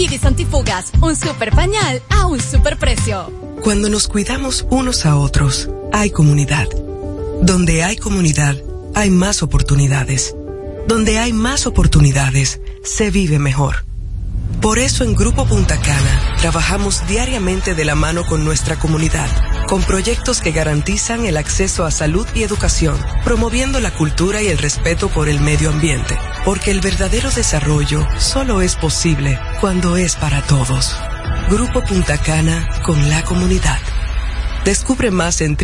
Kidis Antifugas, un super pañal a un super precio. Cuando nos cuidamos unos a otros, hay comunidad. Donde hay comunidad, hay más oportunidades. Donde hay más oportunidades, se vive mejor. Por eso en Grupo Punta Cana trabajamos diariamente de la mano con nuestra comunidad, con proyectos que garantizan el acceso a salud y educación, promoviendo la cultura y el respeto por el medio ambiente, porque el verdadero desarrollo solo es posible cuando es para todos. Grupo Punta Cana con la comunidad. Descubre más en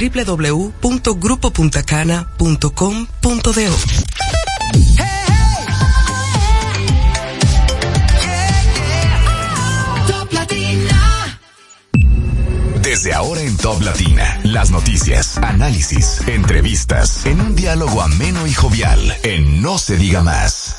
www.grupopuntacana.com.do. Desde ahora en Top Latina, las noticias, análisis, entrevistas, en un diálogo ameno y jovial, en No se diga más.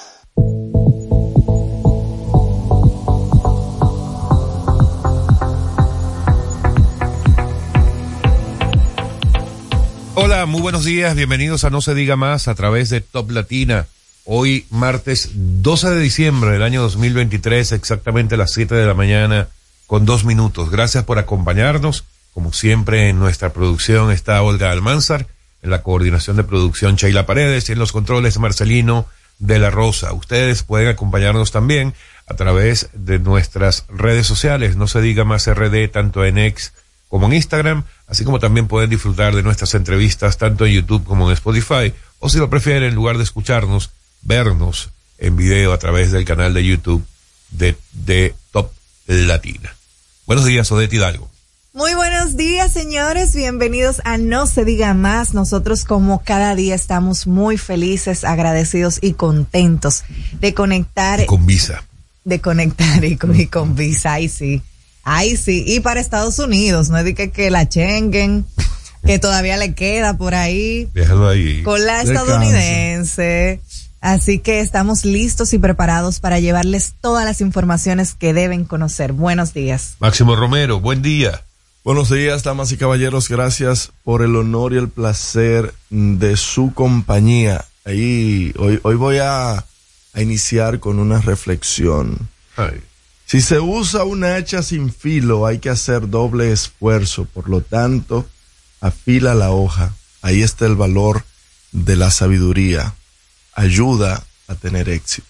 Hola, muy buenos días, bienvenidos a No se diga más a través de Top Latina. Hoy martes 12 de diciembre del año 2023, exactamente a las 7 de la mañana. Con 2 minutos. Gracias por acompañarnos. Como siempre, en nuestra producción está Olga Almanzar, en la coordinación de producción Sheila Paredes y en los controles Marcelino de la Rosa. Ustedes pueden acompañarnos también a través de nuestras redes sociales, No se diga más RD, tanto en X como en Instagram, así como también pueden disfrutar de nuestras entrevistas tanto en YouTube como en Spotify, o si lo prefieren, en lugar de escucharnos, vernos en video a través del canal de YouTube de Top Latina. Buenos días, Odette Hidalgo. Muy buenos días, señores. Bienvenidos a No se diga más. Nosotros, como cada día, estamos muy felices, agradecidos y contentos de conectar. Y con visa. De conectar y con visa. Ay, sí. Ay, sí. Y para Estados Unidos, no es de que la Schengen, que todavía le queda por ahí. Déjalo ahí. Con la estadounidense. Así que estamos listos y preparados para llevarles todas las informaciones que deben conocer. Buenos días. Máximo Romero, buen día. Buenos días, damas y caballeros. Gracias por el honor y el placer de su compañía. Hoy voy a iniciar con una reflexión. Ay. Si se usa una hacha sin filo, hay que hacer doble esfuerzo. Por lo tanto, afila la hoja. Ahí está el valor de la sabiduría. Ayuda a tener éxito.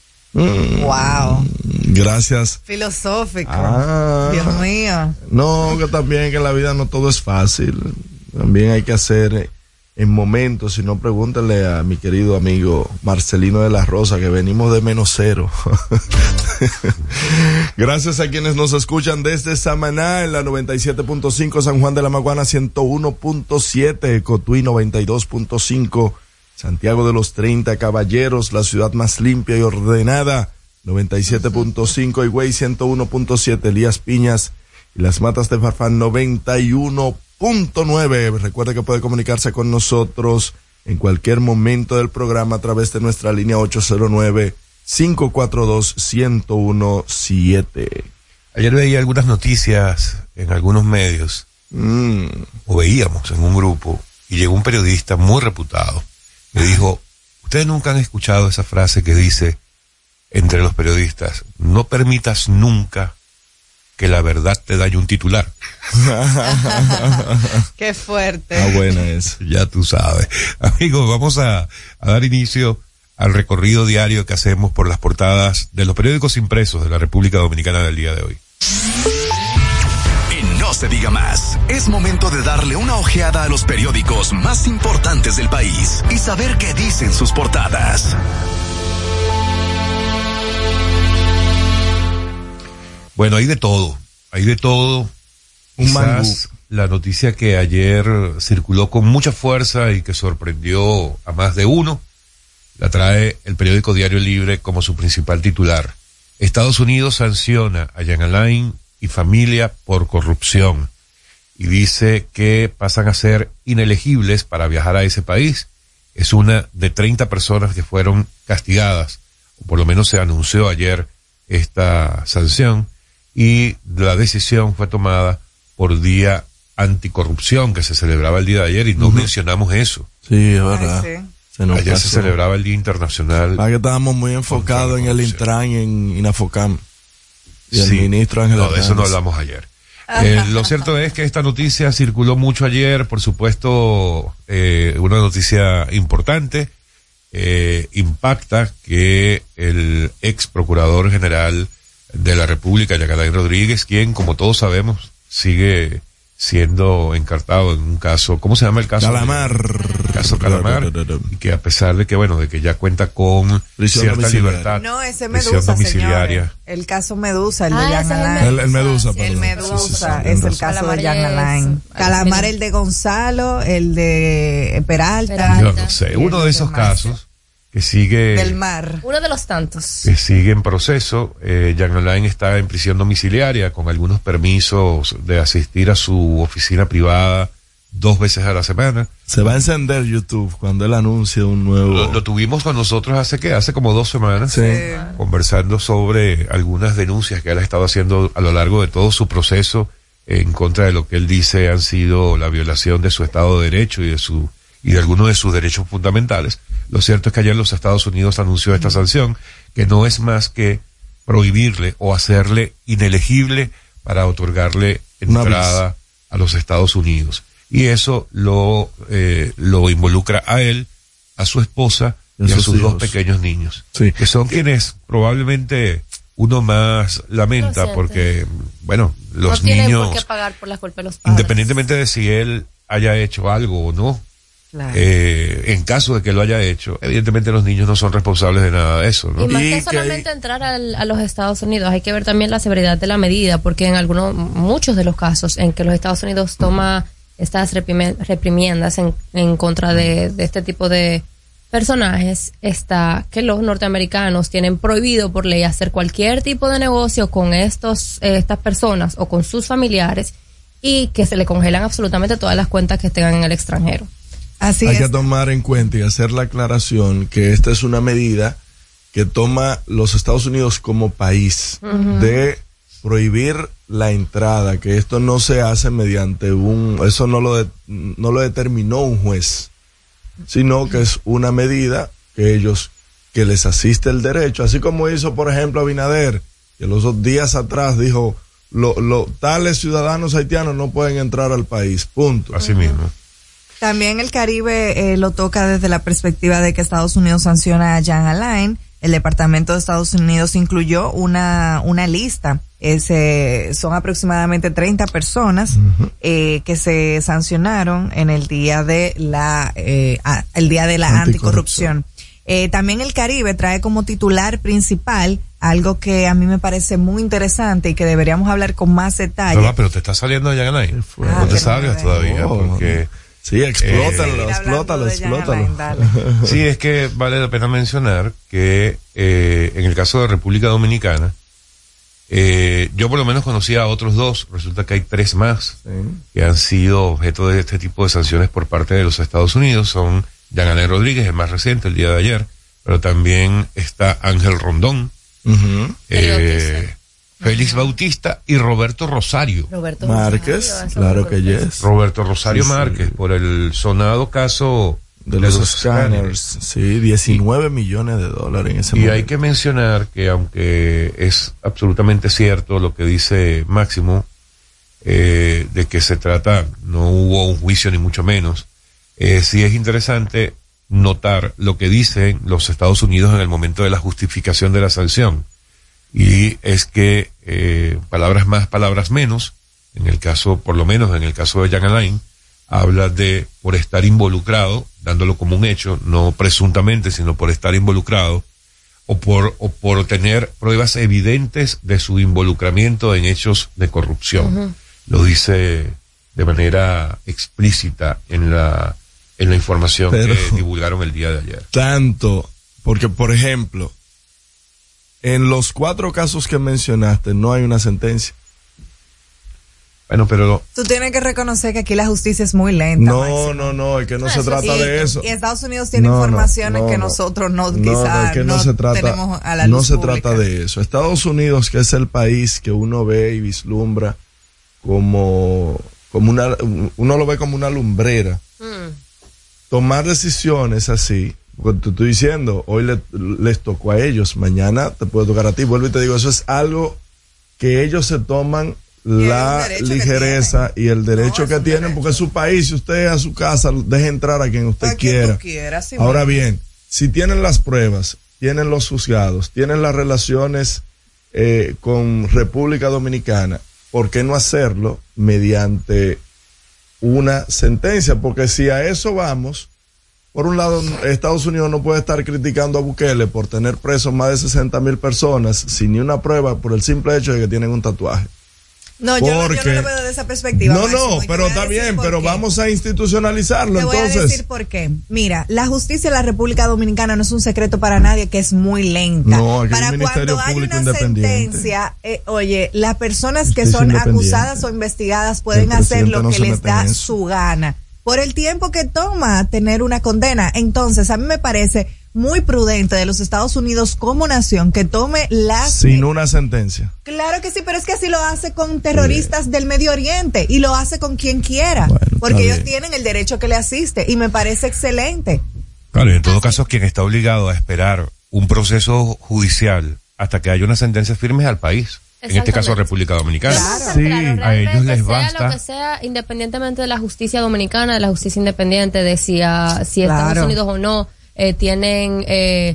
Wow. Gracias. Filosófico. Dios mío. No, que también que en la vida no todo es fácil. También hay que hacer en momentos, si no, pregúntale a mi querido amigo Marcelino de la Rosa, que venimos de -0. Gracias a quienes nos escuchan desde Samaná en la 97.5, San Juan de la Maguana 101.7, Cotuí 92.5, Santiago de los 30 Caballeros, la ciudad más limpia y ordenada, 97.5, Higüey 101.7, Elías Piñas y Las Matas de Farfán 91.9. Recuerde que puede comunicarse con nosotros en cualquier momento del programa a través de nuestra línea 809-542-1017. Ayer veía algunas noticias en algunos medios, o veíamos en un grupo, y llegó un periodista muy reputado. Me dijo, ustedes nunca han escuchado esa frase que dice entre los periodistas, no permitas nunca que la verdad te dañe un titular. Qué fuerte. Ah, buena es. Ya tú sabes. Amigos, vamos a dar inicio al recorrido diario que hacemos por las portadas de los periódicos impresos de la República Dominicana del día de hoy. No se diga más. Es momento de darle una ojeada a los periódicos más importantes del país y saber qué dicen sus portadas. Bueno, hay de todo. Quizás la noticia que ayer circuló con mucha fuerza y que sorprendió a más de uno, la trae el periódico Diario Libre como su principal titular. Estados Unidos sanciona a Jean Alain y familia por corrupción y dice que pasan a ser inelegibles para viajar a ese país. Es una de 30 personas que fueron castigadas, o por lo menos se anunció ayer esta sanción, y la decisión fue tomada por Día Anticorrupción, que se celebraba el día de ayer, y no mencionamos eso. Sí, es verdad. Ay, sí. Ayer se celebraba el Día Internacional. Que estábamos muy enfocados en el Intran, en Inafocam. Y el ministro Ángel Hernández. De eso no hablamos ayer. Lo cierto es que esta noticia circuló mucho ayer, por supuesto, una noticia importante. Impacta que el ex procurador general de la República, Jean Alain Rodríguez, quien, como todos sabemos, sigue siendo encartado en un caso, ¿cómo se llama el caso? Caso Calamar, y que a pesar de que, bueno, de que ya cuenta con cierta libertad. No, ese Medusa, señores. El caso Medusa, el de Jean Alain. El Medusa, perdón. El Medusa es el caso de Jean Alain. Calamar, el de Gonzalo, el de Peralta. Yo no sé, uno de esos casos que sigue del mar, uno de los tantos que sigue en proceso. Jean Alain está en prisión domiciliaria con algunos permisos de asistir a su oficina privada 2 veces a la semana. Se va a encender YouTube cuando él anuncie un nuevo. Lo tuvimos con nosotros hace como 2 semanas, conversando sobre algunas denuncias que él ha estado haciendo a lo largo de todo su proceso en contra de lo que él dice han sido la violación de su Estado de Derecho y de algunos de sus derechos fundamentales. Lo cierto es que ayer los Estados Unidos anunció esta sanción, que no es más que prohibirle o hacerle inelegible para otorgarle entrada a los Estados Unidos. Y eso lo involucra a él, a su esposa y a sus 2 pequeños niños, que son quienes probablemente uno más lamenta, porque, bueno, los no niños... No tienen por qué pagar por la culpa de los padres. Independientemente de si él haya hecho algo o no, claro. En caso de que lo haya hecho, evidentemente los niños no son responsables de nada de eso, ¿no? Y más que solamente entrar a los Estados Unidos, hay que ver también la severidad de la medida, porque en muchos de los casos en que los Estados Unidos toma estas reprimiendas en contra de este tipo de personajes, está que los norteamericanos tienen prohibido por ley hacer cualquier tipo de negocio con estas personas o con sus familiares, y que se le congelan absolutamente todas las cuentas que tengan en el extranjero. Así Hay que tomar en cuenta y hacer la aclaración que esta es una medida que toma los Estados Unidos como país de prohibir la entrada, que esto no se hace mediante eso no lo determinó un juez, sino que es una medida que les asiste el derecho, así como hizo, por ejemplo, Abinader, que los 2 días atrás dijo, tales ciudadanos haitianos no pueden entrar al país, punto. Así mismo. También el Caribe lo toca desde la perspectiva de que Estados Unidos sanciona a Jean Alain. El Departamento de Estados Unidos incluyó una lista. Son aproximadamente 30 personas que se sancionaron en el día de la anticorrupción. También el Caribe trae como titular principal algo que a mí me parece muy interesante y que deberíamos hablar con más detalle. Pero te está saliendo de Jean Alain. No te salgas todavía, porque... Sí, explótalo. Sí, es que vale la pena mencionar que en el caso de República Dominicana, yo por lo menos conocía a otros 2, resulta que hay 3 más que han sido objeto de este tipo de sanciones por parte de los Estados Unidos. Son Jean Alain Rodríguez, el más reciente, el día de ayer, pero también está Ángel Rondón, Félix Bautista y Roberto Rosario. Márquez, claro que yes. Roberto Rosario Márquez, por el sonado caso de los escáneres. Sí, 19 millones de dólares en ese momento. Y hay que mencionar que, aunque es absolutamente cierto lo que dice Máximo, de que se trata, no hubo un juicio ni mucho menos, sí es interesante notar lo que dicen los Estados Unidos en el momento de la justificación de la sanción. Y es que, palabras más, palabras menos, en el caso, por lo menos en el caso de Jean Alain, habla de por estar involucrado, dándolo como un hecho, no presuntamente, sino por estar involucrado, o por tener pruebas evidentes de su involucramiento en hechos de corrupción. Lo dice de manera explícita en la información que divulgaron el día de ayer. Tanto, porque por ejemplo, en los 4 casos que mencionaste no hay una sentencia. Bueno, pero... Tú tienes que reconocer que aquí la justicia es muy lenta. No, es que no se trata de eso. Y Estados Unidos tiene informaciones que nosotros quizás tenemos a la luz No se pública. trata de eso. Estados Unidos, que es el país que uno ve y vislumbra como uno lo ve como una lumbrera. Tomar decisiones así, porque te estoy diciendo, hoy les tocó a ellos, mañana te puede tocar a ti. Vuelvo y te digo, eso es algo que ellos se toman la ligereza y el derecho que tienen, porque es su país. Si usted a su casa deje entrar a quien usted quiera. Ahora bien, si tienen las pruebas, tienen los juzgados, tienen las relaciones con República Dominicana, ¿por qué no hacerlo mediante una sentencia? Porque si a eso vamos, por un lado, Estados Unidos no puede estar criticando a Bukele por tener presos más de 60,000 personas sin ni una prueba por el simple hecho de que tienen un tatuaje. No, yo no lo veo desde esa perspectiva. No, pero está bien, pero vamos a institucionalizarlo. Te voy a decir por qué. Mira, la justicia de la República Dominicana no es un secreto para nadie, que es muy lenta. No, aquí para hay un Ministerio cuando hay Público una independiente. sentencia, oye, las personas que son acusadas o investigadas pueden hacer lo que les da su gana por el tiempo que toma tener una condena. Entonces, a mí me parece muy prudente de los Estados Unidos como nación que tome sin una sentencia. Claro que sí, pero es que así lo hace con terroristas del Medio Oriente y lo hace con quien quiera, porque ellos tienen el derecho que le asiste y me parece excelente. Claro, y en todo caso, quien está obligado a esperar un proceso judicial hasta que haya una sentencia firme es al país. En este caso, República Dominicana. Claro. Sí, a ellos les basta. Sea lo que sea, independientemente de la justicia dominicana, de la justicia independiente, de si Estados Unidos o no tienen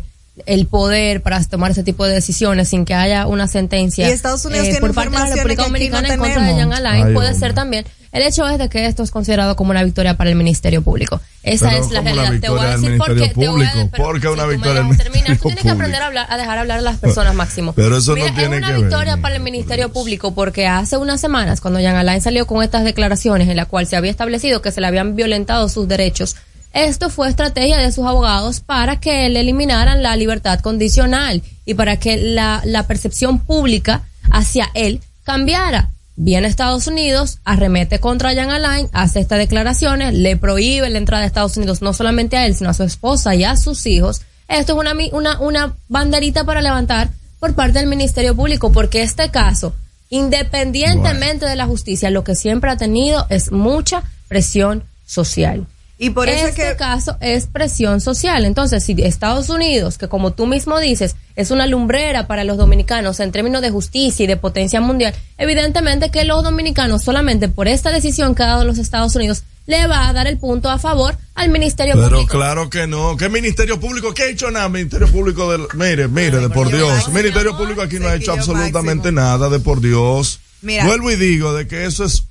el poder para tomar ese tipo de decisiones sin que haya una sentencia. Y Estados Unidos tiene por parte de la República Dominicana en contra de Jean Alain. Puede ser también. El hecho es de que esto es considerado como una victoria para el Ministerio Público. Esa es la realidad. Te voy a decir por qué. Porque una victoria del Ministerio Público. Tú tienes que aprender a dejar hablar a las personas, Máximo. Pero eso no tiene que ver. Es una victoria para el Ministerio Público porque hace unas semanas, cuando Jean Alain salió con estas declaraciones en la cual se había establecido que se le habían violentado sus derechos, esto fue estrategia de sus abogados para que le eliminaran la libertad condicional y para que la percepción pública hacia él cambiara. Viene a Estados Unidos, arremete contra Jean Alain, hace estas declaraciones, le prohíbe la entrada a Estados Unidos no solamente a él, sino a su esposa y a sus hijos. Esto es una banderita para levantar por parte del Ministerio Público, porque este caso, independientemente de la justicia, lo que siempre ha tenido es mucha presión social. Y por eso caso es presión social. Entonces, si Estados Unidos, que como tú mismo dices, es una lumbrera para los dominicanos en términos de justicia y de potencia mundial, evidentemente que los dominicanos, solamente por esta decisión que ha dado los Estados Unidos, le va a dar el punto a favor al Ministerio Público. Pero claro que no. ¿Qué Ministerio Público? ¿Qué ha hecho nada? Ministerio Público Mire, de por Dios. Ministerio Público aquí no ha hecho absolutamente nada, de por Dios. Mira. Vuelvo y digo de que eso es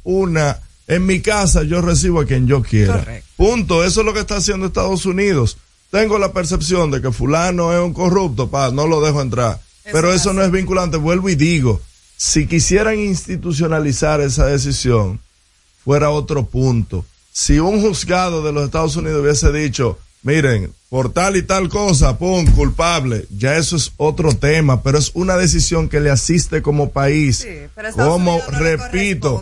en mi casa yo recibo a quien yo quiera. Correcto. Punto. Eso es lo que está haciendo Estados Unidos. Tengo la percepción de que fulano es un corrupto, no lo dejo entrar. Pero eso no es vinculante. Vuelvo y digo, si quisieran institucionalizar esa decisión, fuera otro punto. Si un juzgado de los Estados Unidos hubiese dicho, miren, por tal y tal cosa, culpable, ya eso es otro tema, pero es una decisión que le asiste como país. Sí, como repito,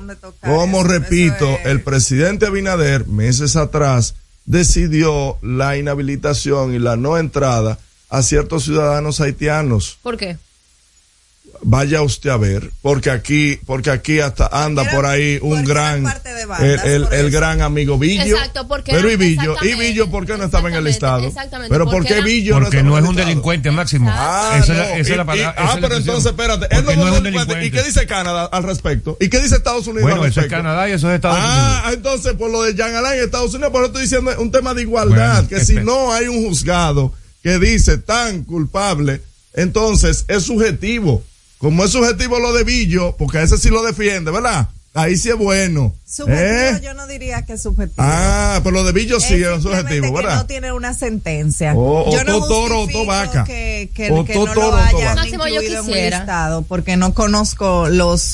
el presidente Abinader, meses atrás, decidió la inhabilitación y la no entrada a ciertos ciudadanos haitianos. ¿Por qué? Vaya usted a ver, porque aquí hasta anda por ahí un gran el gran amigo Billo. Exacto, porque pero y Billo ¿por qué no estaba en el listado? Pero ¿por qué Billo porque no es un delincuente, Máximo. Esa es la palabra. Pero entonces espérate, él no es un delincuente. ¿Y qué dice Canadá al respecto? ¿Y qué dice Estados Unidos al respecto? Eso es Canadá y eso es Estados Unidos. Entonces por lo de Jean Alain en Estados Unidos, por eso estoy diciendo un tema de igualdad, que si no hay un juzgado que dice tan culpable, entonces es subjetivo. Como es subjetivo lo de Billo, porque ese sí lo defiende, ¿verdad? Ahí sí es bueno. Subjetivo yo no diría que es subjetivo. Pero lo de Billo sí es subjetivo, ¿verdad? Que no tiene una sentencia. Yo no justifico que no lo hayan incluido en un listado, porque no conozco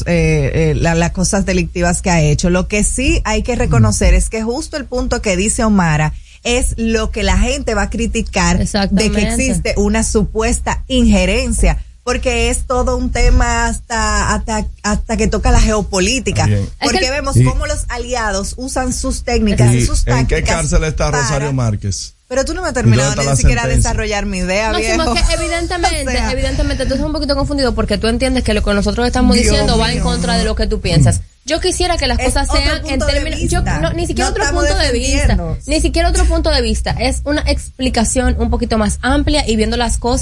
las cosas delictivas que ha hecho. Lo que sí hay que reconocer es que justo el punto que dice Omara es lo que la gente va a criticar de que existe una supuesta injerencia. Porque es todo un tema hasta que toca la geopolítica. Porque vemos cómo los aliados usan sus técnicas y sus tácticas. ¿En qué cárcel está Rosario Márquez? Pero tú no me has terminado ni siquiera desarrollar mi idea, viejo. Es que evidentemente tú estás un poquito confundido porque tú entiendes que lo que nosotros estamos diciendo va en contra de lo que tú piensas. Yo quisiera que las cosas sean en términos, ni siquiera otro punto de vista, ni siquiera otro punto de vista, es una explicación un poquito más amplia y viendo las cosas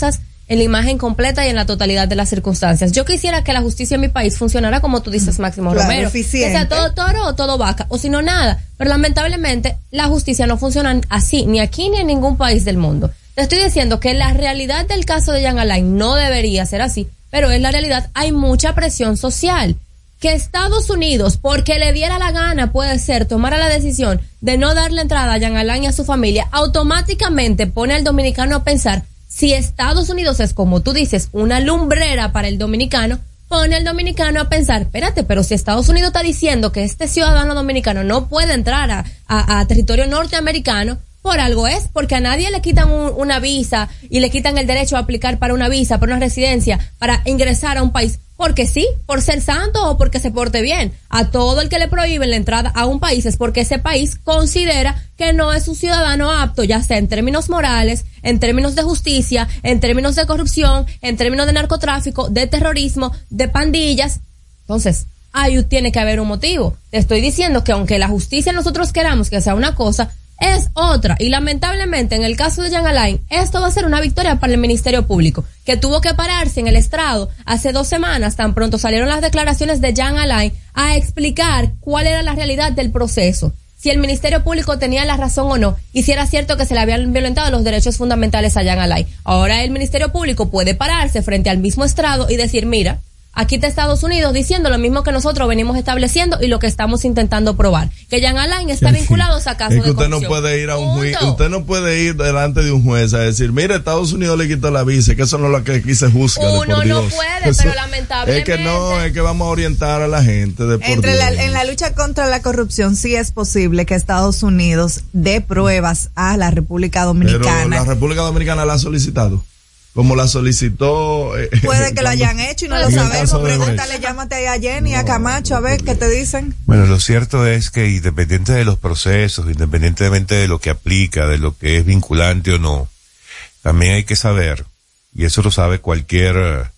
en la imagen completa y en la totalidad de las circunstancias. Yo quisiera que la justicia en mi país funcionara como tú dices, Máximo Romero, eficiente. que sea todo toro o todo vaca, o si no nada, pero lamentablemente la justicia no funciona así, ni aquí ni en ningún país del mundo. Te estoy diciendo que la realidad del caso de Jean Alain no debería ser así, pero en la realidad hay mucha presión social. Que Estados Unidos, porque le diera la gana, puede ser, tomara la decisión de no darle entrada a Jean Alain y a su familia, automáticamente pone al dominicano a pensar, si Estados Unidos es, como tú dices, una lumbrera para el dominicano, pone al dominicano a pensar, espérate, pero si Estados Unidos está diciendo que este ciudadano dominicano no puede entrar a territorio norteamericano, por algo es, porque a nadie le quitan una visa y le quitan el derecho a aplicar para una visa, para una residencia, para ingresar a un país, porque sí, por ser santo o porque se porte bien. A todo el que le prohíben la entrada a un país es porque ese país considera que no es un ciudadano apto, ya sea en términos morales, en términos de justicia, en términos de corrupción, en términos de narcotráfico, de terrorismo, de pandillas. Entonces, ahí tiene que haber un motivo. Te estoy diciendo que aunque la justicia nosotros queramos que sea una cosa, es otra, y lamentablemente en el caso de Jean Alain, esto va a ser una victoria para el Ministerio Público, que tuvo que pararse en el estrado hace 2 semanas, tan pronto salieron las declaraciones de Jean Alain, a explicar cuál era la realidad del proceso, si el Ministerio Público tenía la razón o no, y si era cierto que se le habían violentado los derechos fundamentales a Jean Alain. Ahora el Ministerio Público puede pararse frente al mismo estrado y decir, mira, aquí está Estados Unidos diciendo lo mismo que nosotros venimos estableciendo y lo que estamos intentando probar, que Jean Alain está vinculado a ese caso de corrupción. Usted no puede ir a un juicio, usted no puede ir delante de un juez a decir, mire, Estados Unidos le quitó la visa, que eso no es lo que aquí se juzga. Uno no puede, eso, pero lamentablemente. Es que vamos a orientar a la gente. En la lucha contra la corrupción sí es posible que Estados Unidos dé pruebas a la República Dominicana. Pero la República Dominicana la ha solicitado. Como la solicitó. Puede que lo hayan hecho y no lo sabemos. Pregúntale, llámate a Jenny, a Camacho, a ver qué te dicen. Bueno, lo cierto es que independiente de los procesos, independientemente de lo que aplica, de lo que es vinculante o no, también hay que saber, y eso lo sabe cualquier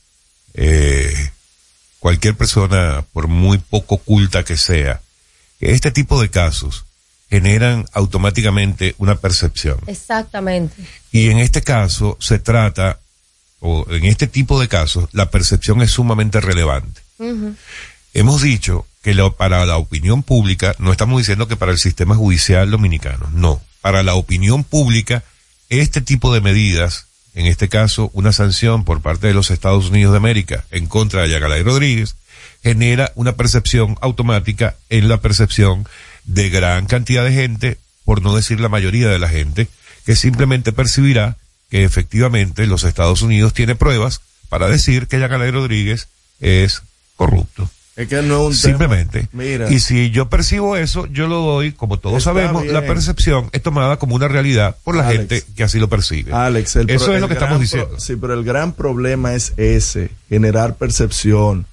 persona, por muy poco culta que sea, que este tipo de casos generan automáticamente una percepción. Exactamente. Y en este caso se trata, o en este tipo de casos, la percepción es sumamente relevante. Uh-huh. Hemos dicho que para la opinión pública, no estamos diciendo que para el sistema judicial dominicano, no. Para la opinión pública, este tipo de medidas, en este caso una sanción por parte de los Estados Unidos de América en contra de Jean Alain Rodríguez, genera una percepción automática en la percepción de gran cantidad de gente, por no decir la mayoría de la gente, que simplemente percibirá que efectivamente los Estados Unidos tiene pruebas para decir que Jean Alain Rodríguez es corrupto. Es que no es un simplemente. Mira. Y si yo percibo eso, yo lo doy, como todos sabemos, bien. La percepción es tomada como una realidad por la gente que así lo percibe. Alex, eso es lo que estamos diciendo. Sí, pero el gran problema es ese, generar percepción.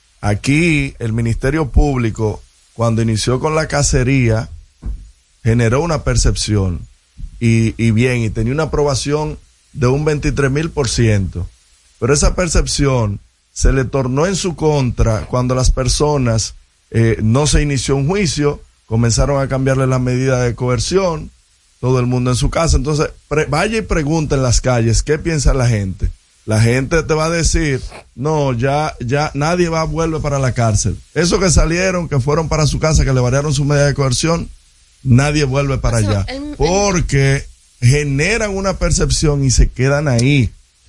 Aquí el Ministerio Público, cuando inició con la cacería, generó una percepción y tenía una aprobación de un 23,000%, pero esa percepción se le tornó en su contra cuando las personas, no se inició un juicio, comenzaron a cambiarle las medidas de coerción, todo el mundo en su casa. Entonces, vaya y pregunta en las calles, ¿qué piensa la gente? La gente te va a decir, no, ya nadie vuelve para la cárcel. Esos que salieron, que fueron para su casa, que le variaron su medida de coerción, nadie vuelve para allá. Porque generan una percepción y se quedan ahí.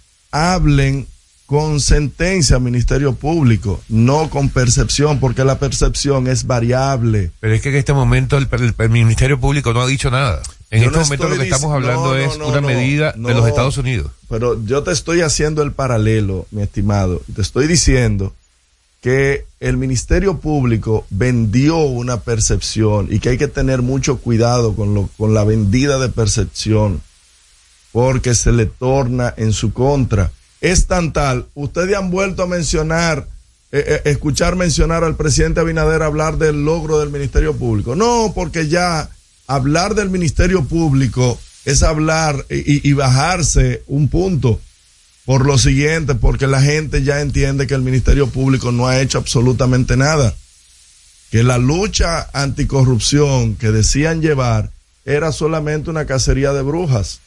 Hablen con sentencia, Ministerio Público, no con percepción, porque la percepción es variable. Pero es que en este momento el Ministerio Público no ha dicho nada. En este momento lo que estamos hablando es una medida de los Estados Unidos. Pero yo te estoy haciendo el paralelo, mi estimado. Te estoy diciendo que el Ministerio Público vendió una percepción y que hay que tener mucho cuidado con la vendida de percepción, porque se le torna en su contra. Es tan tal, ustedes han vuelto a mencionar, escuchar mencionar al presidente Abinader hablar del logro del Ministerio Público. No, porque ya hablar del Ministerio Público es hablar y bajarse un punto por lo siguiente, porque la gente ya entiende que el Ministerio Público no ha hecho absolutamente nada, que la lucha anticorrupción que decían llevar era solamente una cacería de brujas.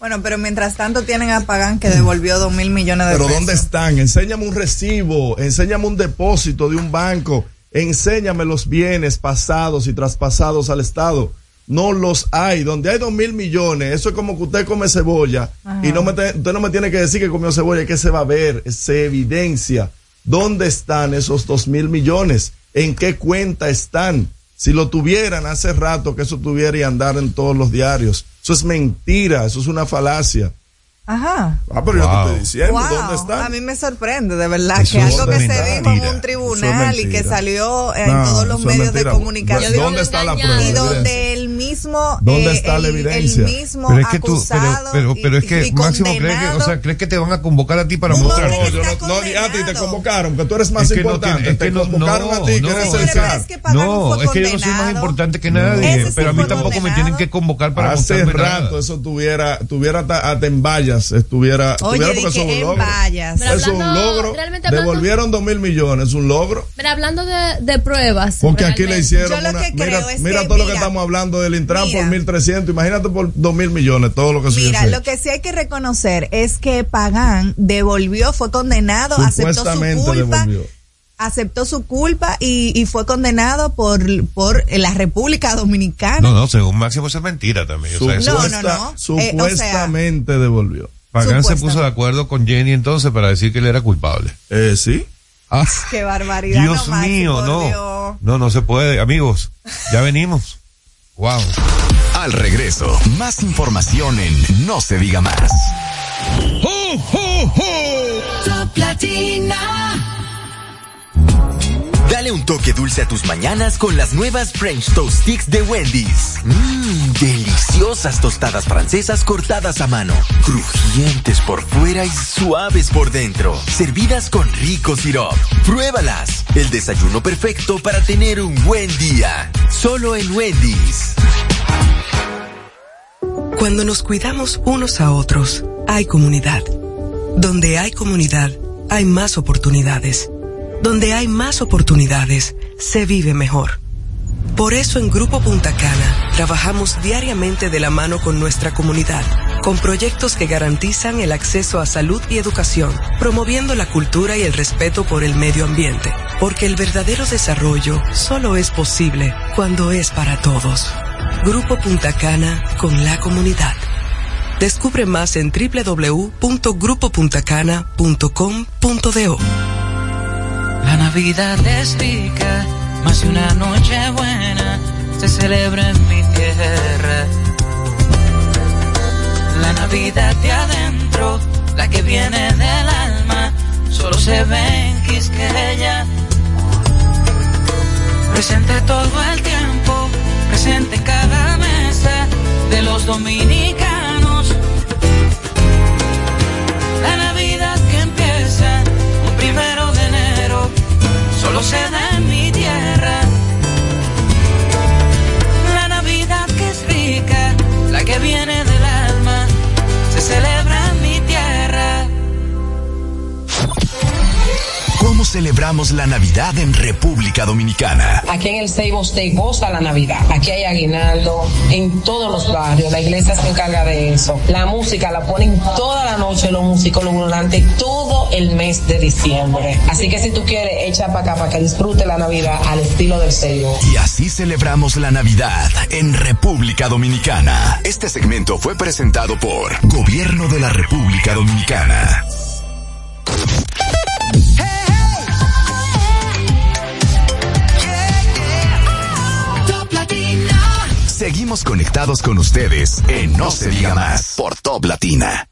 Bueno, pero mientras tanto tienen a Pagán que devolvió 2.000 millones de pesos. Pero ¿dónde están? Enséñame un recibo, enséñame un depósito de un banco, enséñame los bienes pasados y traspasados al Estado. No los hay. Donde hay 2.000 millones, eso es como que usted come cebolla. Ajá. Y usted no me tiene que decir que comió cebolla, que se va a ver, se evidencia. ¿Dónde están esos 2.000 millones? ¿En qué cuenta están? Si lo tuvieran hace rato que eso tuviera y andar en todos los diarios. Eso es mentira, eso es una falacia. Ajá. Pero yo te estoy diciendo, ¿dónde están? A mí me sorprende, de verdad, eso que algo que se dijo en un tribunal y que salió en todos los medios de comunicación. ¿Dónde está la prueba? Y donde el mismo, ¿dónde está la evidencia? El mismo acusado pero es que Máximo cree que te van a convocar a ti para mostrar. No, a ti te convocaron, que tú eres más importante. Te convocaron a ti, que eres el SAR. No, es que yo no soy más importante que nadie, pero a mí tampoco me tienen que convocar para mostrarme nada. Hace rato eso tuviera hasta en vallas estuviera porque eso es un logro. Es un logro. Devolvieron 2.000 millones, es un logro. Pero hablando de pruebas. Porque aquí le hicieron mira todo lo que estamos hablando del Intran por 1.300, imagínate por 2.000 millones, todo lo que se hizo. Mira, lo que sí hay que reconocer es que Pagán devolvió, fue condenado, aceptó su culpa. Aceptó su culpa y fue condenado por la República Dominicana. No, según Máximo eso es mentira también. Supuestamente devolvió. Pagán se puso de acuerdo con Jenny entonces para decir que él era culpable. Sí. Qué barbaridad. Dios mío, no se puede. Amigos, ya venimos. Wow. Al regreso, más información en No Se Diga Más. Top Latina. Dale un toque dulce a tus mañanas con las nuevas French Toast Sticks de Wendy's. Deliciosas tostadas francesas cortadas a mano, crujientes por fuera y suaves por dentro, servidas con rico sirope. Pruébalas, el desayuno perfecto para tener un buen día. Solo en Wendy's. Cuando nos cuidamos unos a otros, hay comunidad. Donde hay comunidad, hay más oportunidades. Donde hay más oportunidades, se vive mejor. Por eso en Grupo Punta Cana trabajamos diariamente de la mano con nuestra comunidad, con proyectos que garantizan el acceso a salud y educación, promoviendo la cultura y el respeto por el medio ambiente, porque el verdadero desarrollo solo es posible cuando es para todos. Grupo Punta Cana con la comunidad. Descubre más en www.grupopuntacana.com.do. La Navidad es rica, más de una noche buena se celebra en mi tierra. La Navidad de adentro, la que viene del alma, solo se ve en Quisqueya. Presente todo el tiempo, presente en cada mesa de los dominicanos. La Navidad que empieza un 1 de enero solo se da en mi tierra. La Navidad que es rica, la que viene del alma, se celebra en mi tierra. ¿Cómo celebramos la Navidad en República Dominicana? Aquí en el Seibo se goza la Navidad. Aquí hay aguinaldo en todos los barrios. La iglesia se encarga de eso. La música la ponen toda la noche los musicólogos durante todo el mes de diciembre. Así que si tú quieres, echa para acá para que disfrute la Navidad al estilo del Seibo. Y así celebramos la Navidad en República Dominicana. Este segmento fue presentado por Gobierno de la República Dominicana. Seguimos conectados con ustedes en No Se Diga Más por Top Latina.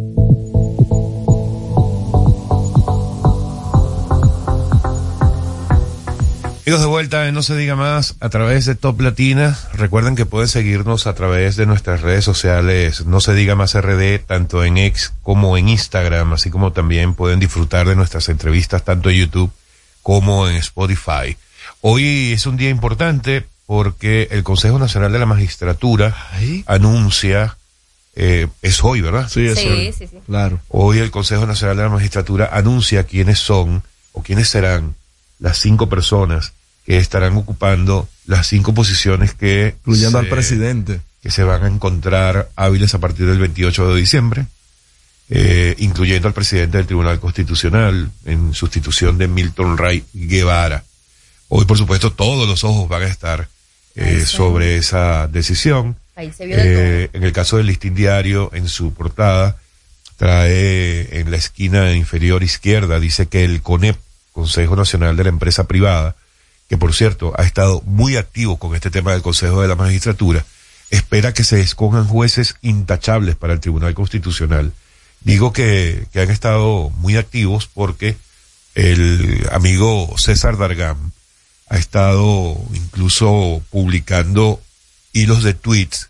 Amigos, de vuelta en No Se Diga Más a través de Top Latina. Recuerden que pueden seguirnos a través de nuestras redes sociales No Se Diga Más RD, tanto en X como en Instagram, así como también pueden disfrutar de nuestras entrevistas tanto en YouTube como en Spotify. Hoy es un día importante porque el Consejo Nacional de la Magistratura anuncia, es hoy, ¿verdad? Sí, es hoy. Sí. Claro. Hoy el Consejo Nacional de la Magistratura anuncia quiénes son o quiénes serán las 5 personas que estarán ocupando las 5 posiciones que... Incluyendo al presidente. que se van a encontrar hábiles a partir del 28 de diciembre, incluyendo al presidente del Tribunal Constitucional en sustitución de Milton Ray Guevara. Hoy, por supuesto, todos los ojos van a estar sobre esa decisión. Ahí se vio de todo. En el caso del Listín Diario, en su portada, trae en la esquina inferior izquierda, dice que el CONEP, Consejo Nacional de la Empresa Privada, que por cierto ha estado muy activo con este tema del Consejo de la Magistratura, espera que se escojan jueces intachables para el Tribunal Constitucional. Digo que han estado muy activos porque el amigo César Dargán ha estado incluso publicando hilos de tweets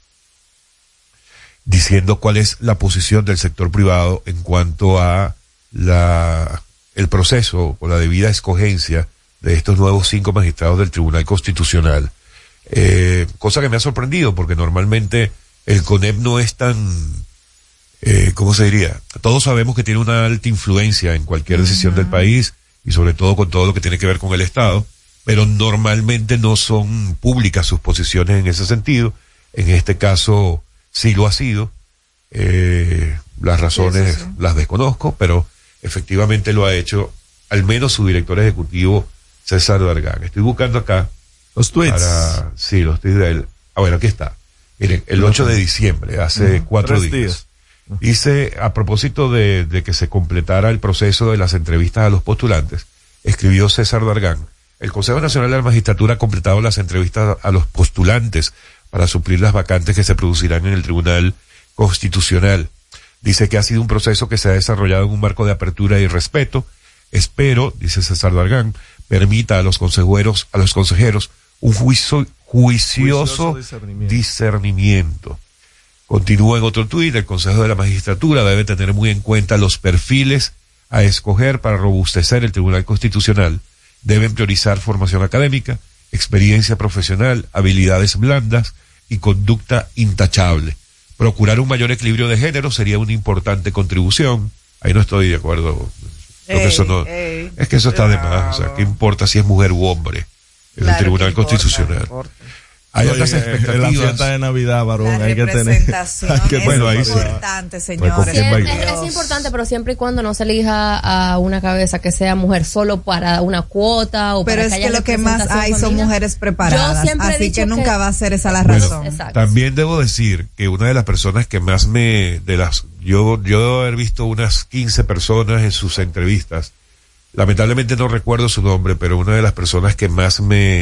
diciendo cuál es la posición del sector privado en cuanto a el proceso o la debida escogencia de estos nuevos 5 magistrados del Tribunal Constitucional. Cosa que me ha sorprendido porque normalmente el CONEP no es tan, ¿cómo se diría? Todos sabemos que tiene una alta influencia en cualquier decisión del país y sobre todo con todo lo que tiene que ver con el Estado, pero normalmente no son públicas sus posiciones en ese sentido. En este caso sí lo ha sido. Las razones sí. Las desconozco, pero efectivamente lo ha hecho al menos su director ejecutivo César Dargán. Estoy buscando acá los tweets. Sí, los tweets de él. Bueno, aquí está. Miren, el 8 de diciembre, hace 4 días. Dice, a propósito de que se completara el proceso de las entrevistas a los postulantes, escribió César Dargán: el Consejo Nacional de la Magistratura ha completado las entrevistas a los postulantes para suplir las vacantes que se producirán en el Tribunal Constitucional. Dice que ha sido un proceso que se ha desarrollado en un marco de apertura y respeto. Espero, dice César Dargán, permita a los consejeros un juicioso discernimiento. Continúa en otro tuit: el Consejo de la Magistratura debe tener muy en cuenta los perfiles a escoger para robustecer el Tribunal Constitucional. Deben priorizar formación académica, experiencia profesional, habilidades blandas y conducta intachable. Procurar un mayor equilibrio de género sería una importante contribución. Ahí no estoy de acuerdo. Es que eso está de más. O sea, ¿qué importa si es mujer u hombre en el Tribunal Constitucional? Hay otras expectativas. En la fiesta de Navidad, varón, la hay que tener. Bueno, es importante, señores. Es importante, pero siempre y cuando no se elija a una cabeza que sea mujer solo para una cuota o pero para es que haya lo que más hay son mujeres preparadas, así que nunca va a ser esa la razón. También debo decir que una de las personas que más yo debo haber visto unas 15 personas en sus entrevistas. Lamentablemente no recuerdo su nombre, pero una de las personas que más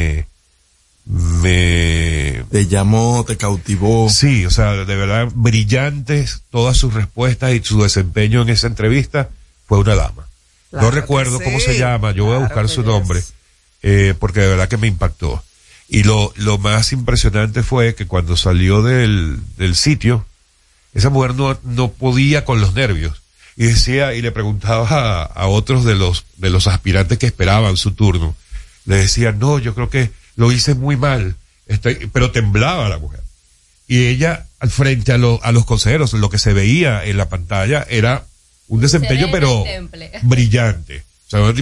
te llamó, te cautivó. Sí, o sea, de verdad brillantes todas sus respuestas y su desempeño en esa entrevista. Fue una dama. Claro, no recuerdo cómo se llama, yo voy a buscar su nombre, porque de verdad que me impactó. Y lo más impresionante fue que cuando salió del sitio, esa mujer no podía con los nervios. Y decía, y le preguntaba a otros de los aspirantes que esperaban su turno, le decía, no, yo creo que lo hice muy mal, pero temblaba la mujer. Y ella, al frente a los consejeros, lo que se veía en la pantalla era un desempeño, pero brillante. O sea,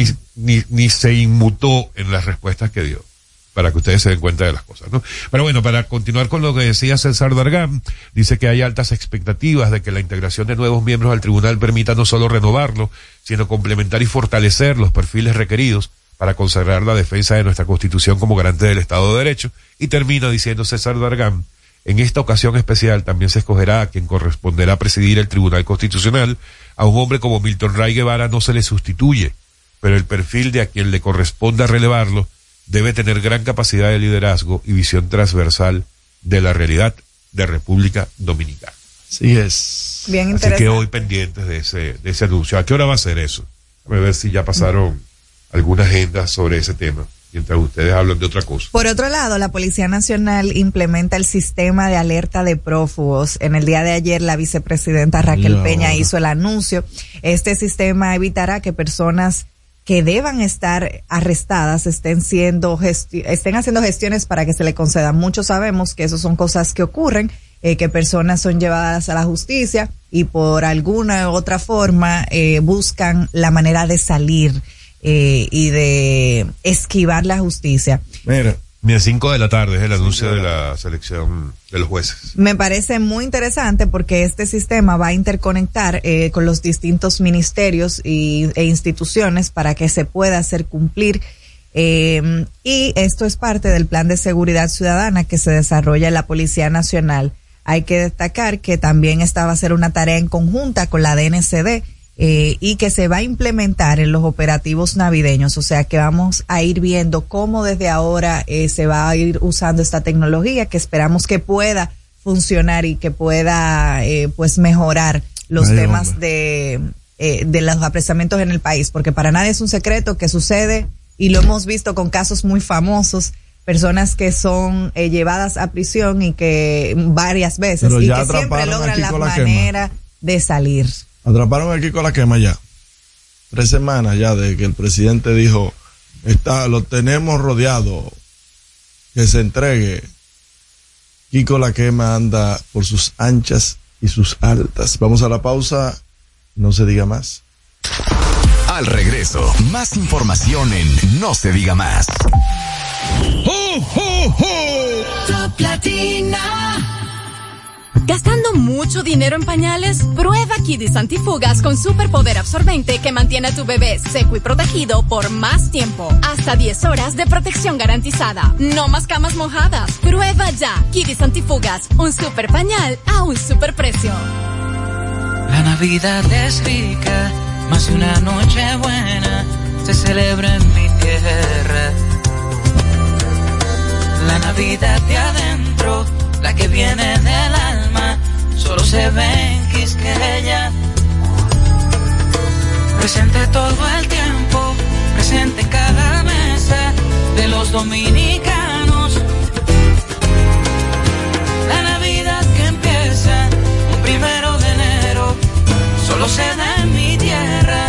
ni se inmutó en las respuestas que dio, para que ustedes se den cuenta de las cosas, ¿no? Pero bueno, para continuar con lo que decía César Dargán, dice que hay altas expectativas de que la integración de nuevos miembros al tribunal permita no solo renovarlo, sino complementar y fortalecer los perfiles requeridos para consagrar la defensa de nuestra Constitución como garante del Estado de Derecho. Y termina diciendo César Dargán: en esta ocasión especial también se escogerá a quien corresponderá presidir el Tribunal Constitucional. A un hombre como Milton Ray Guevara no se le sustituye, pero el perfil de a quien le corresponda relevarlo debe tener gran capacidad de liderazgo y visión transversal de la realidad de República Dominicana. Sí es. Bien interesante. Así que hoy pendientes de ese anuncio. ¿A qué hora va a ser eso? A ver si ya pasaron alguna agenda sobre ese tema, mientras ustedes hablan de otra cosa. Por otro lado, la Policía Nacional implementa el sistema de alerta de prófugos. En el día de ayer, la vicepresidenta Raquel Peña hizo el anuncio. Este sistema evitará que personas que deban estar arrestadas estén haciendo gestiones para que se le concedan. Muchos sabemos que eso son cosas que ocurren, que personas son llevadas a la justicia y por alguna u otra forma buscan la manera de salir y de esquivar la justicia. Mira, Mira, 5 de la tarde es el anuncio de la selección de los jueces. Me parece muy interesante porque este sistema va a interconectar con los distintos ministerios e instituciones para que se pueda hacer cumplir. Y esto es parte del plan de seguridad ciudadana que se desarrolla en la Policía Nacional. Hay que destacar que también esta va a ser una tarea en conjunta con la DNCD. Y que se va a implementar en los operativos navideños, o sea que vamos a ir viendo cómo desde ahora se va a ir usando esta tecnología que esperamos que pueda funcionar y que pueda pues mejorar los temas de los apresamientos en el país, porque para nadie es un secreto que sucede y lo hemos visto con casos muy famosos, personas que son llevadas a prisión y que varias veces y que siempre logran la manera de salir. Atraparon a Kiko La Quema ya. 3 semanas ya de que el presidente dijo, lo tenemos rodeado, que se entregue. Kiko La Quema anda por sus anchas y sus altas. Vamos a la pausa, no se diga más. Al regreso, más información en No se diga más. Top Latina. ¿Gastando mucho dinero en pañales? Prueba Kidis Antifugas con superpoder absorbente que mantiene a tu bebé seco y protegido por más tiempo. Hasta 10 horas de protección garantizada. No más camas mojadas. Prueba ya Kidis Antifugas, un super pañal a un super precio. La Navidad es rica, más de una noche buena se celebra en mi tierra. La Navidad de adentro, la que viene del alma, solo se ve en Quisqueya. Presente todo el tiempo, presente en cada mesa de los dominicanos. La Navidad que empieza un 1 de enero, solo se da en mi tierra.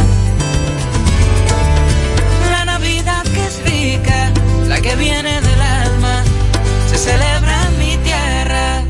La Navidad que es rica, la que viene del alma, se celebra en mi tierra.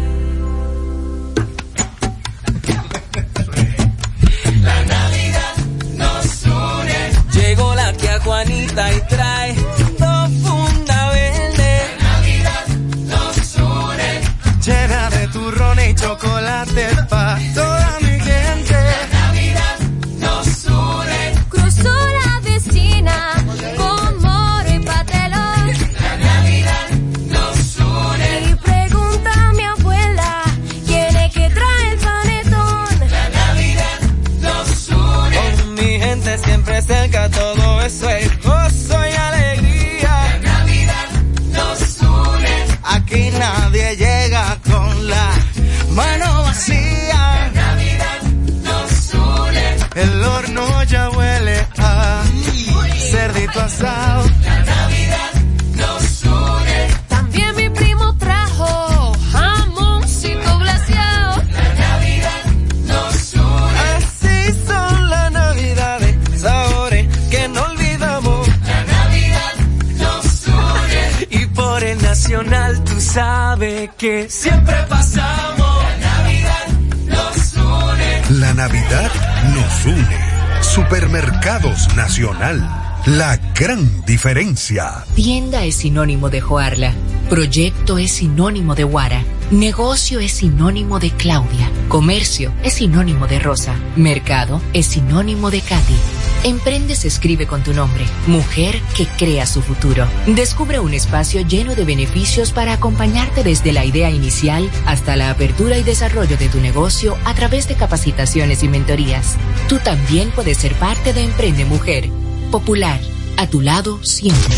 La Navidad nos une. Llegó la tía Juanita y trae 2 fundas verdes. La Navidad nos une. Llena de turrones y chocolate pa' toda mi gente. La Navidad nos une. Cruzó la vecina con moro y patelón. La Navidad nos une. Y pregunta a mi abuela quién es que trae el panetón. La Navidad nos une. Con mi gente siempre cerca, todo eso es gozo y alegría. La Navidad nos une. Aquí nadie llega con la mano vacía. La Navidad nos une. El horno ya huele a cerdito asado. La Navidad nos une. También mi primo trajo jamoncito glaseado. La Navidad nos une. Así son las navidades, sabores que no olvidamos. La Navidad nos une. Y por el nacional tú sabes que siempre pasamos. La Navidad nos une. La Navidad nos une. Supermercados Nacional. La gran diferencia. Tienda es sinónimo de Joarla. Proyecto es sinónimo de Guara. Negocio es sinónimo de Claudia. Comercio es sinónimo de Rosa. Mercado es sinónimo de Katy. Emprende se escribe con tu nombre. Mujer que crea su futuro. Descubre un espacio lleno de beneficios para acompañarte desde la idea inicial hasta la apertura y desarrollo de tu negocio a través de capacitaciones y mentorías. Tú también puedes ser parte de Emprende Mujer. Popular, a tu lado siempre.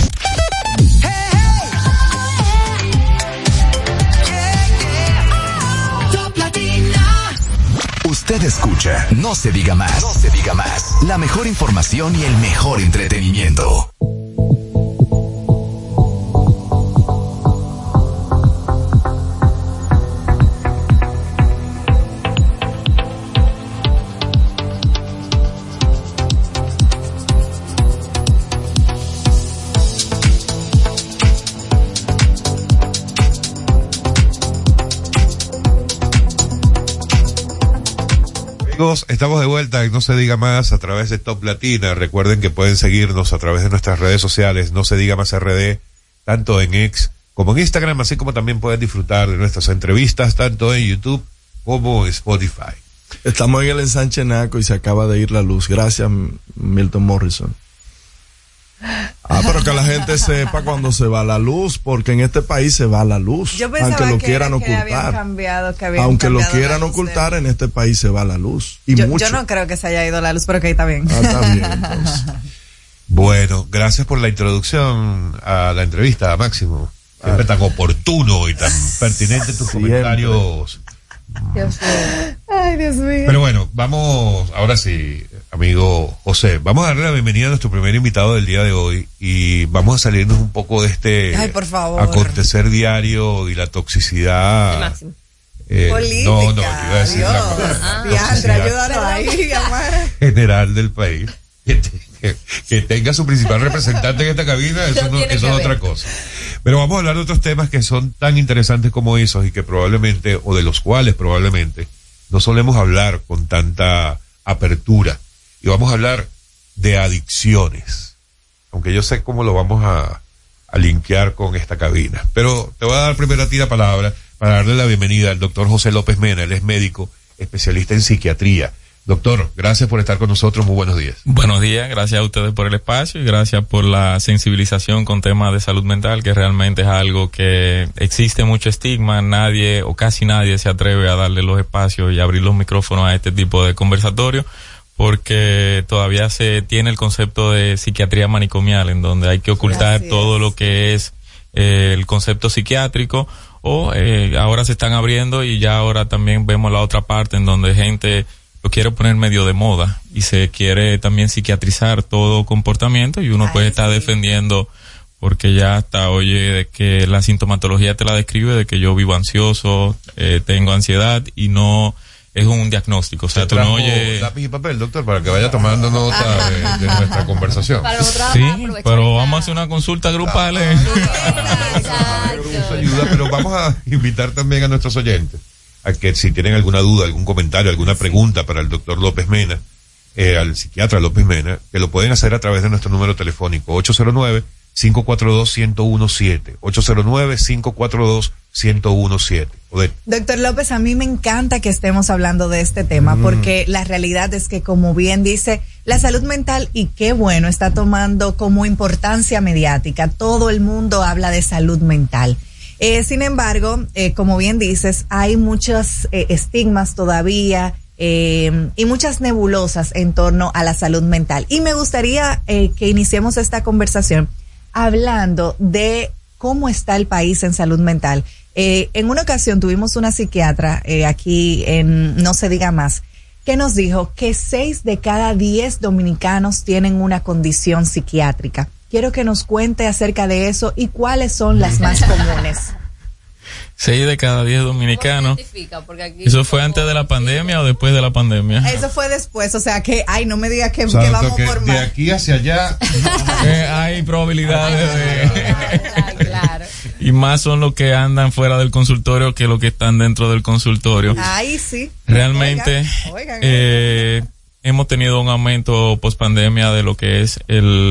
Usted escucha No se diga más. No se diga más. La mejor información y el mejor entretenimiento. Estamos de vuelta en No se diga más a través de Top Latina. Recuerden que pueden seguirnos a través de nuestras redes sociales, No se diga más RD, tanto en X como en Instagram, así como también puedes disfrutar de nuestras entrevistas tanto en YouTube como en Spotify. Estamos en el ensanche Naco y se acaba de ir la luz. Gracias, Milton Morrison. Pero que la gente sepa cuando se va la luz, porque en este país se va la luz. Yo pensaba aunque lo que quieran habían ocultar. Aunque lo quieran ocultar, en este país se va la luz. Y yo mucho. no creo que se haya ido la luz, pero que está bien. Está bien, entonces. Bueno, gracias por la introducción a la entrevista, Máximo. Siempre tan oportuno y tan pertinente tus comentarios. Dios mío. Ay, Dios mío. Pero bueno, vamos, ahora sí, amigo José, vamos a darle la bienvenida a nuestro primer invitado del día de hoy y vamos a salirnos un poco de este Ay, por favor. acontecer diario y la toxicidad. Máximo. Política, yo iba a decir la Diandra, ayúdanos ahí, Amara. general del país. Que tenga su principal representante en esta cabina, eso es otra cosa. Pero vamos a hablar de otros temas que son tan interesantes como esos y que probablemente, o de los cuales probablemente, no solemos hablar con tanta apertura. Y vamos a hablar de adicciones. Aunque yo sé cómo lo vamos a linkear con esta cabina. Pero te voy a dar primero a ti la palabra para darle la bienvenida al doctor José López Mena. Él es médico, especialista en psiquiatría. Doctor, gracias por estar con nosotros. Muy buenos días. Buenos días, gracias a ustedes por el espacio y gracias por la sensibilización con temas de salud mental, que realmente es algo que existe mucho estigma. Nadie o casi nadie se atreve a darle los espacios y abrir los micrófonos a este tipo de conversatorio, porque todavía se tiene el concepto de psiquiatría manicomial, en donde hay que ocultar todo lo que es el concepto psiquiátrico, o ahora se están abriendo y ya ahora también vemos la otra parte en donde gente lo quiere poner medio de moda y se quiere también psiquiatrizar todo comportamiento, y uno puede estar defendiendo porque ya hasta oye de que la sintomatología te la describe, de que yo vivo ansioso, tengo ansiedad, y no es un diagnóstico. O sea, tú no oyes lápiz y papel, doctor, para que vaya tomando nota de nuestra conversación. Sí, pero vamos a hacer una consulta grupal. Eso ayuda, pero vamos a invitar también a nuestros oyentes a que si tienen alguna duda, algún comentario, alguna pregunta para el doctor López Mena, al psiquiatra López Mena, que lo pueden hacer a través de nuestro número telefónico 809-542-1017, 809-542-1017. Doctor López, a mí me encanta que estemos hablando de este tema, porque la realidad es que, como bien dice, la salud mental, y qué bueno, está tomando como importancia mediática. Todo el mundo habla de salud mental. Sin embargo, como bien dices, hay muchos estigmas todavía y muchas nebulosas en torno a la salud mental. Y me gustaría que iniciemos esta conversación hablando de cómo está el país en salud mental. En una ocasión tuvimos una psiquiatra aquí en No Se Diga Más, que nos dijo que 6 de cada 10 dominicanos tienen una condición psiquiátrica. Quiero que nos cuente acerca de eso y cuáles son las más comunes. 6 de cada 10 dominicanos. ¿Eso fue antes de la pandemia o después de la pandemia? Eso fue después, o sea que, no me digas que vamos por más. De aquí hacia allá hay probabilidades claro. Y más son los que andan fuera del consultorio que los que están dentro del consultorio. Ahí sí. Realmente oigan. Hemos tenido un aumento post pandemia de lo que es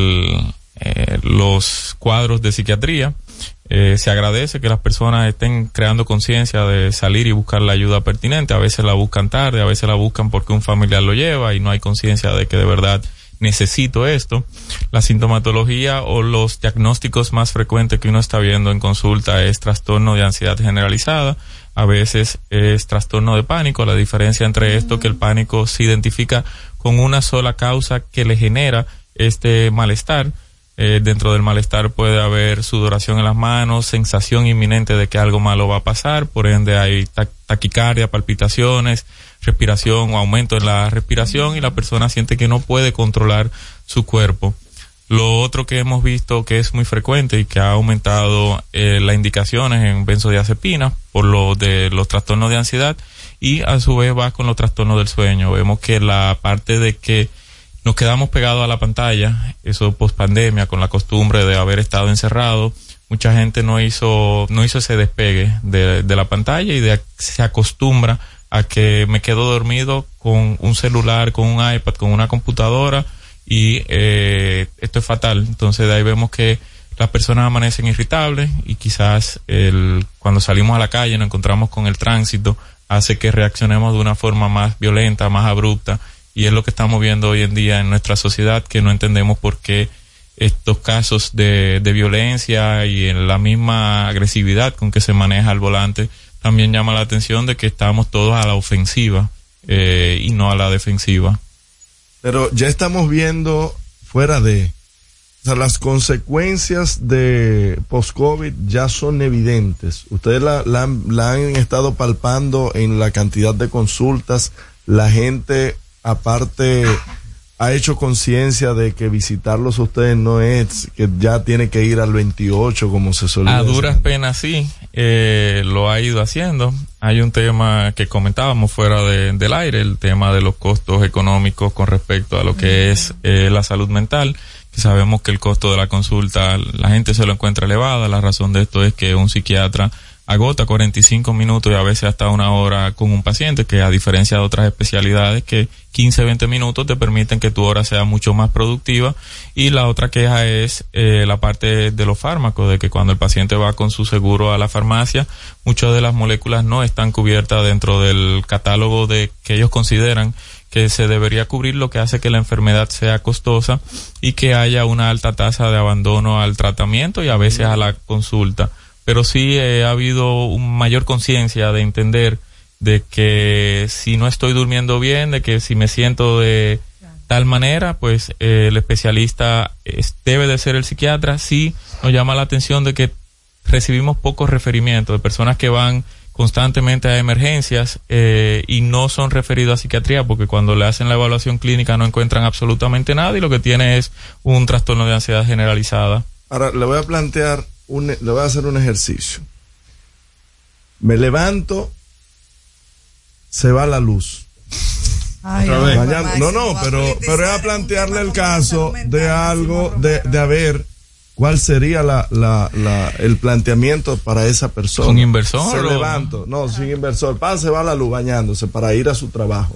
los cuadros de psiquiatría. Se agradece que las personas estén creando conciencia de salir y buscar la ayuda pertinente. A veces la buscan tarde, a veces la buscan porque un familiar lo lleva y no hay conciencia de que de verdad necesito esto. La sintomatología o los diagnósticos más frecuentes que uno está viendo en consulta es trastorno de ansiedad generalizada. A veces es trastorno de pánico. La diferencia entre esto, que el pánico se identifica con una sola causa que le genera este malestar. Dentro del malestar puede haber sudoración en las manos, sensación inminente de que algo malo va a pasar, por ende hay taquicardia, palpitaciones, respiración o aumento en la respiración, y la persona siente que no puede controlar su cuerpo. Lo otro que hemos visto que es muy frecuente y que ha aumentado las indicaciones en benzodiazepina por lo de los trastornos de ansiedad, y a su vez va con los trastornos del sueño. Vemos que la parte de que nos quedamos pegados a la pantalla, eso post pandemia, con la costumbre de haber estado encerrado, mucha gente no hizo ese despegue de la pantalla, y se acostumbra a que me quedo dormido con un celular, con un iPad, con una computadora, y esto es fatal. Entonces de ahí vemos que las personas amanecen irritables y quizás cuando salimos a la calle nos encontramos con el tránsito hace que reaccionemos de una forma más violenta, más abrupta, y es lo que estamos viendo hoy en día en nuestra sociedad, que no entendemos por qué estos casos de violencia y en la misma agresividad con que se maneja el volante también llama la atención de que estamos todos a la ofensiva y no a la defensiva. Pero ya estamos viendo o sea, las consecuencias de post-COVID ya son evidentes. Ustedes la han estado palpando en la cantidad de consultas. La gente, aparte, ha hecho conciencia de que visitarlos a ustedes no es que ya tiene que ir al 28 como se solía a decir. Duras penas sí, lo ha ido haciendo. Hay un tema que comentábamos fuera del aire, el tema de los costos económicos con respecto a lo que es la salud mental, que sabemos que el costo de la consulta la gente se lo encuentra elevada. La razón de esto es que un psiquiatra agota 45 minutos y a veces hasta una hora con un paciente, que a diferencia de otras especialidades que 15, 20 minutos te permiten que tu hora sea mucho más productiva. Y la otra queja es la parte de los fármacos, de que cuando el paciente va con su seguro a la farmacia, muchas de las moléculas no están cubiertas dentro del catálogo de que ellos consideran que se debería cubrir, lo que hace que la enfermedad sea costosa y que haya una alta tasa de abandono al tratamiento y a veces a la consulta. Pero sí ha habido una mayor conciencia de entender de que si no estoy durmiendo bien, de que si me siento de tal manera, pues el especialista debe de ser el psiquiatra. Sí nos llama la atención de que recibimos pocos referimientos de personas que van constantemente a emergencias y no son referidos a psiquiatría, porque cuando le hacen la evaluación clínica no encuentran absolutamente nada y lo que tiene es un trastorno de ansiedad generalizada. Ahora le voy a plantear le voy a hacer un ejercicio. Me levanto, se va la luz. Ay, pero es a plantearle el caso de algo, de a ver cuál sería el planteamiento para esa persona. ¿Con inversor? Se levanto, sin inversor. Se va la luz bañándose para ir a su trabajo.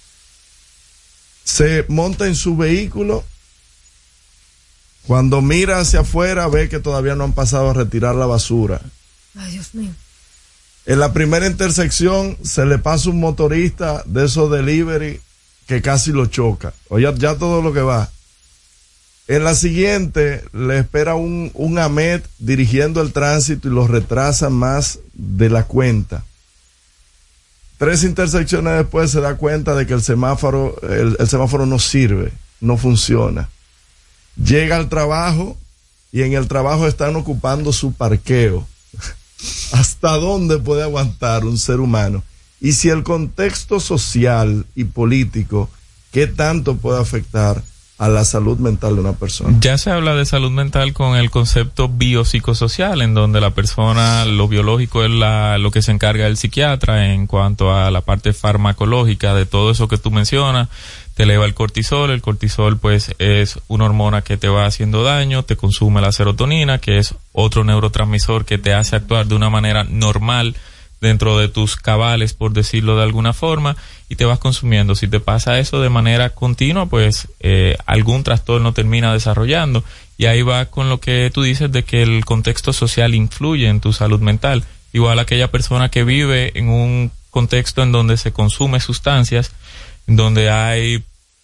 Se monta en su vehículo. Cuando mira hacia afuera, ve que todavía no han pasado a retirar la basura. Ay, Dios mío. En la primera intersección se le pasa un motorista de esos delivery que casi lo choca. Oye, ya todo lo que va. En la siguiente le espera un AMET dirigiendo el tránsito y lo retrasa más de la cuenta. 3 intersecciones después se da cuenta de que el semáforo no sirve, no funciona. Llega al trabajo y en el trabajo están ocupando su parqueo. ¿Hasta dónde puede aguantar un ser humano? Y si el contexto social y político, ¿qué tanto puede afectar a la salud mental de una persona? Ya se habla de salud mental con el concepto biopsicosocial, en donde la persona, lo biológico es lo que se encarga el psiquiatra en cuanto a la parte farmacológica de todo eso que tú mencionas. Te eleva el cortisol pues es una hormona que te va haciendo daño, te consume la serotonina, que es otro neurotransmisor que te hace actuar de una manera normal dentro de tus cabales, por decirlo de alguna forma, y te vas consumiendo. Si te pasa eso de manera continua, pues algún trastorno termina desarrollando, y ahí va con lo que tú dices de que el contexto social influye en tu salud mental. Igual aquella persona que vive en un contexto en donde se consume sustancias, donde hay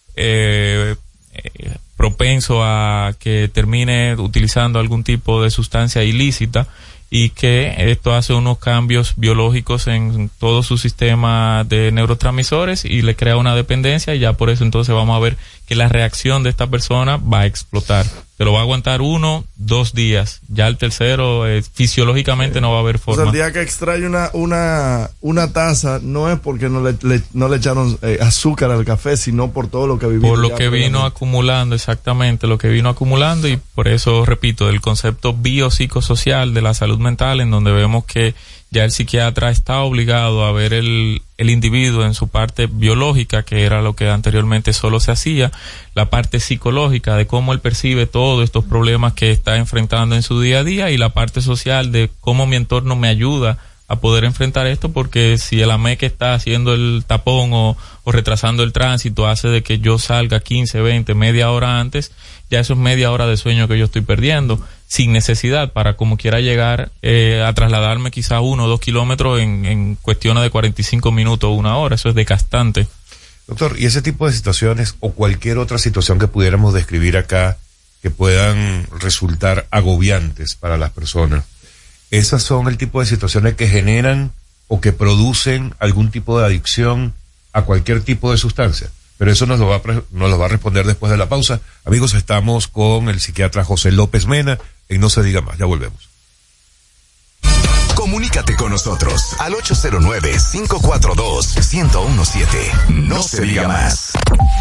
propenso a que termine utilizando algún tipo de sustancia ilícita, y que esto hace unos cambios biológicos en todo su sistema de neurotransmisores y le crea una dependencia, y ya por eso entonces vamos a ver que la reacción de esta persona va a explotar. Te lo va a aguantar 1, 2 días, ya el tercero fisiológicamente no va a haber forma. O sea, el día que extrae una taza no es porque no le echaron azúcar al café, sino por todo lo que vivió. Por lo que vino acumulando, exactamente, lo que vino acumulando, y por eso repito, el concepto biopsicosocial de la salud mental, en donde vemos que ya el psiquiatra está obligado a ver el individuo en su parte biológica, que era lo que anteriormente solo se hacía, la parte psicológica de cómo él percibe todos estos problemas que está enfrentando en su día a día, y la parte social de cómo mi entorno me ayuda a poder enfrentar esto, porque si el AME que está haciendo el tapón o retrasando el tránsito hace de que yo salga 15, 20, media hora antes, ya eso es media hora de sueño que yo estoy perdiendo. sin necesidad para como quiera llegar a trasladarme quizá 1 o 2 kilómetros en cuestiones de 45 minutos o 1 hora. Eso es desgastante. Doctor, ¿y ese tipo de situaciones o cualquier otra situación que pudiéramos describir acá que puedan resultar agobiantes para las personas? ¿Esas son el tipo de situaciones que generan o que producen algún tipo de adicción a cualquier tipo de sustancia? Pero eso nos lo va a responder después de la pausa. Amigos, estamos con el psiquiatra José López Mena en No se diga más. Ya volvemos. Comunícate con nosotros al 809-542-1017. No se diga más.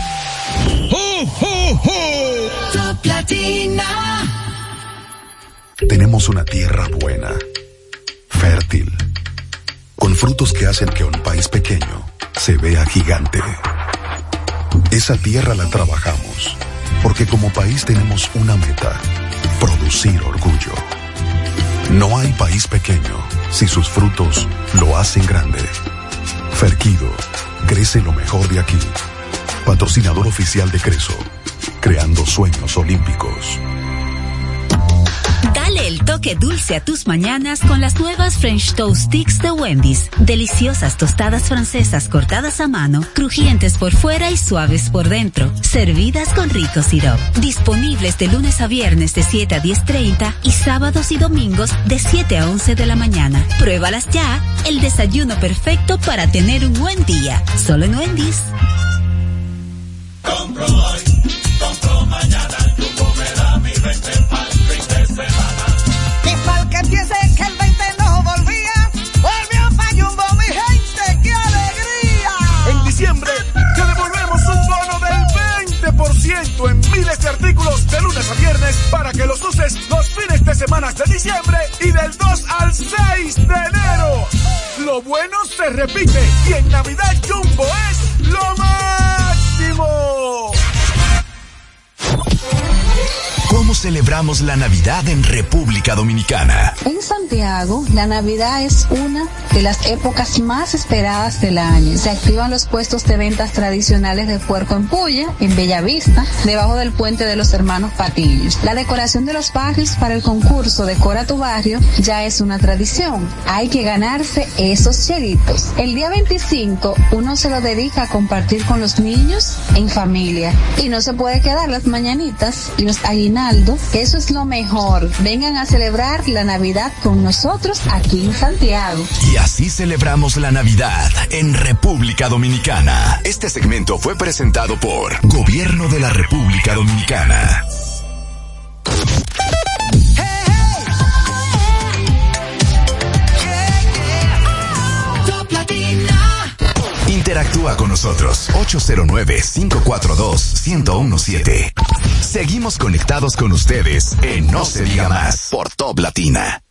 Top Latina. Tenemos una tierra buena, fértil, con frutos que hacen que un país pequeño se vea gigante. Esa tierra la trabajamos, porque como país tenemos una meta: producir orgullo. No hay país pequeño si sus frutos lo hacen grande. Ferquido, crece lo mejor de aquí. Patrocinador oficial de Creso, creando sueños olímpicos. Dale el toque dulce a tus mañanas con las nuevas French Toast Sticks de Wendy's. Deliciosas tostadas francesas cortadas a mano, crujientes por fuera y suaves por dentro, servidas con rico sirope. Disponibles de lunes a viernes de 7 a 10:30 y sábados y domingos de 7 a 11 de la mañana. Pruébalas ya, el desayuno perfecto para tener un buen día. Solo en Wendy's. Compro hoy, compro mañana, Jumbo me da mi 20 pa'l fin de semana. Y pa'l que piense que el 20 no volvía, volvió pa' Jumbo, mi gente, ¡qué alegría! En diciembre te devolvemos un bono del 20% en miles de artículos de lunes a viernes para que los uses los fines de semana de diciembre y del 2 al 6 de enero. Lo bueno se repite y en Navidad Jumbo es lo máximo. ¿Cómo celebramos la Navidad en República Dominicana? En Santiago, la Navidad es una de las épocas más esperadas del año. Se activan los puestos de ventas tradicionales de Puerco en Puya, en Bellavista, debajo del puente de los Hermanos Patiños. La decoración de los barrios para el concurso Decora tu Barrio ya es una tradición. Hay que ganarse esos chelitos. El día 25, uno se lo dedica a compartir con los niños en familia. Y no se puede quedar las mañanitas y los aguinaldos. Eso es lo mejor. Vengan a celebrar la Navidad con nosotros aquí en Santiago. Y así celebramos la Navidad en República Dominicana. Este segmento fue presentado por Gobierno de la República Dominicana. Interactúa con nosotros 809-542-1017. Seguimos conectados con ustedes en No se diga más por Top Latina.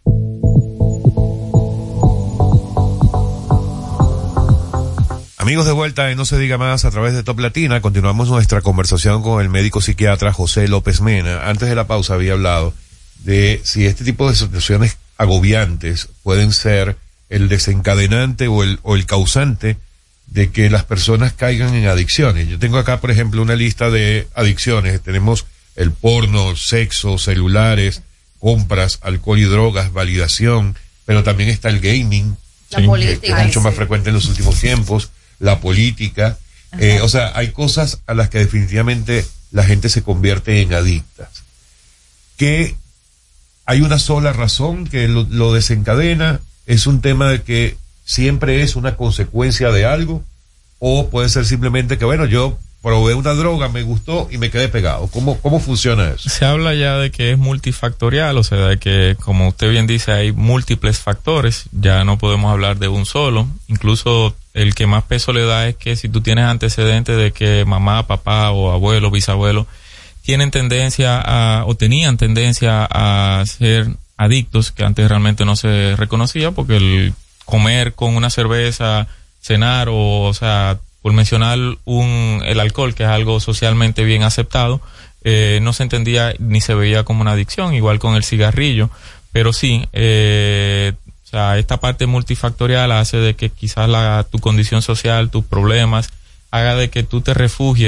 Amigos, de vuelta en No se diga más a través de Top Latina. Continuamos nuestra conversación con el médico psiquiatra José López Mena. Antes de la pausa había hablado de si este tipo de situaciones agobiantes pueden ser el desencadenante o el causante de que las personas caigan en adicciones. Yo tengo acá, por ejemplo, una lista de adicciones. Tenemos el porno, sexo, celulares, compras, alcohol y drogas, validación, pero también está el gaming, la política, que es mucho más frecuente en los últimos tiempos, la política. O sea, hay cosas a las que definitivamente la gente se convierte en adictas. Que hay una sola razón que lo desencadena, es un tema de que siempre es una consecuencia de algo, o puede ser simplemente que, bueno, yo probé una droga, me gustó y me quedé pegado. ¿Cómo funciona eso? Se habla ya de que es multifactorial, o sea, de que, como usted bien dice, hay múltiples factores, ya no podemos hablar de un solo. Incluso el que más peso le da es que si tú tienes antecedentes de que mamá, papá o abuelo, bisabuelo tienen tendencia o tenían tendencia a ser adictos, que antes realmente no se reconocía, porque el comer con una cerveza, cenar o sea, por mencionar el alcohol, que es algo socialmente bien aceptado, no se entendía ni se veía como una adicción, igual con el cigarrillo, pero sí, o sea, esta parte multifactorial hace de que quizás tu condición social, tus problemas, haga de que tú te refugies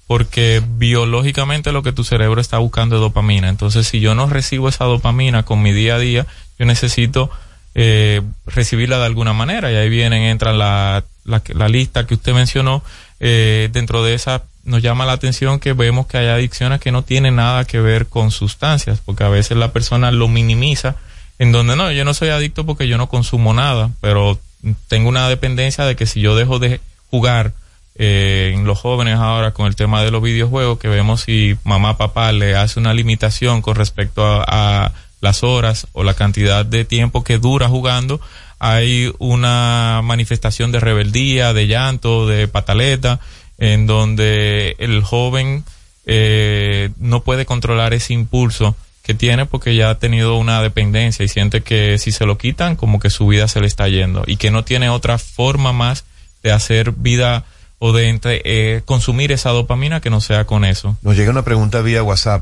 porque biológicamente lo que tu cerebro está buscando es dopamina. Entonces, si yo no recibo esa dopamina con mi día a día, yo necesito recibirla de alguna manera, y ahí entra la lista que usted mencionó. Dentro de esa nos llama la atención que vemos que hay adicciones que no tienen nada que ver con sustancias, porque a veces la persona lo minimiza, en donde no, yo no soy adicto porque yo no consumo nada, pero tengo una dependencia de que si yo dejo de jugar, en los jóvenes ahora con el tema de los videojuegos, que vemos si mamá, papá le hace una limitación con respecto a las horas o la cantidad de tiempo que dura jugando, hay una manifestación de rebeldía, de llanto, de pataleta, en donde el joven no puede controlar ese impulso que tiene porque ya ha tenido una dependencia y siente que si se lo quitan, como que su vida se le está yendo y que no tiene otra forma más de hacer vida o de consumir esa dopamina que no sea con eso. Nos llega una pregunta vía WhatsApp,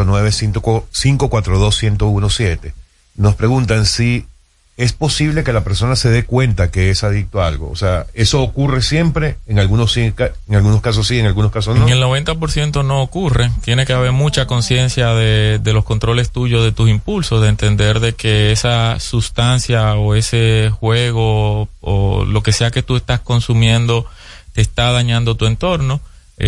809-542-1017. Nos preguntan si es posible que la persona se dé cuenta que es adicto a algo. O sea, ¿eso ocurre siempre? En algunos casos sí, en algunos casos no. En el 90% no ocurre. Tiene que haber mucha conciencia de los controles tuyos, de tus impulsos, de entender de que esa sustancia o ese juego o lo que sea que tú estás consumiendo te está dañando tu entorno,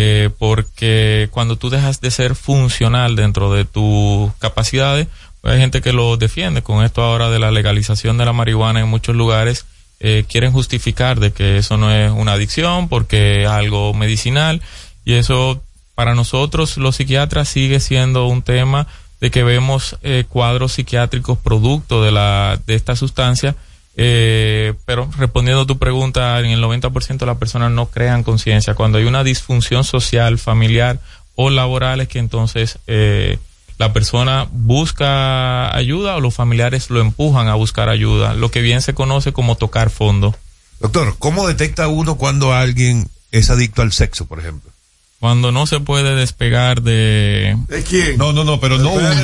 porque cuando tú dejas de ser funcional dentro de tus capacidades, pues hay gente que lo defiende. Con esto ahora de la legalización de la marihuana en muchos lugares, quieren justificar de que eso no es una adicción porque es algo medicinal, y eso para nosotros los psiquiatras sigue siendo un tema de que vemos cuadros psiquiátricos producto de esta sustancia. Pero respondiendo a tu pregunta, en el 90% de las personas no crean conciencia. Cuando hay una disfunción social, familiar o laboral, es que entonces la persona busca ayuda o los familiares lo empujan a buscar ayuda, lo que bien se conoce como tocar fondo. Doctor, ¿cómo detecta uno cuando alguien es adicto al sexo, por ejemplo? Cuando no se puede despegar de... ¿De quién? No, pero no uno.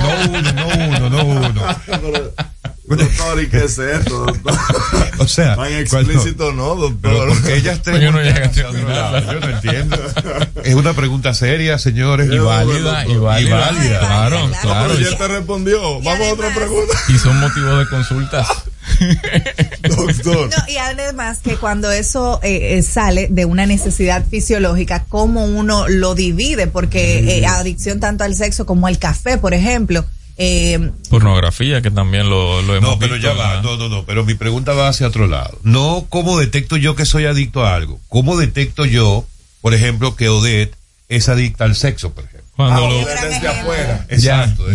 No uno. Doctor, ¿y qué es esto, doctor? O sea, tan explícito no, doctor. Pero porque ellas yo no llega a yo no entiendo. Es una pregunta seria, señores. Y válida. Claro. Pero ya te respondió. Vamos a otra pregunta. Y son motivos de consultas. Doctor. No, y además que cuando eso sale de una necesidad fisiológica, cómo uno lo divide, porque adicción tanto al sexo como al café, por ejemplo. Pornografía, que también lo hemos visto. No, pero ya va, no, pero mi pregunta va hacia otro lado. No, ¿cómo detecto yo que soy adicto a algo? ¿Cómo detecto yo, por ejemplo, que Odette es adicta al sexo, por ejemplo? Cuando desde afuera. Exacto,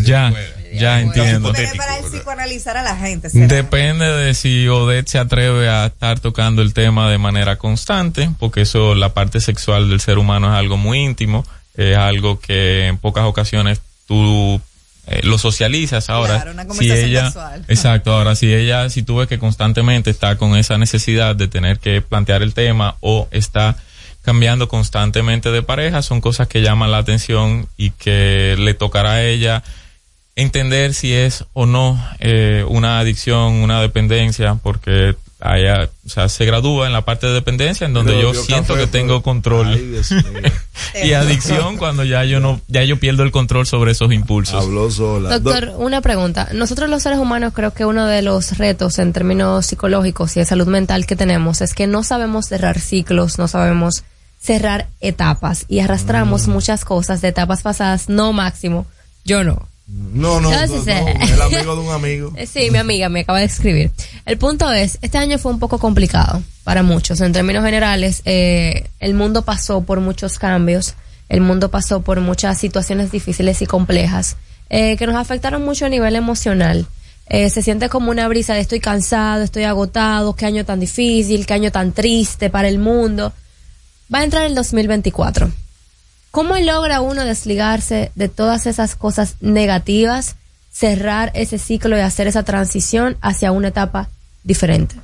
ya entiendo. Para el psicoanalizar a la gente. Depende de si Odette se atreve a estar tocando el tema de manera constante, porque eso, la parte sexual del ser humano es algo muy íntimo, es algo que en pocas ocasiones tú lo socializas. Ahora, claro, una conversación sexual. Exacto, ahora si tú ves que constantemente está con esa necesidad de tener que plantear el tema o está cambiando constantemente de pareja, son cosas que llaman la atención y que le tocará a ella entender si es o no una adicción, una dependencia, porque allá, o sea, se gradúa en la parte de dependencia, en donde yo siento que tengo control. Ay, Dios mío. Y adicción cuando ya yo pierdo el control sobre esos impulsos. Habló sola. Doctor, una pregunta. Nosotros los seres humanos, creo que uno de los retos en términos psicológicos y de salud mental que tenemos es que no sabemos cerrar ciclos, no sabemos cerrar etapas y arrastramos muchas cosas de etapas pasadas. No, Máximo, yo no. No, el amigo de un amigo. Sí, mi amiga me acaba de escribir. El punto es, este año fue un poco complicado para muchos. En términos generales, el mundo pasó por muchos cambios, el mundo pasó por muchas situaciones difíciles y complejas, que nos afectaron mucho a nivel emocional. Se siente como una brisa de estoy cansado, estoy agotado, qué año tan difícil, qué año tan triste para el mundo. Va a entrar el 2024. ¿Cómo logra uno desligarse de todas esas cosas negativas, cerrar ese ciclo y hacer esa transición hacia una etapa diferente?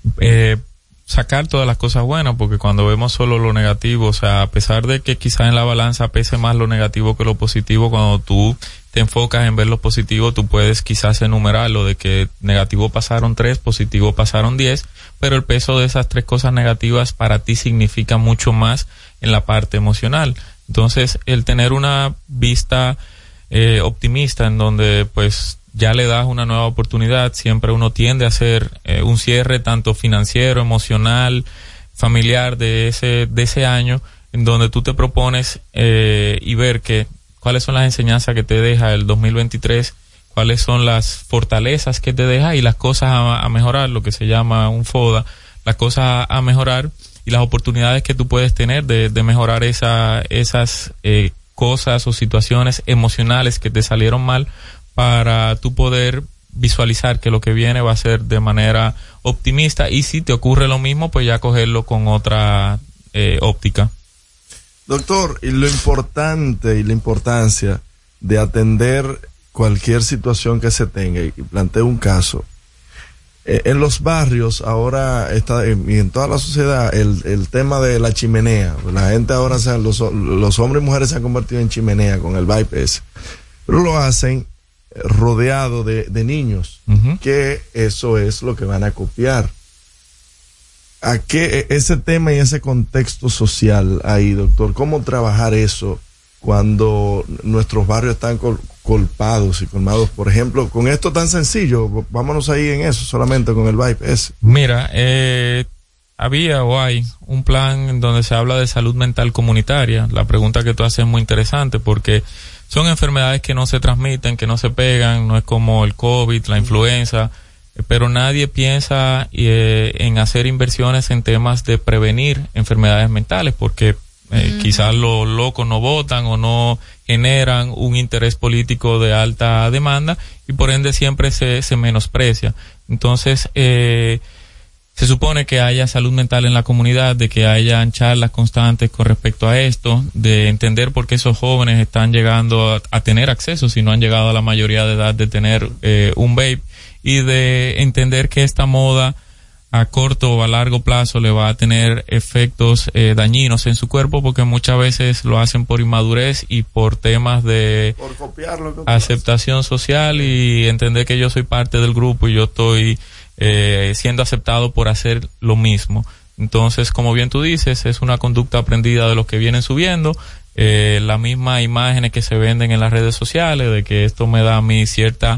Sacar todas las cosas buenas, porque cuando vemos solo lo negativo, o sea, a pesar de que quizás en la balanza pese más lo negativo que lo positivo, cuando tú te enfocas en ver lo positivo, tú puedes quizás enumerarlo de que negativo pasaron 3, positivo pasaron 10, pero el peso de esas 3 cosas negativas para ti significa mucho más en la parte emocional. Entonces, el tener una vista optimista en donde pues ya le das una nueva oportunidad, siempre uno tiende a hacer un cierre tanto financiero, emocional, familiar de ese año, en donde tú te propones y ver cuáles son las enseñanzas que te deja el 2023, cuáles son las fortalezas que te deja y las cosas a mejorar, lo que se llama un FODA, las cosas a mejorar y las oportunidades que tú puedes tener de mejorar esas cosas o situaciones emocionales que te salieron mal, para tú poder visualizar que lo que viene va a ser de manera optimista, y si te ocurre lo mismo, pues ya cogerlo con otra óptica. Doctor, y lo importante y la importancia de atender cualquier situación que se tenga, y planteo un caso. En los barrios ahora está, y en toda la sociedad, el tema de la chimenea. La gente ahora, los hombres y mujeres se han convertido en chimenea con el bypass, pero lo hacen rodeado de niños, que eso es lo que van a copiar. ¿A qué ese tema y ese contexto social ahí, doctor? ¿Cómo trabajar eso cuando nuestros barrios están colpados y colmados? Por ejemplo, con esto tan sencillo, vámonos ahí en eso, solamente con el bypass. Mira, había o hay un plan en donde se habla de salud mental comunitaria. La pregunta que tú haces es muy interesante, porque son enfermedades que no se transmiten, que no se pegan, no es como el COVID, la influenza, pero nadie piensa en hacer inversiones en temas de prevenir enfermedades mentales, porque quizás los locos no votan o no generan un interés político de alta demanda, y por ende siempre se menosprecia. Entonces, se supone que haya salud mental en la comunidad, de que hayan charlas constantes con respecto a esto, de entender por qué esos jóvenes están llegando a tener acceso, si no han llegado a la mayoría de edad, de tener un vape, y de entender que esta moda a corto o a largo plazo le va a tener efectos dañinos en su cuerpo, porque muchas veces lo hacen por inmadurez y por temas de aceptación social, y entender que yo soy parte del grupo y yo estoy siendo aceptado por hacer lo mismo. Entonces, como bien tú dices, es una conducta aprendida de los que vienen subiendo, las mismas imágenes que se venden en las redes sociales, de que esto me da a mí cierta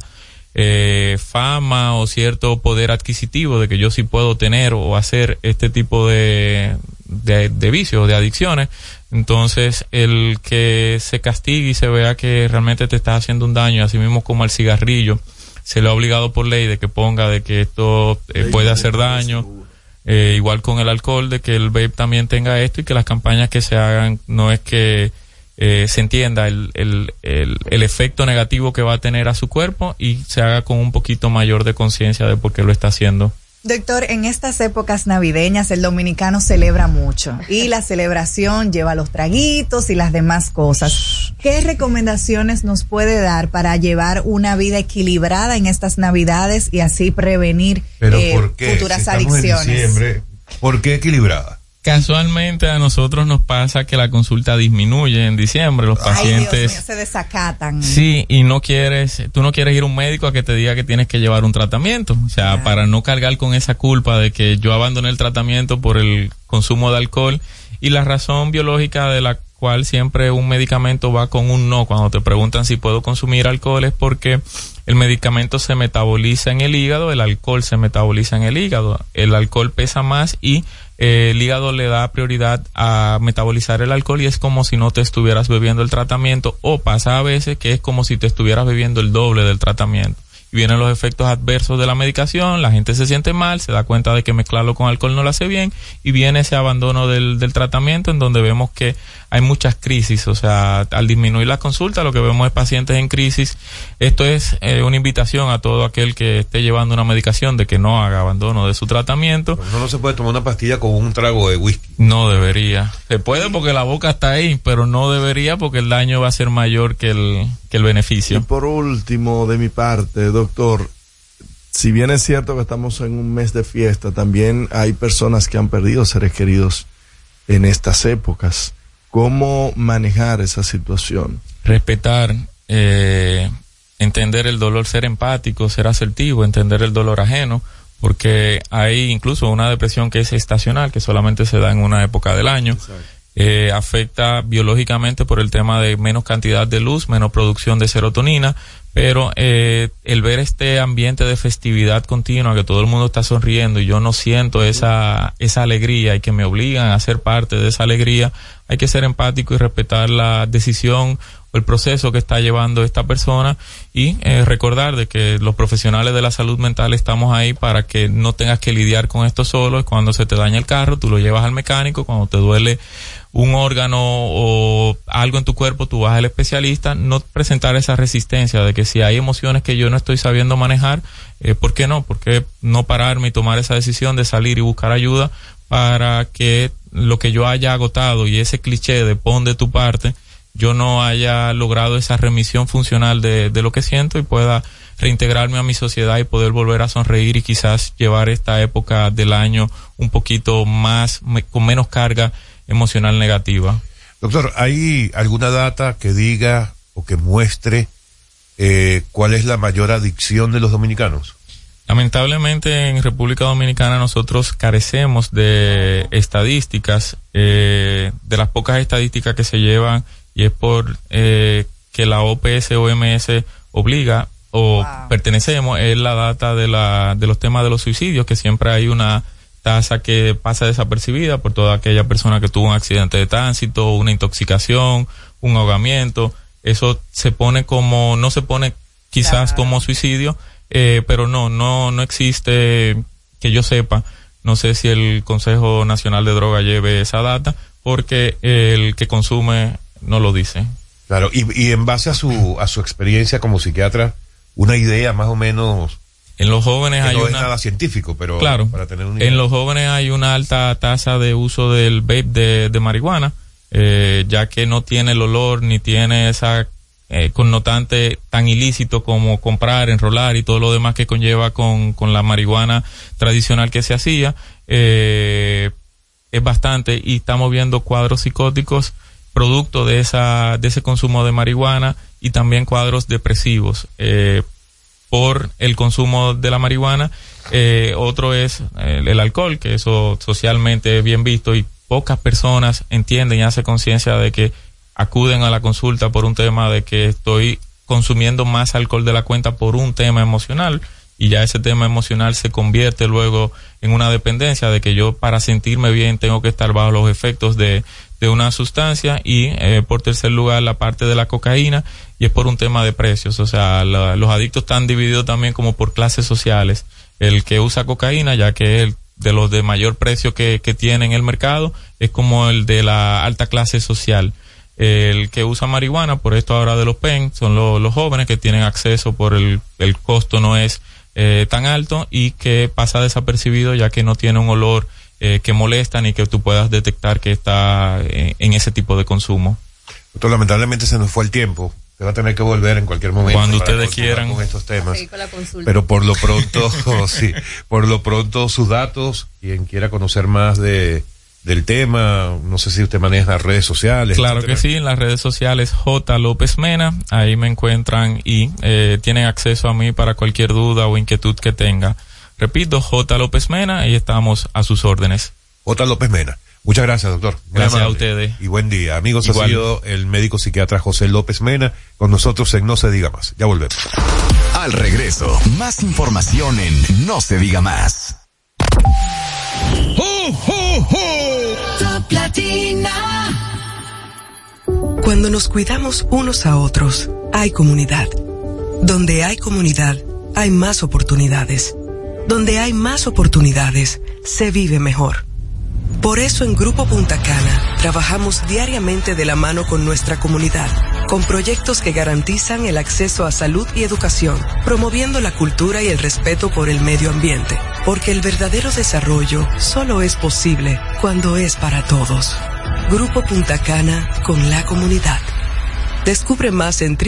fama o cierto poder adquisitivo, de que yo sí puedo tener o hacer este tipo de vicios, de adicciones. Entonces, el que se castigue y se vea que realmente te está haciendo un daño, así mismo como al cigarrillo, se le ha obligado por ley de que ponga de que esto puede hacer daño, igual con el alcohol, de que el vape también tenga esto, y que las campañas que se hagan no es que se entienda el efecto negativo que va a tener a su cuerpo, y se haga con un poquito mayor de conciencia de por qué lo está haciendo. Doctor, en estas épocas navideñas el dominicano celebra mucho, y la celebración lleva los traguitos y las demás cosas. ¿Qué recomendaciones nos puede dar para llevar una vida equilibrada en estas Navidades y así prevenir futuras adicciones? En diciembre, ¿por qué equilibrada? Casualmente a nosotros nos pasa que la consulta disminuye en diciembre, los pacientes... Ay, Dios mío, se desacatan. Sí, y tú no quieres ir a un médico a que te diga que tienes que llevar un tratamiento, o sea, para no cargar con esa culpa de que yo abandoné el tratamiento por el consumo de alcohol. Y la razón biológica de la cual siempre un medicamento va con un no cuando te preguntan si puedo consumir alcohol, es porque el medicamento se metaboliza en el hígado, el alcohol se metaboliza en el hígado, el alcohol pesa más y el hígado le da prioridad a metabolizar el alcohol, y es como si no te estuvieras bebiendo el tratamiento, o pasa a veces que es como si te estuvieras bebiendo el doble del tratamiento. Y vienen los efectos adversos de la medicación, la gente se siente mal, se da cuenta de que mezclarlo con alcohol no lo hace bien, y viene ese abandono del tratamiento, en donde vemos que hay muchas crisis. O sea, al disminuir la consulta, lo que vemos es pacientes en crisis. Esto es una invitación a todo aquel que esté llevando una medicación, de que no haga abandono de su tratamiento. Pero no se puede tomar una pastilla con un trago de whisky. No debería. Se puede porque la boca está ahí, pero no debería, porque el daño va a ser mayor que el beneficio. Y por último, de mi parte, doctor, si bien es cierto que estamos en un mes de fiesta, también hay personas que han perdido seres queridos en estas épocas. ¿Cómo manejar esa situación? Respetar, entender el dolor, ser empático, ser asertivo, entender el dolor ajeno, porque hay incluso una depresión que es estacional, que solamente se da en una época del año. Exacto. afecta biológicamente por el tema de menos cantidad de luz, menos producción de serotonina, pero el ver este ambiente de festividad continua, que todo el mundo está sonriendo y yo no siento esa alegría y que me obligan a ser parte de esa alegría, hay que ser empático y respetar la decisión o el proceso que está llevando esta persona y recordar de que los profesionales de la salud mental estamos ahí para que no tengas que lidiar con esto solo. Cuando se te daña el carro, tú lo llevas al mecánico. Cuando te duele un órgano o algo en tu cuerpo, tú vas al especialista. No presentar esa resistencia de que si hay emociones que yo no estoy sabiendo manejar, ¿por qué no? ¿Por qué no pararme y tomar esa decisión de salir y buscar ayuda para que lo que yo haya agotado y ese cliché de pon de tu parte, yo no haya logrado esa remisión funcional de lo que siento y pueda reintegrarme a mi sociedad y poder volver a sonreír y quizás llevar esta época del año un poquito más, con menos carga emocional negativa? Doctor, ¿hay alguna data que diga o que muestre cuál es la mayor adicción de los dominicanos? Lamentablemente en República Dominicana nosotros carecemos de estadísticas, de las pocas estadísticas que se llevan, y es por que la OPS-OMS obliga o pertenecemos, es la data de los temas de los suicidios, que siempre hay una tasa que pasa desapercibida por toda aquella persona que tuvo un accidente de tránsito, una intoxicación, un ahogamiento. Eso se pone como, no se pone quizás como suicidio, pero no existe que yo sepa. No sé si el Consejo Nacional de Droga lleve esa data, porque el que consume no lo dice. Claro, y en base a su experiencia como psiquiatra, una idea más o menos. En los jóvenes hay no es nada científico, pero claro, para tener una idea. En los jóvenes hay una alta tasa de uso del vape de marihuana, ya que no tiene el olor ni tiene esa connotante tan ilícito como comprar, enrolar y todo lo demás que conlleva con la marihuana tradicional que se hacía. Es bastante, y estamos viendo cuadros psicóticos producto de ese consumo de marihuana, y también cuadros depresivos por el consumo de la marihuana. Otro es el alcohol, que eso socialmente es bien visto y pocas personas entienden y hacen conciencia de que acuden a la consulta por un tema de que estoy consumiendo más alcohol de la cuenta por un tema emocional, y ya ese tema emocional se convierte luego en una dependencia de que yo, para sentirme bien, tengo que estar bajo los efectos de una sustancia. Y por tercer lugar, la parte de la cocaína, y es por un tema de precios. O sea, los adictos están divididos también como por clases sociales. El que usa cocaína, ya que es de los de mayor precio que tiene en el mercado, es como el de la alta clase social. El que usa marihuana, por esto ahora de los PEN, son los jóvenes que tienen acceso por el costo no es tan alto, y que pasa desapercibido ya que no tiene un olor que molesta ni que tú puedas detectar que está en ese tipo de consumo. Doctor, lamentablemente se nos fue el tiempo. Se va a tener que volver en cualquier momento cuando ustedes quieran con estos temas. Pero por lo pronto, sí, por lo pronto sus datos, quien quiera conocer más del tema, no sé si usted maneja las redes sociales. Claro que sí, en las redes sociales J. López Mena, ahí me encuentran y tienen acceso a mí para cualquier duda o inquietud que tenga. Repito, J. López Mena, ahí estamos a sus órdenes. J. López Mena. Muchas gracias, doctor. Gracias a ustedes. Y buen día. Amigos, igual. Ha sido el médico psiquiatra José López Mena con nosotros en No Se Diga Más. Ya volvemos. Al regreso, más información en No Se Diga Más. Top Latina. Cuando nos cuidamos unos a otros, hay comunidad. Donde hay comunidad, hay más oportunidades. Donde hay más oportunidades, se vive mejor. Por eso en Grupo Punta Cana trabajamos diariamente de la mano con nuestra comunidad, con proyectos que garantizan el acceso a salud y educación, promoviendo la cultura y el respeto por el medio ambiente, porque el verdadero desarrollo solo es posible cuando es para todos. Grupo Punta Cana con la comunidad. Descubre más en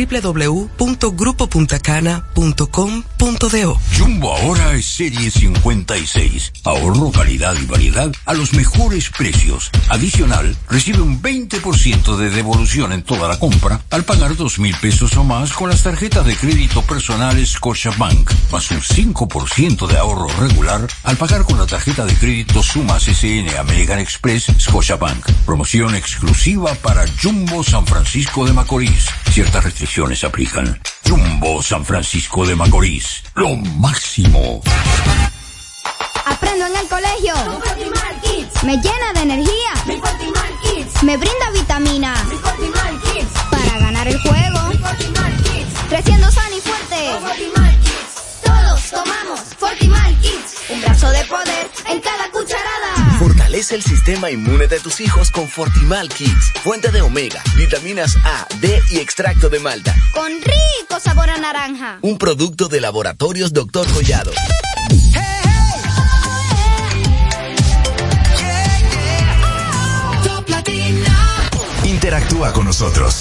www.grupopuntacana.com.do. Jumbo ahora es serie 56. Ahorro, calidad y variedad a los mejores precios. Adicional, recibe un 20% de devolución en toda la compra al pagar 2,000 pesos o más con las tarjetas de crédito personales Scotiabank, más un 5% de ahorro regular al pagar con la tarjeta de crédito Sumas SN American Express Scotiabank. Promoción exclusiva para Jumbo San Francisco de Macorís. Ciertas restricciones aplican. Jumbo San Francisco de Macorís. Lo máximo. Aprendo en el colegio. Con Fortimal Kids. Me llena de energía. Mi Fortimal Kids. Me brinda vitaminas. Mi Fortimal Kids. Para ganar el juego. Mi Fortimal Kids. Creciendo sano y fuerte. Con Fortimal Kids. Todos tomamos Fortimal Kids. Un brazo de poder en cada cucharada. Fortalece el sistema inmune de tus hijos con Fortimal Kids. Fuente de omega, vitaminas A, D y extracto de malta. Con rico sabor a naranja. Un producto de Laboratorios Dr. Collado. Interactúa con nosotros.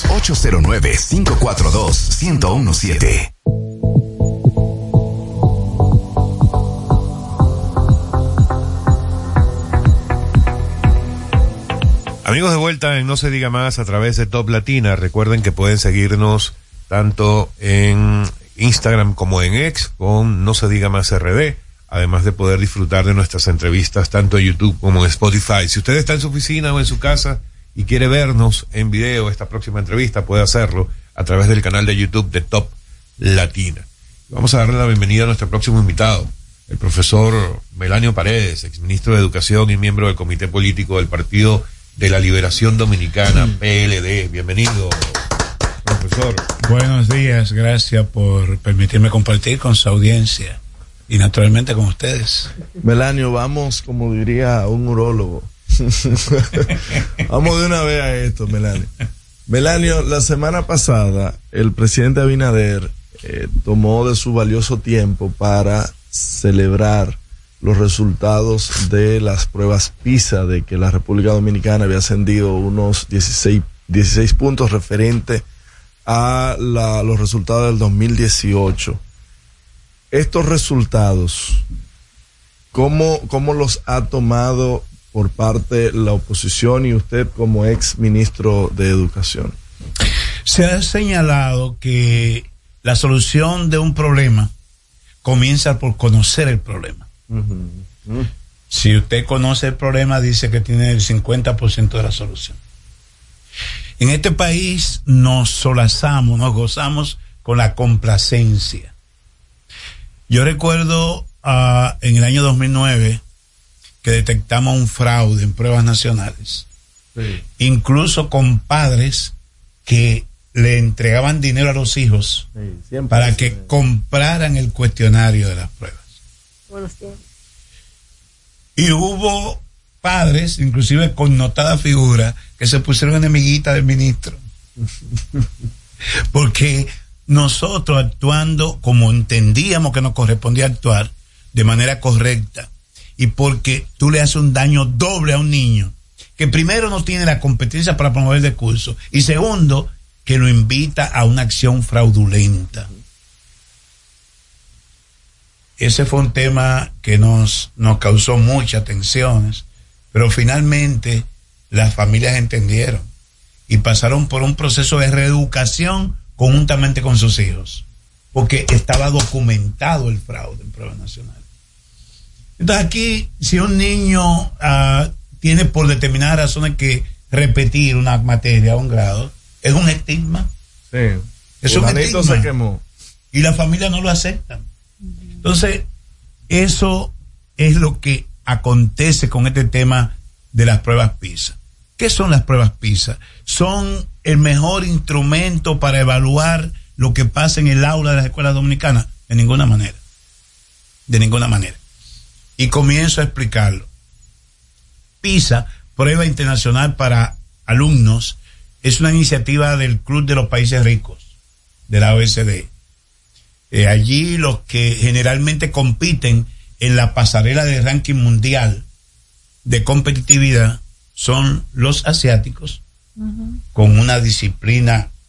809-542-1017. Amigos, de vuelta en No Se Diga Más a través de Top Latina. Recuerden que pueden seguirnos tanto en Instagram como en X con No Se Diga Más RD, además de poder disfrutar de nuestras entrevistas tanto en YouTube como en Spotify. Si usted está en su oficina o en su casa y quiere vernos en video esta próxima entrevista, puede hacerlo a través del canal de YouTube de Top Latina. Vamos a darle la bienvenida a nuestro próximo invitado, el profesor Melanio Paredes, exministro de Educación y miembro del Comité Político del Partido de la Liberación Dominicana, PLD. Bienvenido, profesor. Buenos días, gracias por permitirme compartir con su audiencia y naturalmente con ustedes. Melanio, vamos, como diría un urólogo. Vamos de una vez a esto, Melanio. Melanio, la semana pasada el presidente Abinader tomó de su valioso tiempo para celebrar los resultados de las pruebas PISA, de que la República Dominicana había ascendido unos 16 puntos referente a los resultados del 2018. Estos resultados, ¿cómo los ha tomado por parte de la oposición y usted como ex ministro de Educación? Se ha señalado que la solución de un problema comienza por conocer el problema. Si usted conoce el problema, dice que tiene el 50% de la solución. En este país nos solazamos, nos gozamos con la complacencia. Yo recuerdo en el año 2009 que detectamos un fraude en pruebas nacionales. Sí. Incluso con padres que le entregaban dinero a los hijos para que compraran el cuestionario de las pruebas. Buenos tiempos. Y hubo padres, inclusive con notada figura, que se pusieron enemiguitas del ministro. Porque nosotros, actuando como entendíamos que nos correspondía actuar, de manera correcta, y porque tú le haces un daño doble a un niño, que primero no tiene la competencia para promover el curso, y segundo, que lo invita a una acción fraudulenta. Ese fue un tema que nos causó muchas tensiones, pero finalmente las familias entendieron y pasaron por un proceso de reeducación conjuntamente con sus hijos, porque estaba documentado el fraude en pruebas nacionales. Entonces aquí, si un niño tiene por determinadas razones que repetir una materia o un grado, es un estigma. Sí. Es un estigma. Se quemó. Y la familia no lo acepta. Entonces, eso es lo que acontece con este tema de las pruebas PISA. ¿Qué son las pruebas PISA? Son el mejor instrumento para evaluar lo que pasa en el aula de las escuelas dominicanas. De ninguna manera. De ninguna manera. Y comienzo a explicarlo. PISA, Prueba Internacional para Alumnos, es una iniciativa del Club de los Países Ricos, de la OECD. Allí los que generalmente compiten en la pasarela de ranking mundial de competitividad son los asiáticos, con una disciplina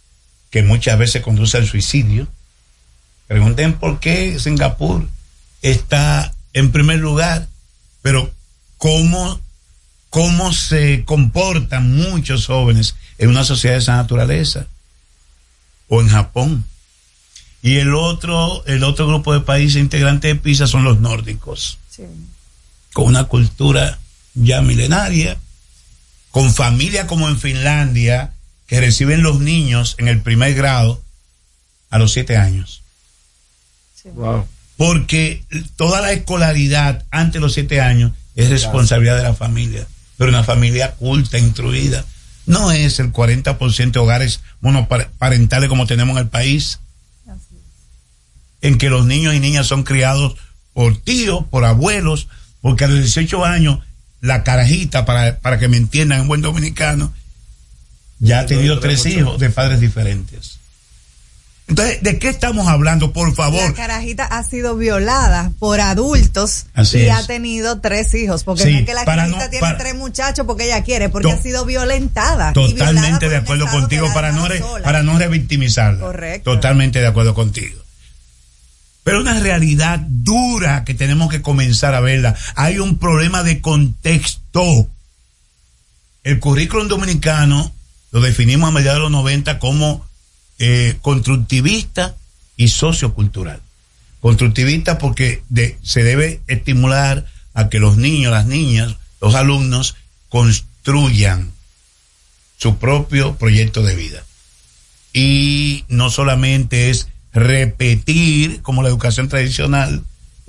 que muchas veces conduce al suicidio. Pregunten por qué Singapur está en primer lugar, pero cómo se comportan muchos jóvenes en una sociedad de esa naturaleza, o en Japón. Y el otro grupo de países integrantes de PISA son los nórdicos, sí, con una cultura ya milenaria, con familia como en Finlandia, que reciben los niños en el primer grado a los 7 años. Sí. Wow. Porque toda la escolaridad antes de los 7 años es responsabilidad de la familia, pero una familia culta, instruida. No es el 40% de hogares monoparentales como tenemos en el país, en que los niños y niñas son criados por tíos, por abuelos, porque a los 18 años la carajita, para que me entiendan en buen dominicano, ya ha tenido 3 hijos de padres diferentes. Entonces, ¿de qué estamos hablando, por favor? La carajita ha sido violada por adultos ha tenido 3 hijos, porque no es que la carajita tiene 3 muchachos porque ella quiere, porque ha sido violentada. Totalmente de acuerdo contigo, para no revictimizarla. Correcto. Totalmente de acuerdo contigo. Pero una realidad dura que tenemos que comenzar a verla. Hay un problema de contexto. El currículum dominicano lo definimos a mediados de los 90 como constructivista y sociocultural. Constructivista porque se debe estimular a que los niños, las niñas, los alumnos construyan su propio proyecto de vida. Y no solamente es repetir como la educación tradicional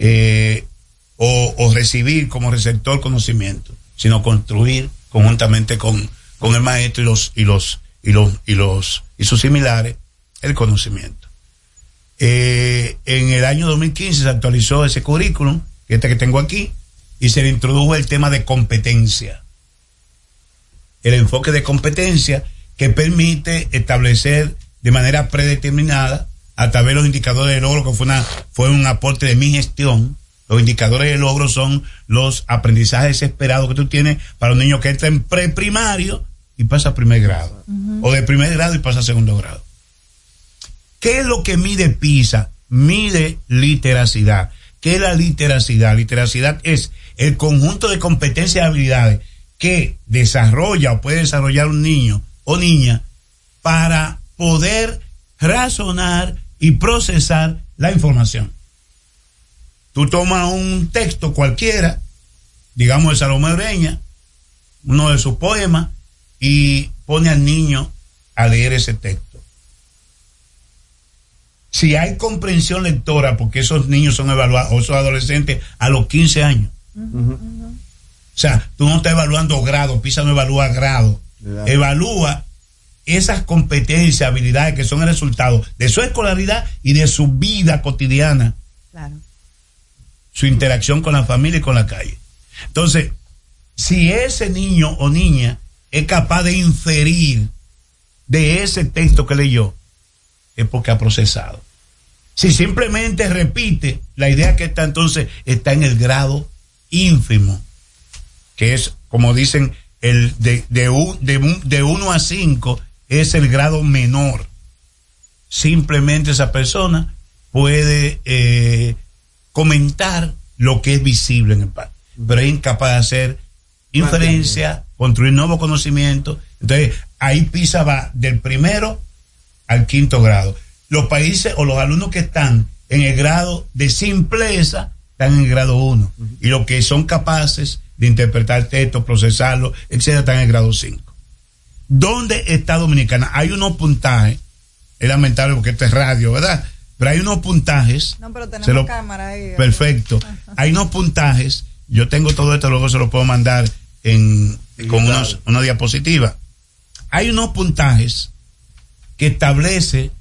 o recibir como receptor conocimiento, sino construir conjuntamente con el maestro y sus similares el conocimiento. En el año 2015 se actualizó ese currículum, que tengo aquí, y se le introdujo el tema de competencia. El enfoque de competencia que permite establecer de manera predeterminada a través de los indicadores de logro, que fue un aporte de mi gestión. Los indicadores de logro son los aprendizajes esperados que tú tienes para un niño que entra en preprimario y pasa a primer grado, o de primer grado y pasa a segundo grado. ¿Qué es lo que mide PISA? Mide literacidad. ¿Qué es la literacidad? Literacidad es el conjunto de competencias y habilidades que desarrolla o puede desarrollar un niño o niña para poder razonar y procesar la información. Tú tomas un texto cualquiera, digamos de Salomé Ureña, uno de sus poemas, y pone al niño a leer ese texto. Si hay comprensión lectora, porque esos niños son evaluados, o esos adolescentes, a los 15 años. O sea, tú no estás evaluando grado, PISA no evalúa grado, evalúa esas competencias, habilidades que son el resultado de su escolaridad y de su vida cotidiana. Claro. Su interacción con la familia y con la calle. Entonces, si ese niño o niña es capaz de inferir de ese texto que leyó, es porque ha procesado. Si simplemente repite, la idea que está entonces está en el grado ínfimo, que es, como dicen, el de 1 a 5 es el grado menor. Simplemente esa persona puede comentar lo que es visible en el parque, pero es incapaz de hacer inferencia, construir nuevo conocimiento. Entonces, ahí PISA va del primero al 5º grado. Los países o los alumnos que están en el grado de simpleza están en el grado 1, y los que son capaces de interpretar textos, procesarlo, etcétera, están en el grado 5. ¿Dónde está Dominicana? Hay unos puntajes, es lamentable porque esto es radio, ¿verdad? Pero hay unos puntajes. No, pero tenemos cámara ahí. Perfecto. Hay unos puntajes, yo tengo todo esto, luego se lo puedo mandar con una diapositiva. Hay unos puntajes que establecen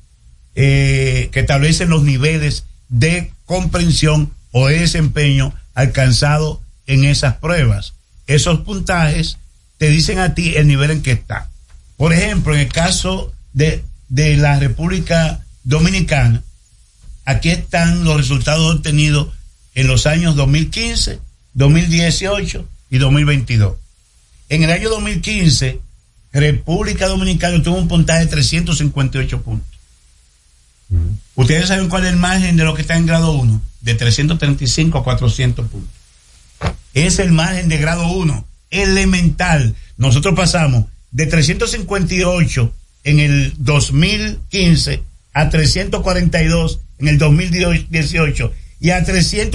los niveles de comprensión o de desempeño alcanzado en esas pruebas. Esos puntajes te dicen a ti el nivel en que está. Por ejemplo, en el caso de la República Dominicana, aquí están los resultados obtenidos en los años 2015, 2018 y 2022. En el año 2015, República Dominicana tuvo un puntaje de 358 puntos. ¿Ustedes saben cuál es el margen de lo que está en grado 1? De 335 a 400 puntos. Es el margen de grado 1, elemental. Nosotros pasamos de 358 en el 2015 a 342 en el 2018 y a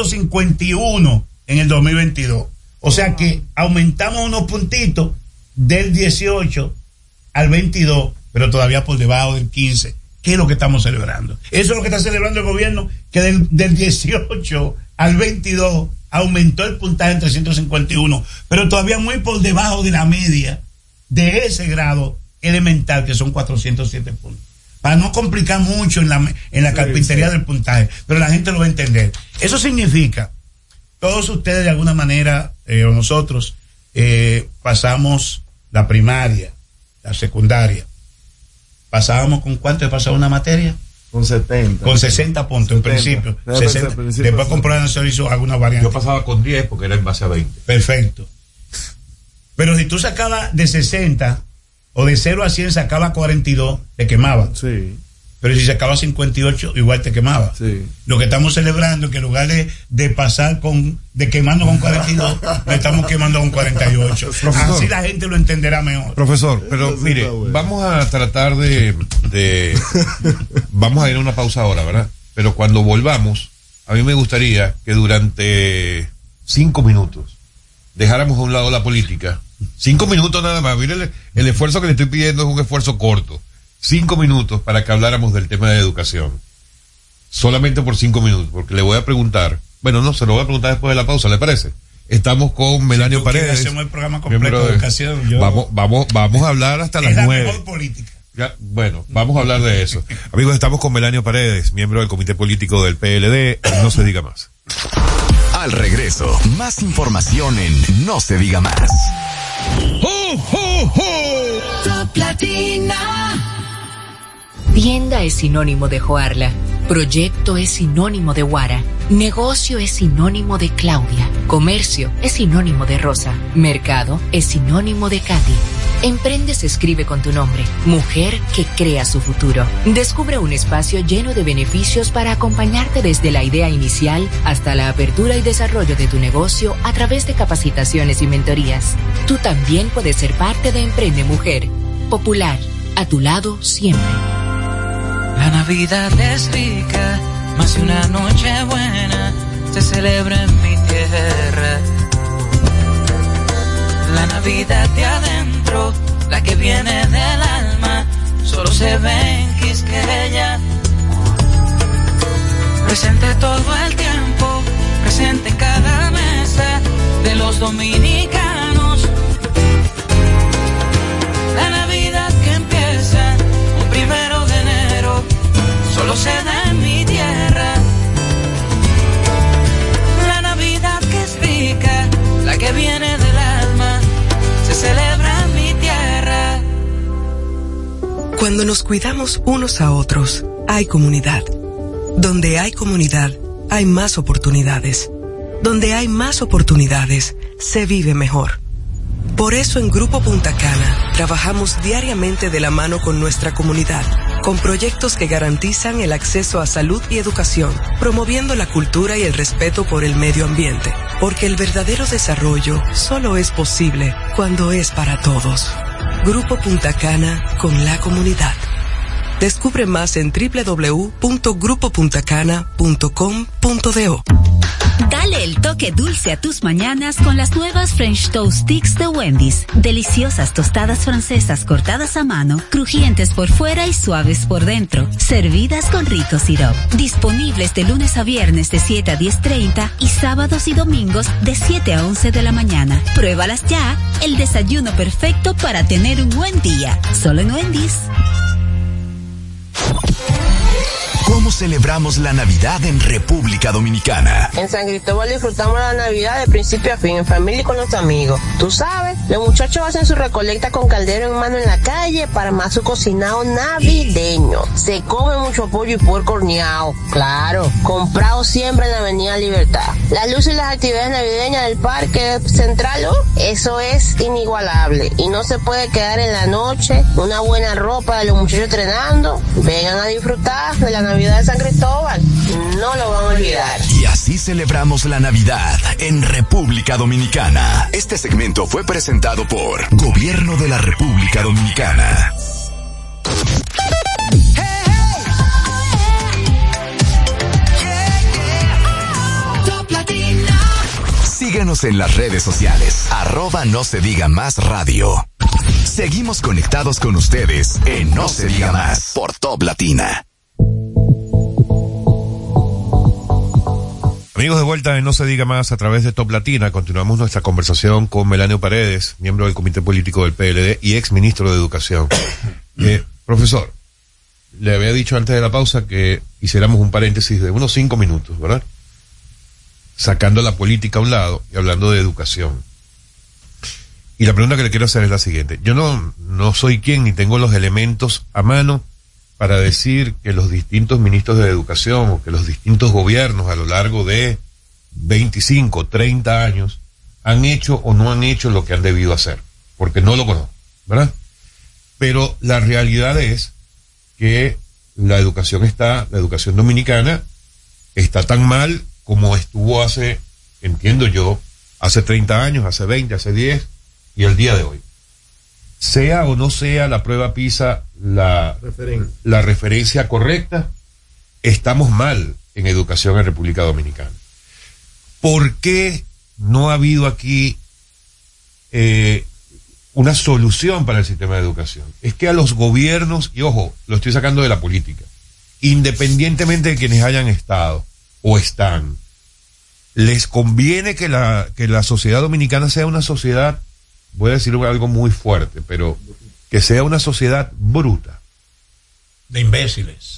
351 en el 2022. O sea que aumentamos unos puntitos del 18 al 22, pero todavía por debajo del 15. ¿Qué es lo que estamos celebrando? Eso es lo que está celebrando el gobierno, que del 18 al 22 aumentó el puntaje en 351, pero todavía muy por debajo de la media de ese grado elemental, que son 407 puntos. Para no complicar mucho en la carpintería del puntaje, pero la gente lo va a entender. Eso significa, todos ustedes de alguna manera, o nosotros, pasamos la primaria, la secundaria. ¿Pasábamos con cuánto he pasado una materia? Con 70. Con 60 puntos, 70. En principio. 60. Después comprobar se hizo alguna variante. Yo pasaba con 10 porque era en base a 20. Perfecto. Pero si tú sacabas de 60 o de 0 a 100 sacabas 42, te quemaba. Sí. Pero si sacabas 58, igual te quemaba. Sí. Lo que estamos celebrando es que en lugar de pasar de quemando con 42, le estamos quemando con 48. Profesor, así la gente lo entenderá mejor. Profesor, pero mire, vamos a tratar de vamos a ir a una pausa ahora, ¿verdad? Pero cuando volvamos, a mí me gustaría que durante 5 minutos dejáramos a un lado la política. 5 minutos nada más. Mire, el esfuerzo que le estoy pidiendo es un esfuerzo corto. 5 minutos para que habláramos del tema de educación. Solamente por 5 minutos, porque le voy a preguntar. Bueno, no, se lo voy a preguntar después de la pausa, ¿le parece? Estamos con Melanio Paredes. Hacemos el programa completo de educación. Vamos a hablar hasta las 9. Es la mejor política. Ya, bueno, vamos a hablar de eso. Amigos, estamos con Melanio Paredes, miembro del Comité Político del PLD. No se diga más. Al regreso, más información en No se diga más. Top Latina. Tienda es sinónimo de Joarla. Proyecto es sinónimo de Guara. Negocio es sinónimo de Claudia. Comercio es sinónimo de Rosa. Mercado es sinónimo de Katy. Emprende se escribe con tu nombre. Mujer que crea su futuro. Descubre un espacio lleno de beneficios para acompañarte desde la idea inicial hasta la apertura y desarrollo de tu negocio a través de capacitaciones y mentorías. Tú también puedes ser parte de Emprende Mujer. Popular, a tu lado siempre. La Navidad es rica, más de una noche buena se celebra en mi tierra. La Navidad de adentro, la que viene del alma, solo se ve en Quisqueya. Presente todo el tiempo, presente en cada mesa de los dominicanos. La Navidad que empieza un 1 de enero, solo se da en mi tierra. La Navidad que es rica, la que viene del alma, se celebra en mi tierra. Cuando nos cuidamos unos a otros, hay comunidad. Donde hay comunidad, hay más oportunidades. Donde hay más oportunidades, se vive mejor. Por eso en Grupo Punta Cana trabajamos diariamente de la mano con nuestra comunidad, con proyectos que garantizan el acceso a salud y educación, promoviendo la cultura y el respeto por el medio ambiente, porque el verdadero desarrollo solo es posible cuando es para todos. Grupo Punta Cana con la comunidad. Descubre más en www.grupopuntacana.com.do. Dale el toque dulce a tus mañanas con las nuevas French Toast Sticks de Wendy's. Deliciosas tostadas francesas cortadas a mano, crujientes por fuera y suaves por dentro, servidas con rico sirope. Disponibles de lunes a viernes de 7 a 10:30 y sábados y domingos de 7 a 11 de la mañana. Pruébalas ya, el desayuno perfecto para tener un buen día. Solo en Wendy's. ¿Cómo celebramos la Navidad en República Dominicana. En San Cristóbal disfrutamos la Navidad de principio a fin, en familia y con los amigos. Tú sabes, los muchachos hacen su recolecta con caldero en mano en la calle para armar su cocinado navideño. Se come mucho pollo y puerco horneado, claro, comprado siempre en la Avenida Libertad. Las luces y las actividades navideñas del Parque Central, eso es inigualable. Y no se puede quedar en la noche, una buena ropa de los muchachos entrenando. Vengan a disfrutar de la Navidad de San Cristóbal, no lo van a olvidar. Y así celebramos la Navidad en República Dominicana. Este segmento fue presentado por Gobierno de la República Dominicana. Síguenos en las redes sociales, @No Se Diga Más Radio. Seguimos conectados con ustedes en No Se Diga Más por Top Latina. Amigos, de vuelta en No Se Diga Más a través de Top Latina. Continuamos nuestra conversación con Melanio Paredes, miembro del Comité Político del PLD y ex ministro de Educación. Profesor, le había dicho antes de la pausa que hiciéramos un paréntesis de unos 5 minutos, ¿verdad? Sacando la política a un lado y hablando de educación. Y la pregunta que le quiero hacer es la siguiente. Yo no soy quien ni tengo los elementos a mano para decir que los distintos ministros de educación o que los distintos gobiernos a lo largo de 25, 30 años han hecho o no han hecho lo que han debido hacer, porque no lo conozco, ¿verdad? Pero la realidad es que la educación dominicana está tan mal como estuvo hace, entiendo yo, hace 30 años, hace 20, hace 10 y el día de hoy. Sea o no sea la prueba PISA la referencia correcta, estamos mal en educación en República Dominicana. ¿Por qué no ha habido aquí una solución para el sistema de educación? Es que a los gobiernos, y ojo, lo estoy sacando de la política, independientemente de quienes hayan estado o están, les conviene que la sociedad dominicana sea una sociedad, voy a decir algo muy fuerte, pero que sea una sociedad bruta. De imbéciles.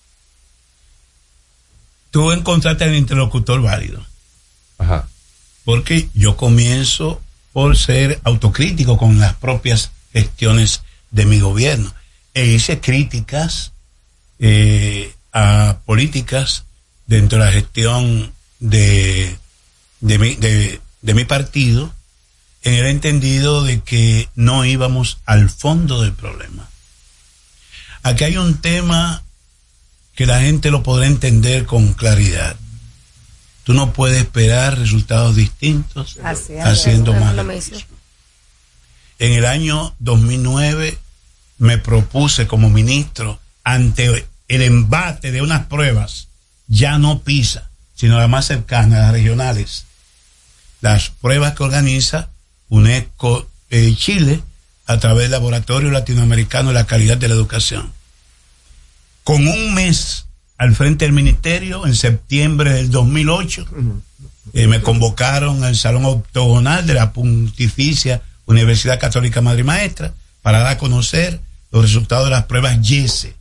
Tú encontraste el interlocutor válido. Ajá. Porque yo comienzo por ser autocrítico con las propias gestiones de mi gobierno. E hice críticas a políticas dentro de la gestión de mi partido, en el entendido de que no íbamos al fondo del problema. Aquí hay un tema que la gente lo podrá entender con claridad. Tú no puedes esperar resultados distintos haciendo más lo mismo. En el año 2009 me propuse como ministro, ante el embate de unas pruebas, ya no PISA, sino las más cercanas, las regionales, las pruebas que organiza UNESCO Chile a través del Laboratorio Latinoamericano de la Calidad de la Educación. Con un mes al frente del ministerio, en septiembre del 2008, me convocaron al Salón Octogonal de la Pontificia Universidad Católica Madre y Maestra para dar a conocer los resultados de las pruebas YESE,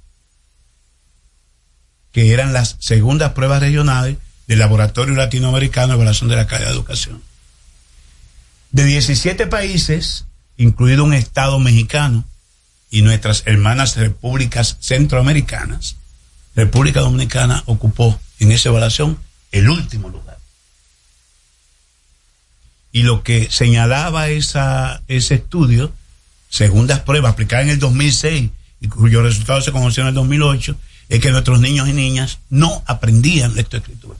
que eran las segundas pruebas regionales del Laboratorio Latinoamericano de Evaluación de la Calidad de Educación. De 17 países, incluido un estado mexicano y nuestras hermanas repúblicas centroamericanas, República Dominicana ocupó en esa evaluación el último lugar. Y lo que señalaba ese estudio, segundas pruebas aplicadas en el 2006 y cuyos resultados se conocieron en el 2008, es que nuestros niños y niñas no aprendían lectoescritura.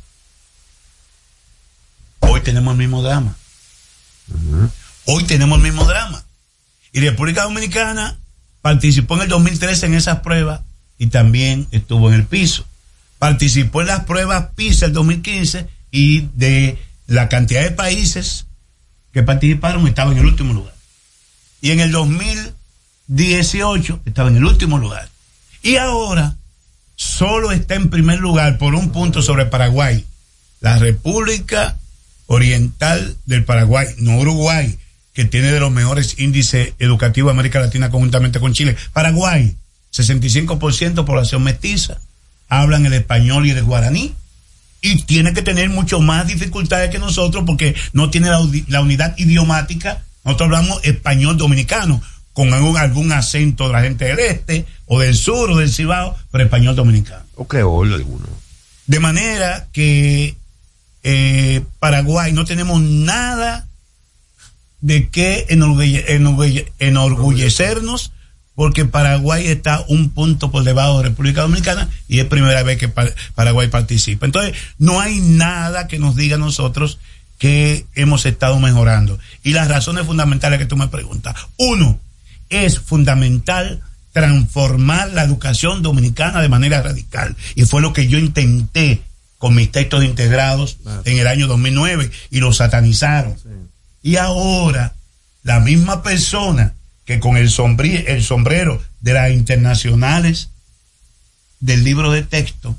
Hoy tenemos el mismo drama. Hoy tenemos el mismo drama. Y República Dominicana participó en el 2013 en esas pruebas y también estuvo en el piso. Participó en las pruebas PISA el 2015 y de la cantidad de países que participaron estaba en el último lugar. Y en el 2018 estaba en el último lugar. Y ahora solo está en primer lugar por un punto sobre Paraguay, la República Oriental del Paraguay, no Uruguay, que tiene de los mejores índices educativos de América Latina conjuntamente con Chile. Paraguay, 65% población mestiza, hablan el español y el guaraní, y tiene que tener mucho más dificultades que nosotros porque no tiene la unidad idiomática. Nosotros hablamos español dominicano con algún acento de la gente del este o del sur o del Cibao, pero español dominicano. O creol alguno. De manera que Paraguay no tenemos nada de qué enorgullecernos, porque Paraguay está un punto por debajo de República Dominicana y es primera vez que Paraguay participa. Entonces, no hay nada que nos diga a nosotros que hemos estado mejorando. Y las razones fundamentales que tú me preguntas. Uno, es fundamental transformar la educación dominicana de manera radical. Y fue lo que yo intenté con mis textos integrados en el año 2009 y los satanizaron. Sí. Y ahora, la misma persona que con el sombrero de las internacionales del libro de texto,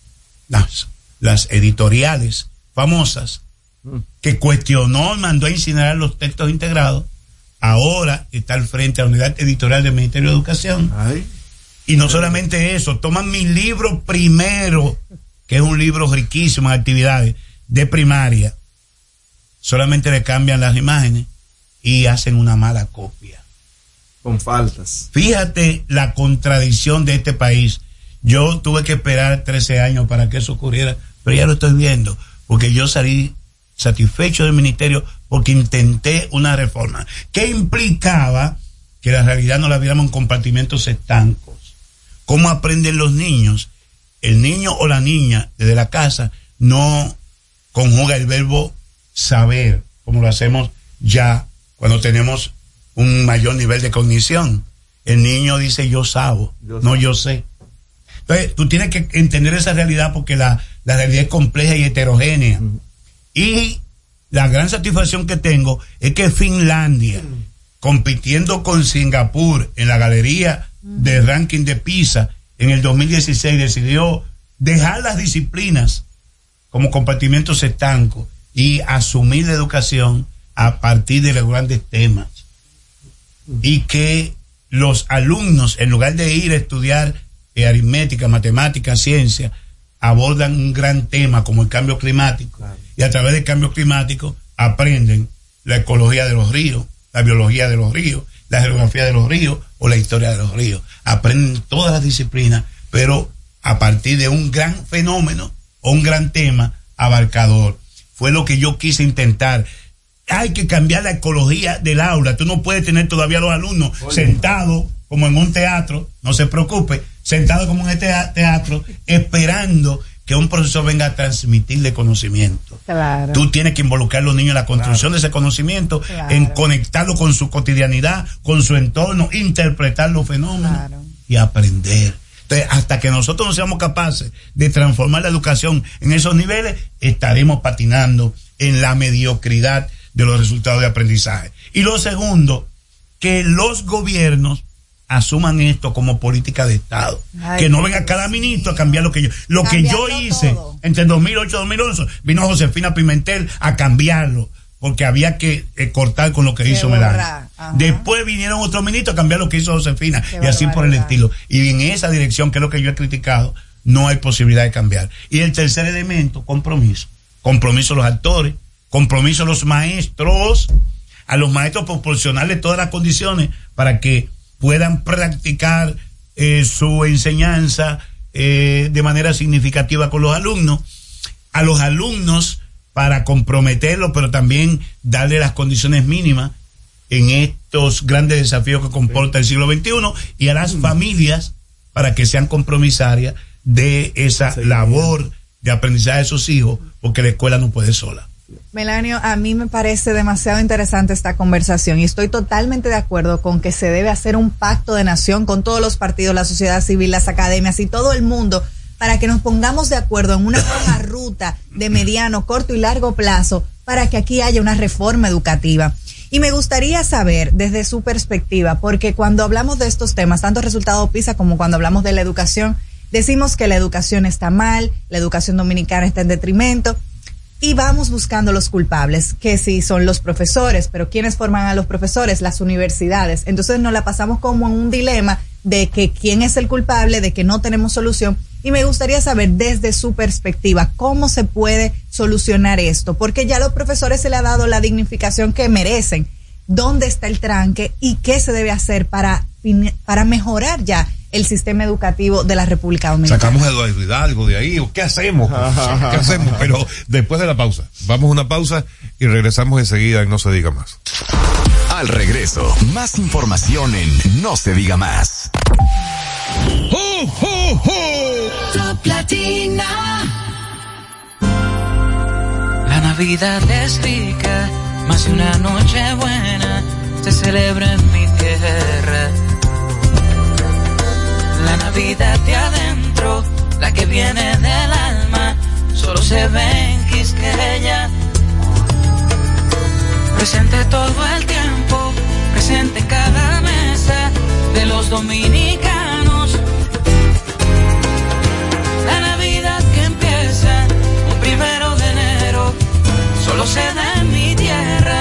las editoriales famosas, que cuestionó y mandó a incinerar los textos integrados, ahora está al frente de la unidad editorial del Ministerio de Educación. Y no solamente eso, toman mi libro primero, que es un libro riquísimo en actividades de primaria, solamente le cambian las imágenes y hacen una mala copia. Con faltas. Fíjate la contradicción de este país. Yo tuve que esperar 13 años para que eso ocurriera, pero ya lo estoy viendo, porque yo salí satisfecho del ministerio porque intenté una reforma que implicaba que la realidad no la viéramos en compartimentos estancos. ¿Cómo aprenden los niños? El niño o la niña desde la casa no conjuga el verbo saber, como lo hacemos ya cuando tenemos un mayor nivel de cognición. El niño dice yo sabo, yo sé. Entonces, tú tienes que entender esa realidad porque la realidad es compleja y heterogénea. Y la gran satisfacción que tengo es que Finlandia, compitiendo con Singapur en la galería de ranking de PISA en el 2016, decidió dejar las disciplinas como compartimentos estancos y asumir la educación a partir de los grandes temas. Y que los alumnos, en lugar de ir a estudiar aritmética, matemática, ciencia, abordan un gran tema como el cambio climático. Claro. Y a través del cambio climático aprenden la ecología de los ríos, la biología de los ríos, la geografía de los ríos o la historia de los ríos. Aprenden todas las disciplinas, pero a partir de un gran fenómeno o un gran tema abarcador. Fue lo que yo quise intentar. Hay que cambiar la ecología del aula. Tú no puedes tener todavía a los alumnos sentados como en un teatro, no se preocupe, sentados como en este teatro, esperando que un profesor venga a transmitirle conocimiento. Claro. Tú tienes que involucrar a los niños en la construcción de ese conocimiento, en conectarlo con su cotidianidad, con su entorno, interpretar los fenómenos y aprender. Entonces, hasta que nosotros no seamos capaces de transformar la educación en esos niveles, estaremos patinando en la mediocridad de los resultados de aprendizaje. Y lo segundo, que los gobiernos asuman esto como política de Estado. Que no venga cada ministro a cambiar lo que yo hice todo. Entre 2008 y 2011 vino Josefina Pimentel a cambiarlo porque había que cortar con lo que hizo Melania. Después vinieron otros ministros a cambiar lo que hizo Josefina y así por el estilo. Y en esa dirección, que es lo que yo he criticado, no hay posibilidad de cambiar. Y el tercer elemento, compromiso. Compromiso de los actores, compromiso de los maestros, a los maestros proporcionarles todas las condiciones para que puedan practicar su enseñanza de manera significativa con los alumnos, a los alumnos para comprometerlos, pero también darle las condiciones mínimas en estos grandes desafíos que comporta el siglo XXI, y a las familias para que sean compromisarias de esa labor de aprendizaje de sus hijos, porque la escuela no puede sola. Melanio, a mí me parece demasiado interesante esta conversación y estoy totalmente de acuerdo con que se debe hacer un pacto de nación con todos los partidos, la sociedad civil, las academias y todo el mundo para que nos pongamos de acuerdo en una nueva ruta de mediano, corto y largo plazo para que aquí haya una reforma educativa. Y me gustaría saber desde su perspectiva, porque cuando hablamos de estos temas, tanto resultado PISA como cuando hablamos de la educación, decimos que la educación está mal, la educación dominicana está en detrimento. Y vamos buscando los culpables, que sí son los profesores, pero ¿quiénes forman a los profesores? Las universidades. Entonces nos la pasamos como en un dilema de que quién es el culpable, de que no tenemos solución. Y me gustaría saber desde su perspectiva cómo se puede solucionar esto, porque ya a los profesores se le ha dado la dignificación que merecen. ¿Dónde está el tranque y qué se debe hacer para mejorar ya el sistema educativo de la República Dominicana? ¿Sacamos a Eduardo Hidalgo de ahí o qué hacemos? ¿Qué hacemos? Pero después de la pausa, vamos a una pausa y regresamos enseguida en No se diga más. Al regreso, más información en No se diga más. ¡Ho, ho, ho! Top Latina. La Navidad es rica, más de una noche buena se celebra en mi tierra. La Navidad de adentro, la que viene del alma, solo se ve en Quisqueya. Presente todo el tiempo, presente en cada mesa de los dominicanos. La Navidad que empieza un 1 de enero, solo se da en mi tierra.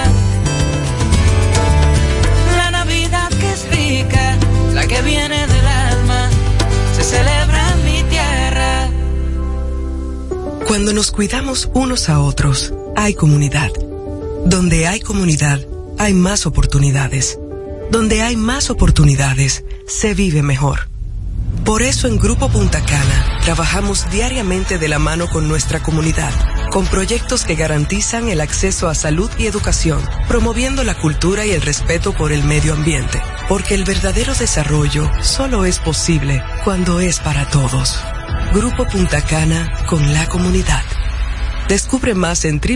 La Navidad que es rica, la que viene del alma, se celebra en mi tierra. Cuando nos cuidamos unos a otros, hay comunidad. Donde hay comunidad, hay más oportunidades. Donde hay más oportunidades, se vive mejor. Por eso en Grupo Punta Cana trabajamos diariamente de la mano con nuestra comunidad, con proyectos que garantizan el acceso a salud y educación, promoviendo la cultura y el respeto por el medio ambiente, porque el verdadero desarrollo solo es posible cuando es para todos. Grupo Punta Cana con la comunidad. Descubre más en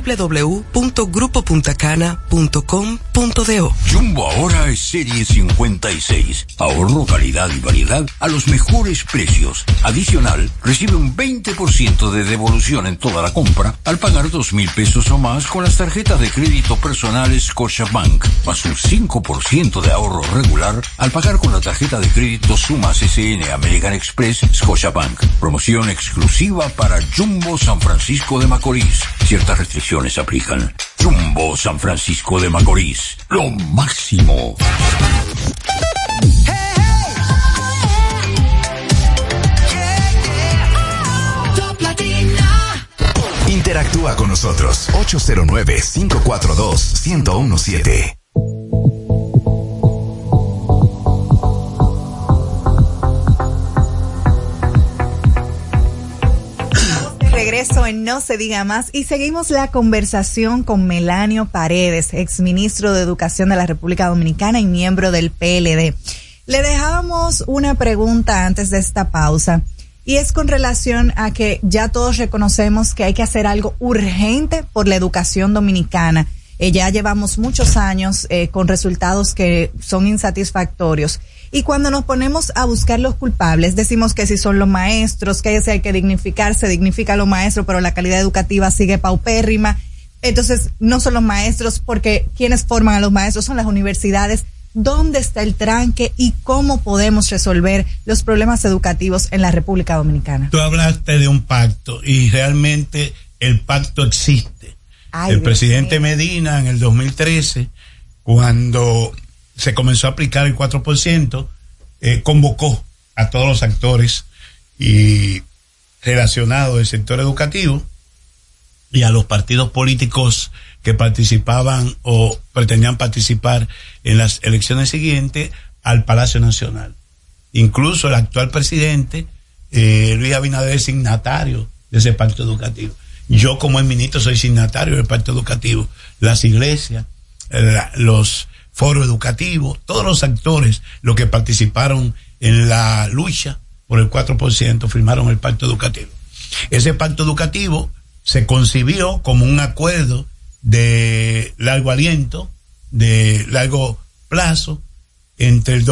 www.grupopuntacana.com.do. Jumbo ahora es serie 56. Ahorro, calidad y variedad a los mejores precios. Adicional, recibe un 20% de devolución en toda la compra al pagar 2,000 pesos o más con las tarjetas de crédito personal Scotiabank, más un 5% de ahorro regular al pagar con la tarjeta de crédito Sumas SN American Express Scotiabank. Promoción exclusiva para Jumbo San Francisco de Macorís. Ciertas restricciones aplican. Jumbo San Francisco de Macorís. Lo máximo. Interactúa con nosotros. 809-542-1017. Regreso en No se diga más y seguimos la conversación con Melanio Paredes, exministro de Educación de la República Dominicana y miembro del PLD. Le dejábamos una pregunta antes de esta pausa y es con relación a que ya todos reconocemos que hay que hacer algo urgente por la educación dominicana. Ya llevamos muchos años con resultados que son insatisfactorios. Y cuando nos ponemos a buscar los culpables, decimos que si son los maestros, que hay que dignificar, se dignifica a los maestros, pero la calidad educativa sigue paupérrima. Entonces, no son los maestros, porque quienes forman a los maestros son las universidades. ¿Dónde está el tranque y cómo podemos resolver los problemas educativos en la República Dominicana? Tú hablaste de un pacto y realmente el pacto existe. El presidente Medina en el 2013, cuando se comenzó a aplicar el 4%, convocó a todos los actores y relacionados del sector educativo y a los partidos políticos que participaban o pretendían participar en las elecciones siguientes al Palacio Nacional. Incluso el actual presidente, Luis Abinader, es signatario de ese pacto educativo. Yo como ministro soy signatario del pacto educativo. Las iglesias, los foros educativos, todos los actores, los que participaron en la lucha por el 4%, firmaron el pacto educativo. Ese pacto educativo se concibió como un acuerdo de largo aliento, de largo plazo, entre el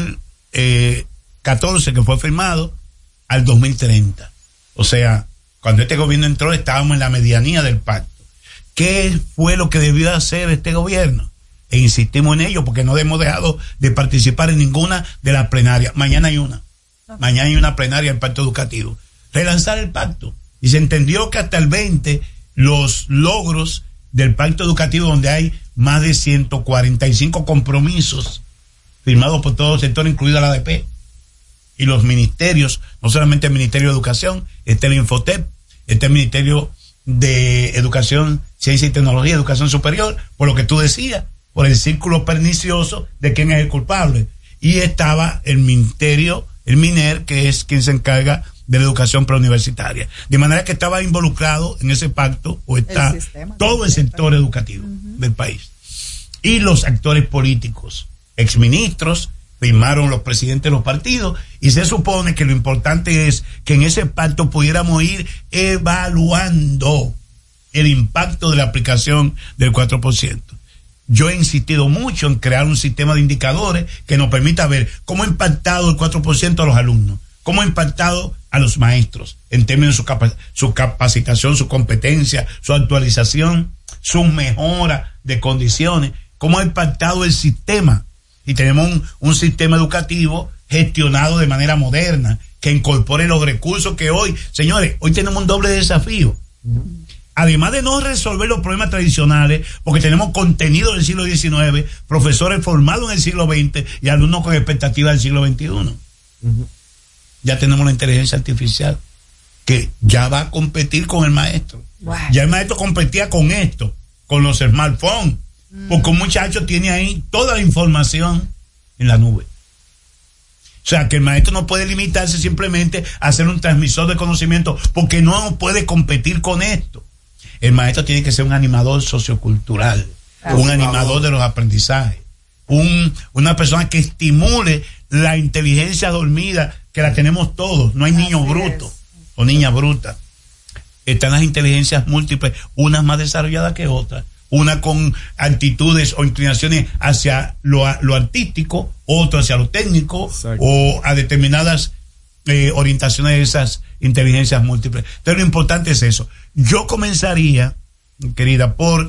2014 que fue firmado al 2030. O sea, cuando este gobierno entró estábamos en la medianía del pacto. ¿Qué fue lo que debió hacer este gobierno? E insistimos en ello porque no hemos dejado de participar en ninguna de las plenarias. Mañana hay una. Mañana hay una plenaria del pacto educativo. Relanzar el pacto. Y se entendió que hasta el 20 los logros del pacto educativo, donde hay más de 145 compromisos firmados por todo el sector, incluida la ADP, y los ministerios, no solamente el Ministerio de Educación, el Infotep, el Ministerio de Educación, Ciencia y Tecnología, Educación Superior, por lo que tú decías, por el círculo pernicioso de quién es el culpable. Y estaba el Ministerio, el MINER, que es quien se encarga de la educación preuniversitaria. De manera que estaba involucrado en ese pacto, o está todo el sector educativo del país. Y los actores políticos, exministros, firmaron los presidentes de los partidos, y se supone que lo importante es que en ese pacto pudiéramos ir evaluando el impacto de la aplicación del 4%. Yo he insistido mucho en crear un sistema de indicadores que nos permita ver cómo ha impactado el 4% a los alumnos, cómo ha impactado a los maestros en términos de su capacitación, su competencia, su actualización, su mejora de condiciones, cómo ha impactado el sistema. Y tenemos un sistema educativo gestionado de manera moderna, que incorpore los recursos que hoy, señores, hoy tenemos un doble desafío. Además de no resolver los problemas tradicionales, porque tenemos contenido del siglo XIX, profesores formados en el siglo XX y alumnos con expectativas del siglo XXI. Ya tenemos la inteligencia artificial, que ya va a competir con el maestro. Wow. Ya el maestro competía con esto, con los smartphones, porque un muchacho tiene ahí toda la información en la nube. O sea, que el maestro no puede limitarse simplemente a ser un transmisor de conocimiento, porque no puede competir con esto. El maestro tiene que ser un animador sociocultural, un animador de los aprendizajes, una persona que estimule la inteligencia dormida, que la tenemos todos. No hay niño bruto o niña bruta. Están las inteligencias múltiples, unas más desarrolladas que otras, una con actitudes o inclinaciones hacia lo artístico, otro hacia lo técnico. Exacto. O a determinadas orientaciones de esas inteligencias múltiples. Entonces lo importante es eso. Yo comenzaría, querida, por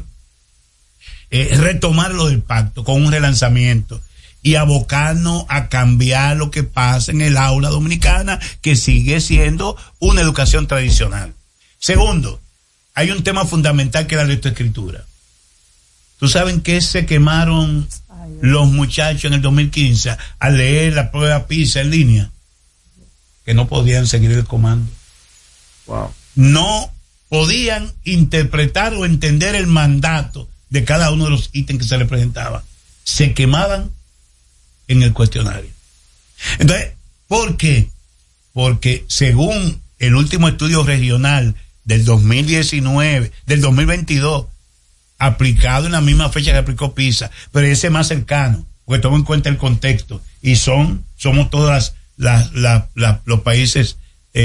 retomar lo del pacto con un relanzamiento y abocarnos a cambiar lo que pasa en el aula dominicana, que sigue siendo una educación tradicional. Segundo, hay un tema fundamental que es la lectoescritura. ¿Tú sabes qué se quemaron los muchachos en el 2015 al leer la prueba PISA en línea? Que no podían seguir el comando. Wow. No podían interpretar o entender el mandato de cada uno de los ítems que se les presentaba. Se quemaban en el cuestionario. Entonces, ¿por qué? Porque según el último estudio regional del 2019, del 2022, aplicado en la misma fecha que aplicó PISA, pero ese más cercano, porque toma en cuenta el contexto, y somos todas los países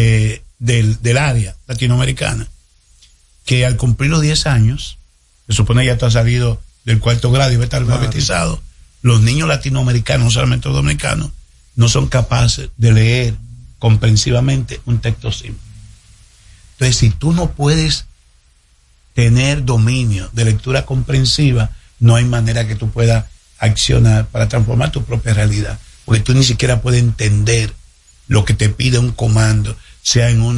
del área latinoamericana, que al cumplir los 10 años, se supone ya tú has salido del cuarto grado y va a estar alfabetizado, los niños latinoamericanos, no solamente los dominicanos, no son capaces de leer comprensivamente un texto simple. Entonces, si tú no puedes tener dominio de lectura comprensiva, no hay manera que tú puedas accionar para transformar tu propia realidad, porque tú ni siquiera puedes entender lo que te pide un comando, sea en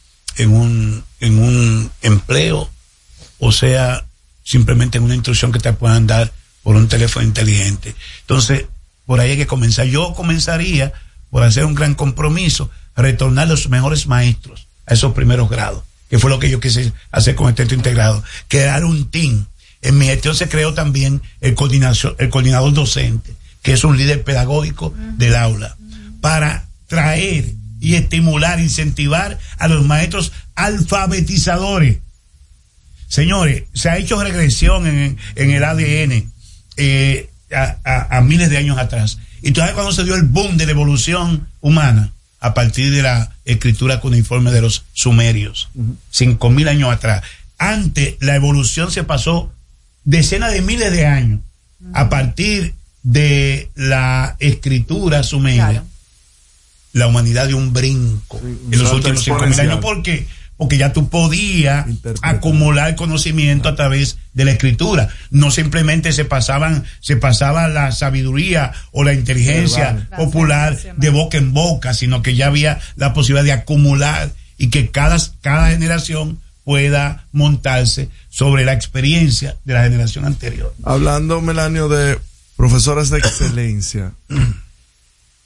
un empleo, o sea simplemente en una instrucción que te puedan dar por un teléfono inteligente. Entonces, por ahí hay que comenzar. Yo comenzaría por hacer un gran compromiso, retornar los mejores maestros a esos primeros grados, que fue lo que yo quise hacer con el texto integrado, crear un team. En mi gestión se creó también el coordinador docente, que es un líder pedagógico del aula, para traer y estimular, incentivar a los maestros alfabetizadores. Señores, se ha hecho regresión en el ADN a miles de años atrás. Y todavía cuando se dio el boom de la evolución humana, a partir de la escritura cuneiforme de los sumerios, 5.000 años atrás. Antes, la evolución se pasó decenas de miles de años, a partir de la escritura sumeria. Claro. La humanidad dio un brinco en los últimos 5.000 años. ¿Por qué? Porque ya tú podías acumular conocimiento a través de la escritura. No simplemente se pasaba la sabiduría o la inteligencia popular de boca en boca, sino que ya había la posibilidad de acumular y que cada generación pueda montarse sobre la experiencia de la generación anterior. Hablando, Melanio, de profesores de excelencia,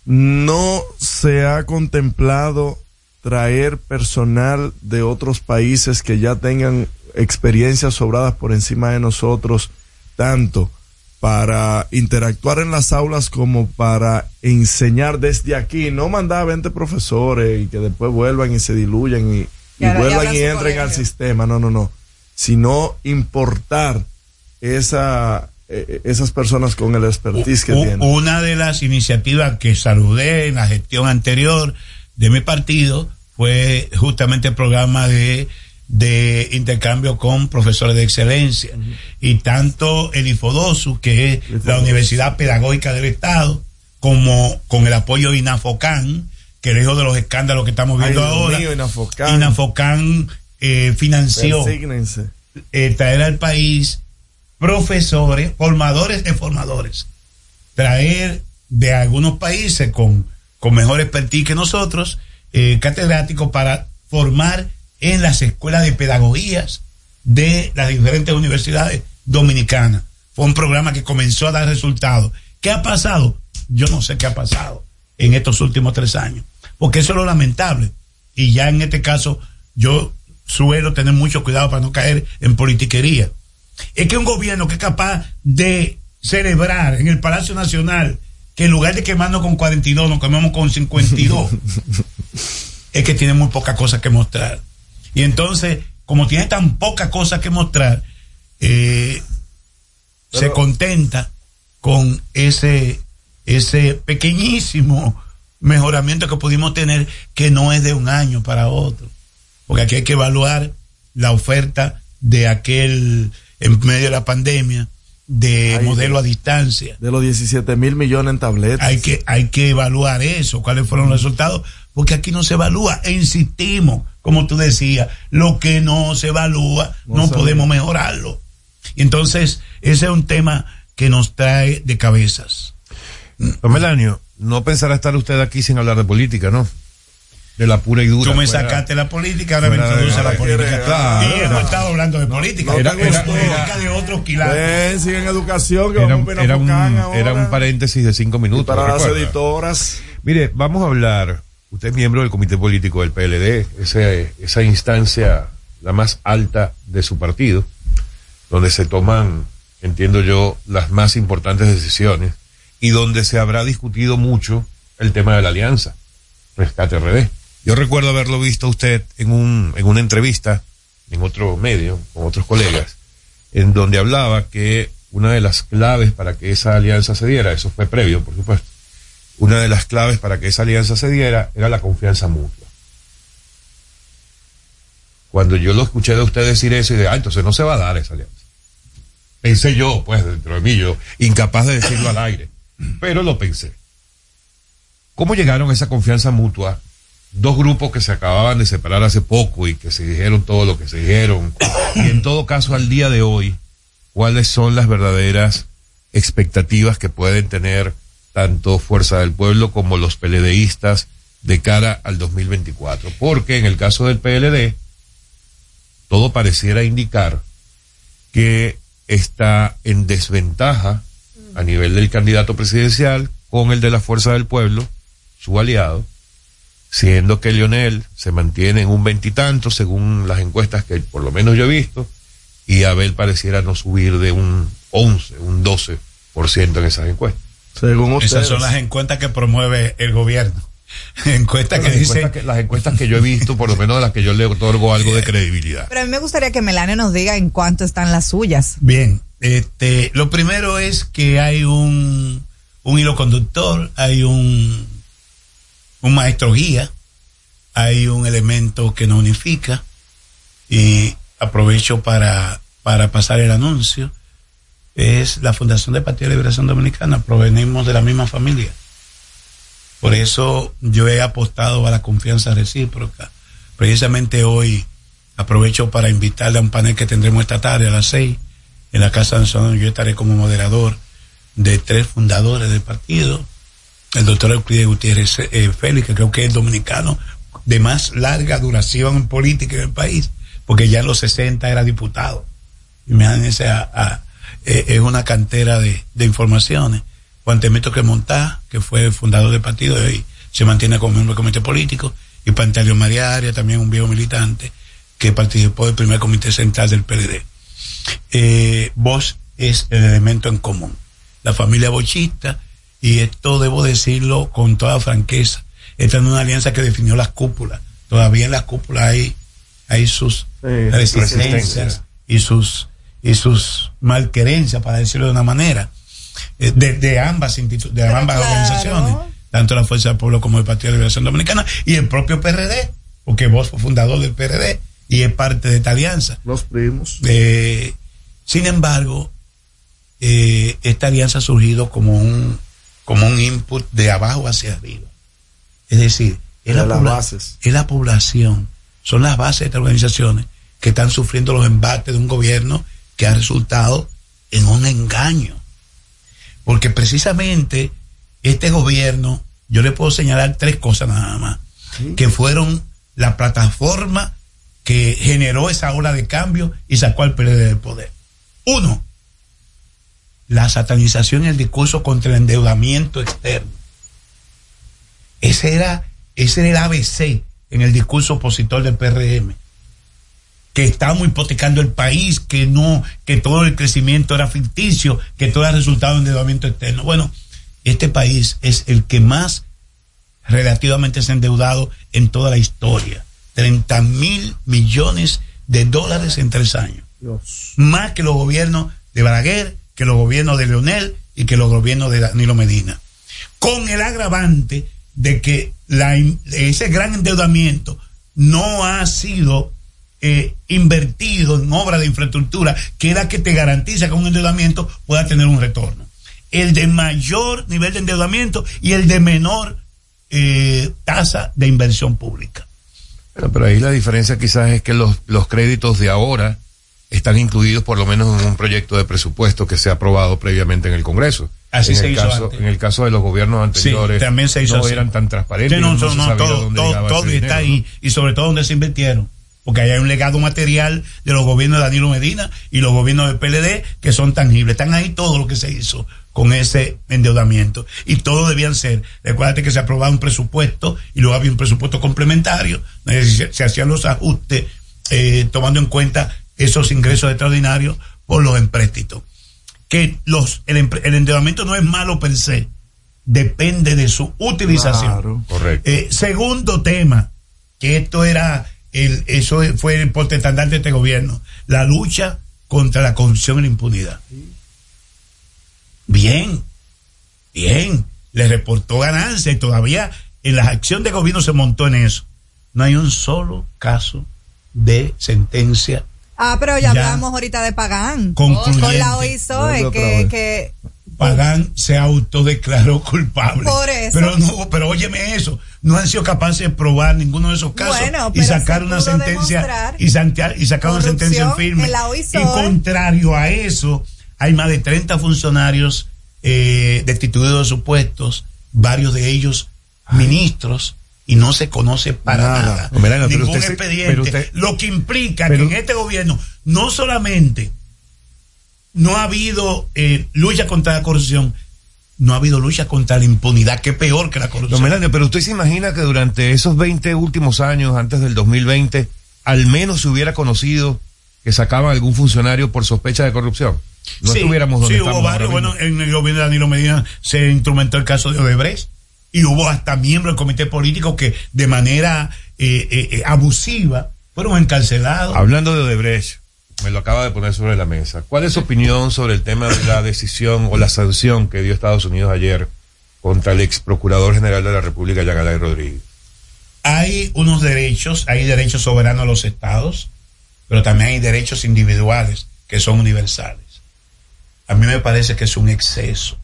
no se ha contemplado traer personal de otros países que ya tengan experiencias sobradas por encima de nosotros, tanto para interactuar en las aulas como para enseñar desde aquí, no mandar 20 profesores y que después vuelvan y se diluyan y vuelvan y entren al sistema, no, sino importar esas personas con el expertise que tienen. Una de las iniciativas que saludé en la gestión anterior de mi partido fue justamente el programa de intercambio con profesores de excelencia. Y tanto el IFODOSU, que es la Universidad Pedagógica del Estado, como con el apoyo de INAFOCAN, que es uno de los escándalos que estamos viendo ahora. INAFOCAN financió traer al país profesores, formadores de formadores, traer de algunos países con mejor expertise que nosotros, catedráticos para formar en las escuelas de pedagogías de las diferentes universidades dominicanas. Fue un programa que comenzó a dar resultados. ¿Qué ha pasado? Yo no sé qué ha pasado en estos últimos 3 años, porque eso es lo lamentable. Y ya en este caso yo suelo tener mucho cuidado para no caer en politiquería. Es que un gobierno que es capaz de celebrar en el Palacio Nacional que en lugar de quemarnos con 42 nos quemamos con 52 es que tiene muy poca cosa que mostrar. Y entonces, como tiene tan poca cosa que mostrar, se contenta con ese pequeñísimo mejoramiento que pudimos tener, que no es de un año para otro. Porque aquí hay que evaluar la oferta de aquel, en medio de la pandemia, de modelo a distancia. De los 17,000 millones en tabletas. Hay que evaluar eso, cuáles fueron los resultados, porque aquí no se evalúa, e insistimos, como tú decías, lo que no se evalúa, no podemos mejorarlo. Y entonces, ese es un tema que nos trae de cabezas. Don Melanio, no pensará estar usted aquí sin hablar de política, ¿no? De la pura y dura. Tú me sacaste la política, ahora me introduces a la política. Claro. Y hemos estado hablando de política. Era de otros quilates. Siguen educación, que era un paréntesis de 5 minutos. Y para las editoras. Mire, vamos a hablar. Usted es miembro del comité político del PLD, esa instancia, la más alta de su partido, donde se toman, entiendo yo, las más importantes decisiones y donde se habrá discutido mucho el tema de la alianza Rescate RD. Yo recuerdo haberlo visto a usted en una entrevista en otro medio, con otros colegas, en donde hablaba que una de las claves para que esa alianza se diera, eso fue previo, por supuesto, una de las claves para que esa alianza se diera era la confianza mutua. Cuando yo lo escuché de usted decir eso, y de, entonces no se va a dar esa alianza. Pensé yo, pues, dentro de mí, yo, incapaz de decirlo al aire, pero lo pensé. ¿Cómo llegaron a esa confianza mutua? Dos grupos que se acababan de separar hace poco y que se dijeron todo lo que se dijeron. Y en todo caso, al día de hoy, ¿cuáles son las verdaderas expectativas que pueden tener tanto Fuerza del Pueblo como los PLDistas de cara al 2024? Porque en el caso del PLD, todo pareciera indicar que está en desventaja a nivel del candidato presidencial con el de la Fuerza del Pueblo, su aliado, siendo que Leonel se mantiene en un 20 y tanto según las encuestas que por lo menos yo he visto, y Abel pareciera no subir de un 11, un 12% en esas encuestas. Según ustedes. Esas son las encuestas que promueve el gobierno. Encuestas que dicen... Las encuestas que yo he visto, por lo menos de las que yo le otorgo algo de credibilidad. Pero a mí me gustaría que Melanio nos diga en cuánto están las suyas. Bien, lo primero es que hay un hilo conductor, hay un maestro guía, hay un elemento que nos unifica, y aprovecho para pasar el anuncio. Es la Fundación de Partido de Liberación Dominicana, provenimos de la misma familia. Por eso yo he apostado a la confianza recíproca. Precisamente hoy aprovecho para invitarle a un panel que tendremos esta tarde a las 6 en la Casa Nacional. Yo estaré como moderador de 3 fundadores del partido. El doctor Euclides Gutiérrez Félix, que creo que es el dominicano de más larga duración política en el país, porque ya en los 60 era diputado. Imagínense, es una cantera de informaciones. Juan Temeto Cremontá, que fue fundador del partido y hoy se mantiene como miembro del comité político, y Pantaleo María Arias, también un viejo militante que participó del primer comité central del PLD. Bosch es el elemento en común, la familia bochista, y esto debo decirlo con toda franqueza, esta es una alianza que definió las cúpulas. Todavía en las cúpulas hay sus resistencias y sus malquerencias, para decirlo de una manera, de ambas organizaciones, tanto la Fuerza del Pueblo como el Partido de Liberación Dominicana y el propio PRD, porque vos fue fundador del PRD y es parte de esta alianza. Los primos. Sin embargo, esta alianza ha surgido como un input de abajo hacia arriba. Es decir, es la población, son las bases de estas organizaciones que están sufriendo los embates de un gobierno que ha resultado en un engaño. Porque precisamente este gobierno, yo le puedo señalar 3 cosas nada más, que fueron la plataforma que generó esa ola de cambio y sacó al PLD del poder. 1, la satanización y el discurso contra el endeudamiento externo. Ese era el ABC en el discurso opositor del PRM, que estábamos hipotecando el país, que todo el crecimiento era ficticio, que todo era resultado de endeudamiento externo. Bueno, este país es el que más relativamente se ha endeudado en toda la historia. 30,000 millones de dólares en 3 años. Dios. Más que los gobiernos de Balaguer, que los gobiernos de Leonel y que los gobiernos de Danilo Medina. Con el agravante de que ese gran endeudamiento no ha sido invertido en obra de infraestructura, que es la que te garantiza que un endeudamiento pueda tener un retorno. El de mayor nivel de endeudamiento y el de menor tasa de inversión pública. Pero ahí la diferencia quizás es que los créditos de ahora están incluidos por lo menos en un proyecto de presupuesto que se ha aprobado previamente en el Congreso. Así se hizo antes. En el caso de los gobiernos anteriores, sí, también se hizo no así. Eran tan transparentes. Todo está ahí, y sobre todo donde se invirtieron. Porque hay un legado material de los gobiernos de Danilo Medina y los gobiernos del PLD que son tangibles. Están ahí todo lo que se hizo con ese endeudamiento. Y todo debían ser. Recuérdate que se aprobaba un presupuesto y luego había un presupuesto complementario. Se hacían los ajustes tomando en cuenta esos ingresos extraordinarios por los empréstitos. Que el endeudamiento no es malo per se, depende de su utilización. Claro. Correcto. Segundo tema, que eso fue el portaestandarte de este gobierno, la lucha contra la corrupción y la impunidad. Bien, le reportó ganancia y todavía en la acción de gobierno se montó en eso. No hay un solo caso de sentencia. Pero ya hablamos ahorita de Pagán. Con la OISOE, que Pagán se autodeclaró culpable. Por eso. Pero óyeme eso, no han sido capaces de probar ninguno de esos casos y sacar una sentencia y sacar una sentencia en firme. Y contrario a eso, hay más de 30 funcionarios destituidos de sus puestos, varios de ellos ministros, y no se conoce para nada. Ningún expediente. Lo que implica que en este gobierno no solamente no ha habido lucha contra la corrupción, no ha habido lucha contra la impunidad, que es peor que la corrupción. Melanio, pero usted se imagina que durante esos 20 últimos años, antes del 2020, al menos se hubiera conocido que sacaban algún funcionario por sospecha de corrupción. No estuviéramos donde estamos. Hubo varios. Bueno, en el gobierno de Danilo Medina se instrumentó el caso de Odebrecht. Y hubo hasta miembros del comité político que de manera abusiva fueron encarcelados. Hablando de Odebrecht, me lo acaba de poner sobre la mesa. ¿Cuál es su opinión sobre el tema de la decisión o la sanción que dio Estados Unidos ayer contra el ex procurador general de la República, Jean Alain Rodríguez? Hay derechos soberanos a los estados, pero también hay derechos individuales que son universales. A mí me parece que es un exceso.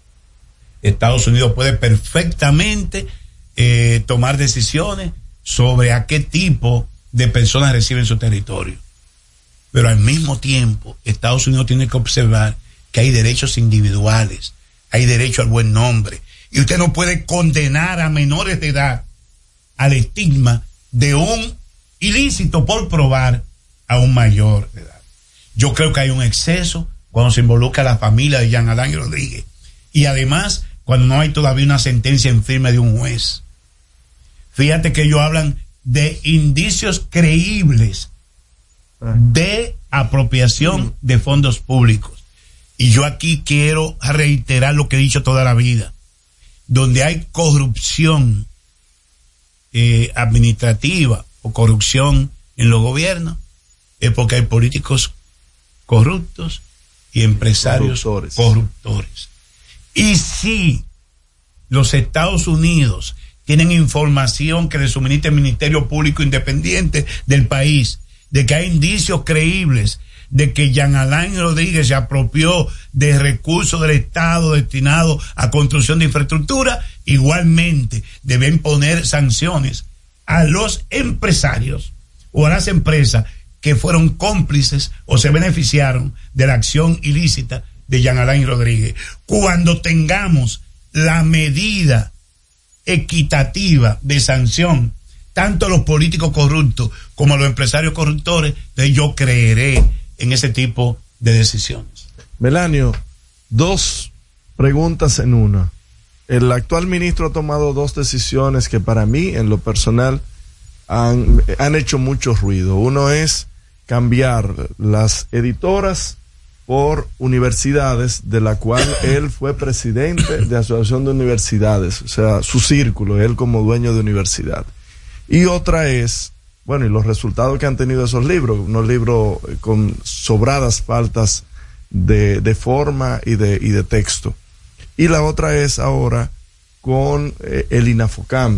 Estados Unidos puede perfectamente tomar decisiones sobre a qué tipo de personas reciben su territorio. Pero al mismo tiempo, Estados Unidos tiene que observar que hay derechos individuales, hay derecho al buen nombre. Y usted no puede condenar a menores de edad al estigma de un ilícito por probar a un mayor de edad. Yo creo que hay un exceso cuando se involucra a la familia de Jean Alain Rodríguez. Y además, cuando no hay todavía una sentencia en firme de un juez. Fíjate que ellos hablan de indicios creíbles de apropiación de fondos públicos. Y yo aquí quiero reiterar lo que he dicho toda la vida. Donde hay corrupción administrativa o corrupción en los gobiernos, es porque hay políticos corruptos y empresarios corruptores. Y si los Estados Unidos tienen información que le suministra el Ministerio Público Independiente del país, de que hay indicios creíbles de que Jean Alain Rodríguez se apropió de recursos del Estado destinados a construcción de infraestructura, igualmente deben poner sanciones a los empresarios o a las empresas que fueron cómplices o se beneficiaron de la acción ilícita de Jean Alain Rodríguez. Cuando tengamos la medida equitativa de sanción, tanto a los políticos corruptos como a los empresarios corruptores, entonces yo creeré en ese tipo de decisiones. Melanio, dos preguntas en una. El actual ministro ha tomado dos decisiones que para mí, en lo personal, han hecho mucho ruido. Uno es cambiar las editoras por universidades, de la cual él fue presidente de Asociación de Universidades, o sea, su círculo, él como dueño de universidad. Y otra es, bueno, y los resultados que han tenido esos libros, unos libros con sobradas faltas de forma y de texto. Y la otra es ahora con el INAFOCAM,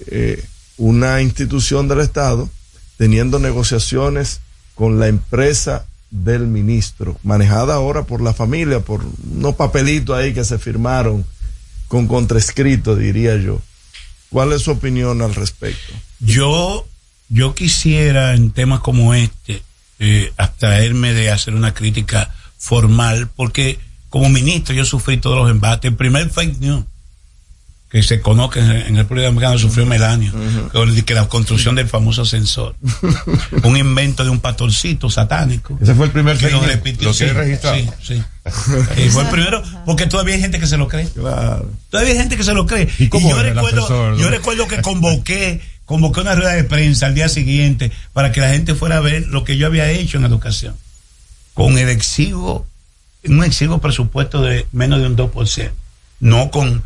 una institución del Estado, teniendo negociaciones con la empresa del ministro, manejada ahora por la familia, por unos papelitos ahí que se firmaron con contraescrito, diría yo. ¿Cuál es su opinión al respecto? Yo quisiera, en temas como este, abstraerme de hacer una crítica formal, porque como ministro yo sufrí todos los embates. El primer fake news que se conoce en República Dominicana sufrió Melanio, que la construcción del famoso ascensor, un invento de un pastorcito satánico. Ese fue el primer que lo repitió. Lo que registrado. Sí. Fue el primero, porque todavía hay gente que se lo cree. Claro. Todavía hay gente que se lo cree. Y yo recuerdo que convoqué una rueda de prensa al día siguiente para que la gente fuera a ver lo que yo había hecho en educación, con un exiguo presupuesto de menos de un 2%, no con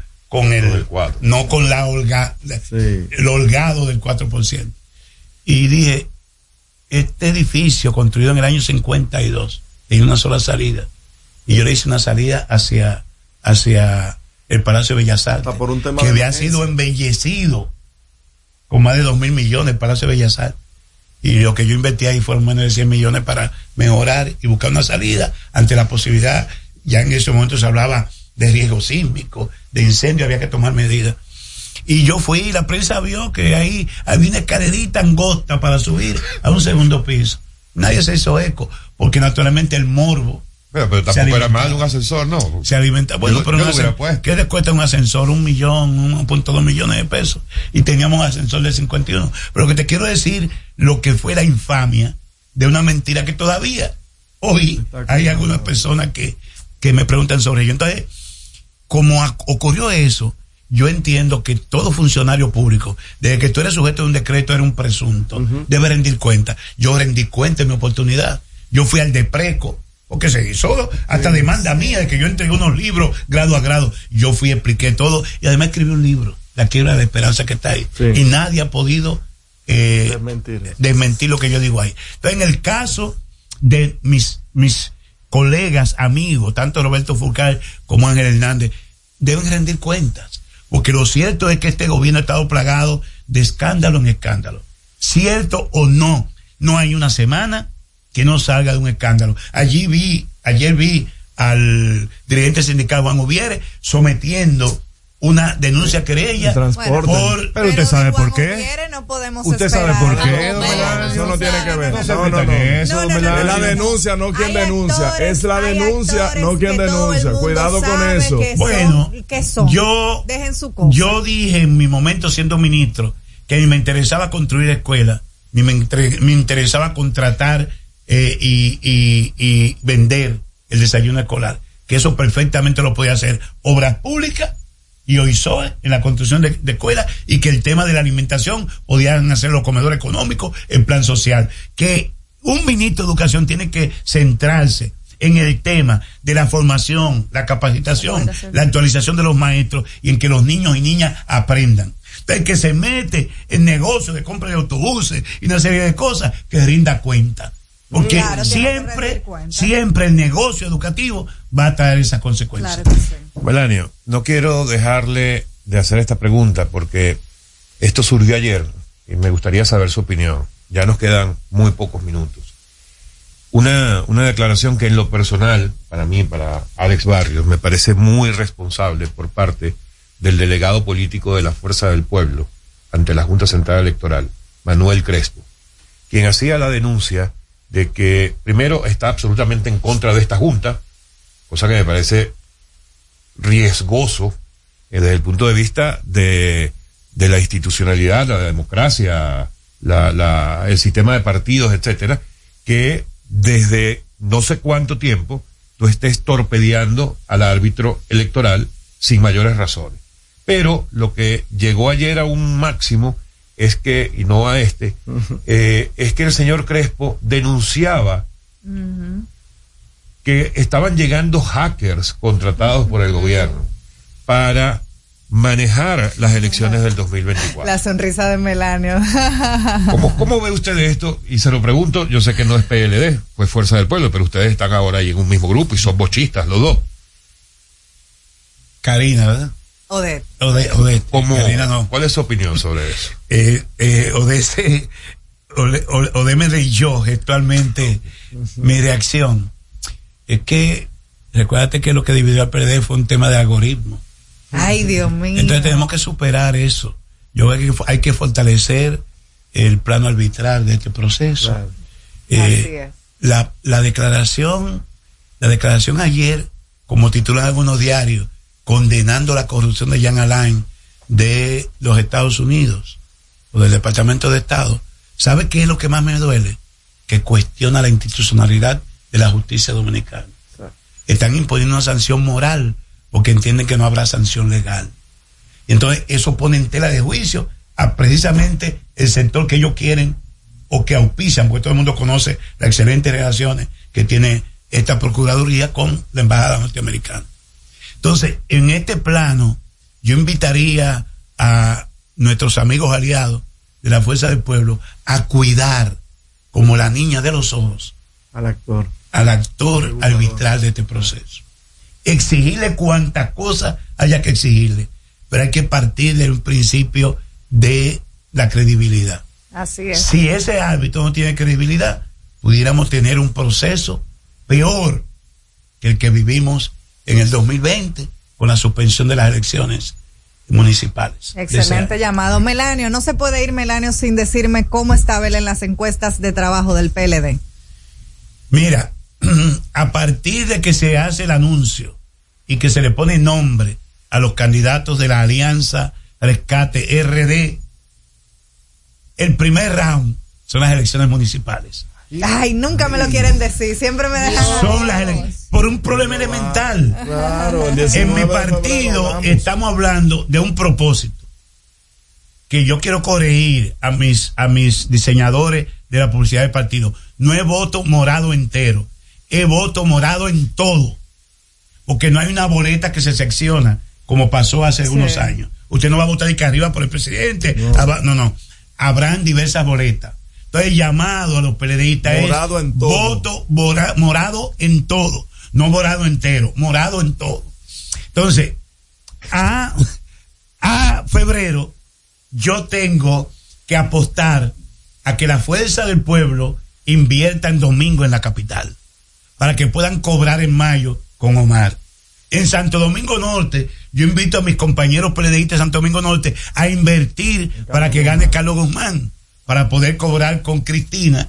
el holgado del 4%. Y dije, este edificio construido en el año 52 tiene una sola salida, y yo le hice una salida hacia el Palacio de Bellas Artes, que había sido embellecido con más de 2.000 millones el Palacio de Bellas Artes, y lo que yo invertí ahí fueron menos de 100 millones para mejorar y buscar una salida ante la posibilidad. Ya en ese momento se hablaba de riesgo sísmico, de incendio, había que tomar medidas. Y yo fui, la prensa vio que ahí había una escalerita angosta para subir a un segundo piso. Nadie se hizo eco, porque naturalmente el morbo. Pero tampoco era mal un ascensor, ¿no? Se alimenta. Bueno, pero ¿qué le cuesta un ascensor? 1.2 millones de pesos. Y teníamos un ascensor de 51. Pero lo que te quiero decir, lo que fue la infamia de una mentira que todavía hoy hay algunas personas que me preguntan sobre ello. Entonces, como ocurrió eso, yo entiendo que todo funcionario público, desde que tú eres sujeto de un decreto, eres un presunto, debe rendir cuenta. Yo rendí cuenta en mi oportunidad. Yo fui al DEPRECO, porque se hizo hasta demanda mía de que yo entregué unos libros grado a grado. Yo fui, expliqué todo, y además escribí un libro, La Quiebra de Esperanza, que está ahí. Sí. Y nadie ha podido desmentir lo que yo digo ahí. Entonces, en el caso de mis colegas, amigos, tanto Roberto Fulcar como Ángel Hernández, deben rendir cuentas, porque lo cierto es que este gobierno ha estado plagado de escándalo en escándalo. Cierto o no, no hay una semana que no salga de un escándalo. Ayer vi al dirigente sindical Juan Ubiere sometiendo una denuncia querella pero usted sabe por qué. No podemos usted esperar. Sabe por qué. Eso no tiene que ver. No. La denuncia, no quien denuncia. Es la denuncia, no quien denuncia. Cuidado con eso. Bueno, dejen su cosa. Yo dije en mi momento siendo ministro que a mí me interesaba construir escuelas, me interesaba contratar y vender el desayuno escolar. que eso perfectamente lo podía hacer Obras Públicas y OISOE en la construcción de escuelas, y que el tema de la alimentación podían hacer los comedores económicos, el plan social. Que un ministro de Educación tiene que centrarse en el tema de la formación, la capacitación, la actualización de los maestros y en que los niños y niñas aprendan. El que se mete en negocio de compra de autobuses y una serie de cosas, que rinda cuenta. Porque claro, siempre el negocio educativo va a traer esas consecuencias. Claro que sí. Melanio, no quiero dejarle de hacer esta pregunta porque esto surgió ayer y me gustaría saber su opinión. Ya nos quedan muy pocos minutos. Una declaración que en lo personal, para mí, para Alex Barrios, me parece muy responsable por parte del delegado político de la Fuerza del Pueblo ante la Junta Central Electoral, Manuel Crespo, quien hacía la denuncia de que primero está absolutamente en contra de esta Junta, cosa que me parece riesgoso desde el punto de vista de la institucionalidad, la democracia, el sistema de partidos, etcétera, que desde no sé cuánto tiempo tú estés torpedeando al árbitro electoral sin mayores razones. Pero lo que llegó ayer a un máximo es que, y no a es que el señor Crespo denunciaba que estaban llegando hackers contratados por el gobierno para manejar las elecciones del 2024. La sonrisa de Melanio. ¿Cómo ve usted esto? Y se lo pregunto, yo sé que no es PLD, pues Fuerza del Pueblo, pero ustedes están ahora ahí en un mismo grupo y son bochistas los dos. Karina, ¿verdad? Odette. Karina, no. ¿Cuál es su opinión sobre eso? Odette me leyó gestualmente mi reacción. Es que, recuérdate que lo que dividió al PLD fue un tema de algoritmo. Ay, Dios mío. Entonces tenemos que superar eso. Yo creo que hay que fortalecer el plano arbitral de este proceso. Claro. Así es. La declaración ayer, como titulan algunos diarios, condenando la corrupción de Jean Alain de los Estados Unidos o del Departamento de Estado. ¿Sabe qué es lo que más me duele? Que cuestiona la institucionalidad de la justicia dominicana. Están imponiendo una sanción moral porque entienden que no habrá sanción legal. Y entonces eso pone en tela de juicio a precisamente el sector que ellos quieren o que auspician, porque todo el mundo conoce las excelentes relaciones que tiene esta Procuraduría con la Embajada norteamericana. Entonces, en este plano, yo invitaría a nuestros amigos aliados de la Fuerza del Pueblo a cuidar, como la niña de los ojos, al actor arbitral de este proceso. Exigirle cuantas cosas haya que exigirle, pero hay que partir de un principio de la credibilidad. Así es. Si ese árbitro no tiene credibilidad, pudiéramos tener un proceso peor que el que vivimos en el 2020 con la suspensión de las elecciones municipales. Excelente llamado. Melanio, no se puede ir, Melanio, sin decirme cómo está él en las encuestas de trabajo del PLD. Mira, a partir de que se hace el anuncio y que se le pone nombre a los candidatos de la Alianza Rescate RD, el primer round son las elecciones municipales. Ay, nunca me lo quieren decir, siempre me dejan. Son las elecciones por un problema elemental. Claro, en mi partido estamos hablando de un propósito que yo quiero corregir a mis diseñadores de la publicidad del partido. No es voto morado entero, es voto morado en todo, porque no hay una boleta que se secciona como pasó hace unos años. Usted no va a votar de que arriba por el presidente, no, habrán diversas boletas. Entonces el llamado a los PLDistas morado es en todo. Voto morado en todo, no morado entero, morado en todo. Entonces, a febrero yo tengo que apostar a que la Fuerza del Pueblo invierta en domingo en la capital, para que puedan cobrar en mayo con Omar. En Santo Domingo Norte, yo invito a mis compañeros PLDistas de Santo Domingo Norte a invertir para que gane Carlos Guzmán, para poder cobrar con Cristina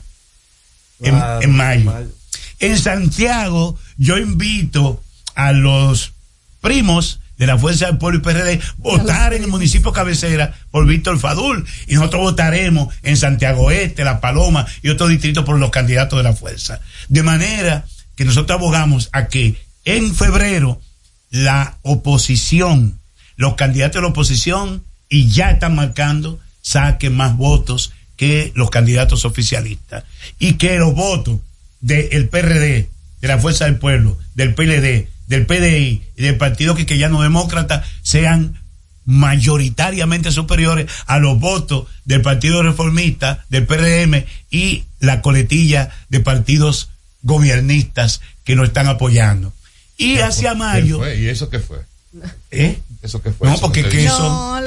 en mayo. En Santiago, yo invito a los primos de la Fuerza del Pueblo y PRD votar en el municipio cabecera por Víctor Fadul, y nosotros votaremos en Santiago Este, La Paloma y otros distritos por los candidatos de la Fuerza. De manera que nosotros abogamos a que en febrero la oposición, los candidatos de la oposición, y ya están marcando, saquen más votos que los candidatos oficialistas, y que los votos del PRD, de la Fuerza del Pueblo, del PLD, del PDI y del Partido Cristiano Demócrata sean mayoritariamente superiores a los votos del Partido Reformista, del PRM y la coletilla de partidos gobiernistas que nos están apoyando. Y hacia mayo... ¿Y eso qué fue? ¿Eso qué fue? No, porque que eso... No,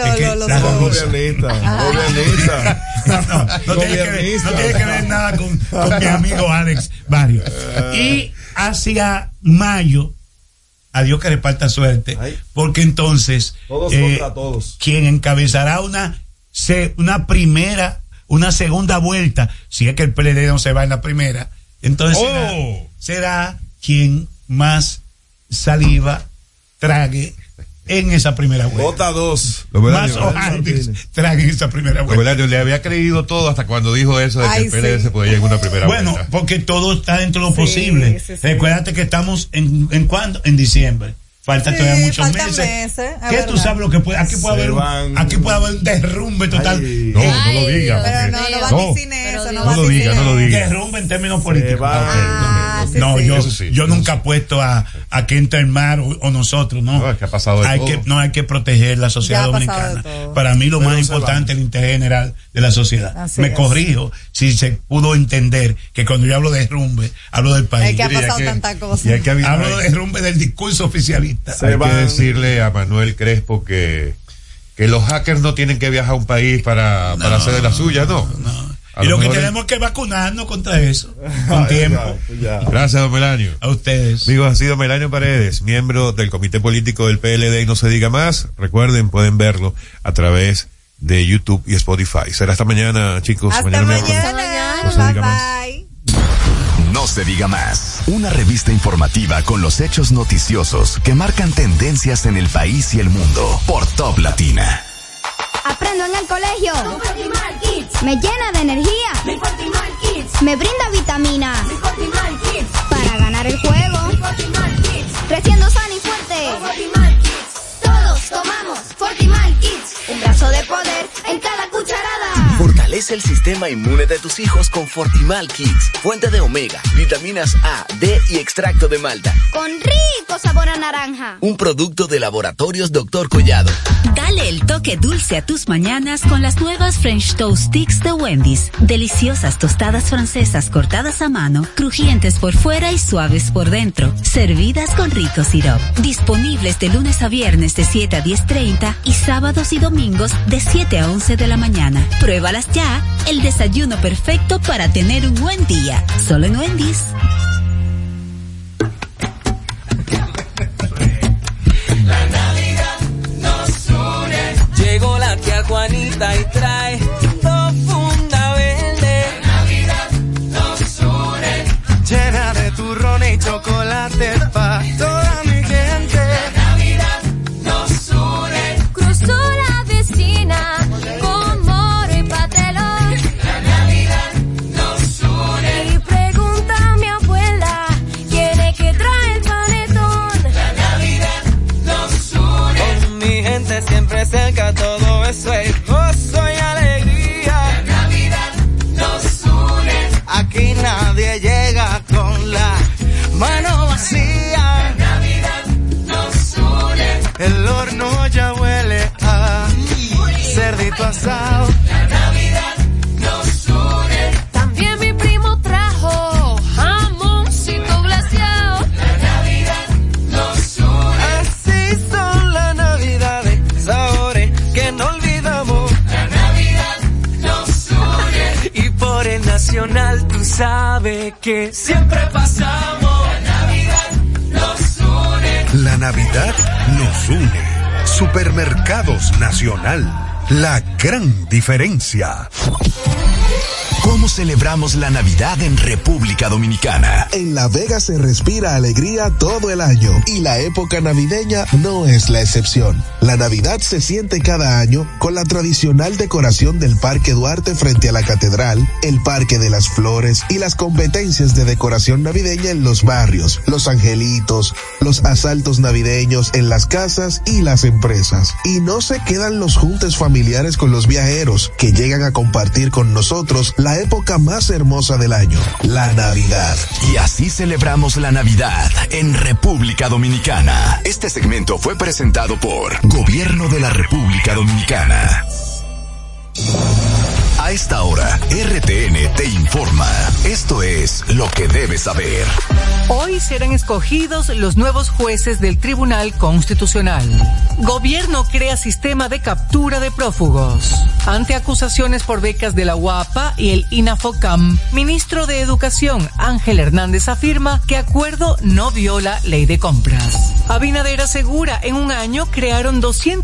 no tiene que ver nada con mi amigo Alex Barrio. Y hacia mayo, a Dios que reparta suerte, porque entonces todos contra todos. Quien encabezará una segunda vuelta, si es que el PLD no se va en la primera, entonces será quien más saliva trague en esa primera vuelta. Vota 2. Más ojantes traguen esa primera vuelta. Le había creído todo hasta cuando dijo eso de que el PLD se podía ir en una primera vuelta. Bueno, porque todo está dentro de lo posible. Recuérdate que estamos en ¿cuándo? En diciembre. Falta todavía muchos meses. ¿Qué tú sabes lo que puede? Aquí puede haber un derrumbe total. No lo diga. Pero no vaticine eso. No lo diga. Derrumbe en términos políticos. Yo nunca apuesto a que entre el mar o nosotros, ¿no? No, es que ha pasado de todo. Hay que proteger la sociedad dominicana. Para mí lo más importante es el interés general de la sociedad. Me corrijo si se pudo entender que cuando yo hablo de derrumbe, hablo del país. Es que ha pasado tanta cosa. Hablo de derrumbe del discurso oficialista. Hay que decirle a Manuel Crespo que los hackers no tienen que viajar a un país para hacer de la suya, ¿no? Y lo que tenemos que vacunarnos contra eso, con tiempo. Gracias, don Melanio. A ustedes. Amigos, ha sido Melanio Paredes, miembro del Comité Político del PLD y No Se Diga Más. Recuerden, pueden verlo a través de YouTube y Spotify. Será hasta mañana, chicos. Hasta mañana. No se diga más. Bye. No se diga más. Una revista informativa con los hechos noticiosos que marcan tendencias en el país y el mundo por Top Latina. Aprendo en el colegio. Me llena de energía. Me brinda vitaminas. Para ganar el juego. Creciendo sano y fuerte. Todos tomamos Fortimal Kids. Un brazo de poder en cada cucharada. Fortalece el sistema inmune de tus hijos con Fortimal Kids. Fuente de omega, vitaminas A, D y extracto de malta. Con rico sabor a naranja. Un producto de Laboratorios Dr. Collado. Dale el toque dulce a tus mañanas con las nuevas French Toast Sticks de Wendy's. Deliciosas tostadas francesas cortadas a mano, crujientes por fuera y suaves por dentro. Servidas con rico sirope. Disponibles de lunes a viernes de 7 a 10:30 y sábados y domingos de 7 a 11 de la mañana. Pruébalas ya, el desayuno perfecto para tener un buen día. Solo en Wendy's. La Navidad nos une. Llegó la tía Juanita y trae dos funda verde. La Navidad nos une. Llena de turrón y chocolate pa' toda mi gente. La Navidad nos une. Cruzó la vecina con moro y patelón. La Navidad nos une. Y pregunta a mi abuela quién es que trae el panetón. La Navidad nos une. Con mi gente siempre cerca, todo eso es gozo y alegría. La Navidad nos une. Aquí nadie llega con la mano vacía. La Navidad nos une. El horno ya huele a cerdito asado. La Navidad nos une. También mi primo trajo jamoncito glaseado. La Navidad nos une. Así son las navidades, sabores que no olvidamos. La Navidad nos une. Y por el Nacional tú sabes que siempre pasamos. La Navidad nos une. La Navidad nos une. Supermercados Nacional. La gran diferencia. ¿Cómo celebramos la Navidad en República Dominicana? En La Vega se respira alegría todo el año y la época navideña no es la excepción. La Navidad se siente cada año con la tradicional decoración del Parque Duarte frente a la Catedral, el Parque de las Flores y las competencias de decoración navideña en los barrios, los angelitos, los asaltos navideños en las casas y las empresas. Y no se quedan los juntes familiares con los viajeros que llegan a compartir con nosotros la época más hermosa del año, la Navidad. Y así celebramos la Navidad en República Dominicana. Este segmento fue presentado por Gobierno de la República Dominicana. A esta hora, RTN te informa. Esto es lo que debes saber. Hoy serán escogidos los nuevos jueces del Tribunal Constitucional. Gobierno crea sistema de captura de prófugos. Ante acusaciones por becas de la UAPA y el INAFOCAM, ministro de Educación Ángel Hernández afirma que acuerdo no viola ley de compras. Abinader asegura en un año crearon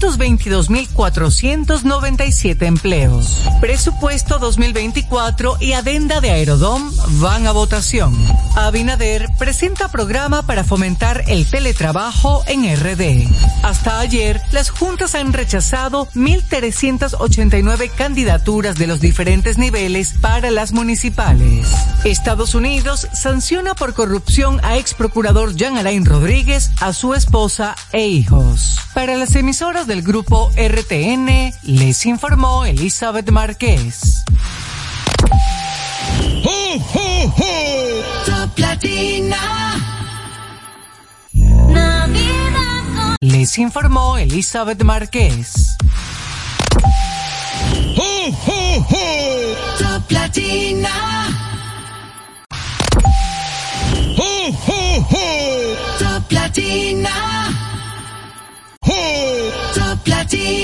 222.497 empleos. Presupuesto 2024 y adenda de Aerodom van a votación. Abinader presenta programa para fomentar el teletrabajo en RD. Hasta ayer, las juntas han rechazado 1.389 candidaturas de los diferentes niveles para las municipales. Estados Unidos sanciona por corrupción a ex procurador Jean Alain Rodríguez, a su esposa e hijos. Para las emisoras del grupo RTN, les informó Elizabeth Márquez. Top Latina. Les informó Elizabeth Márquez. Top Latina. Top Latina. Top Latina.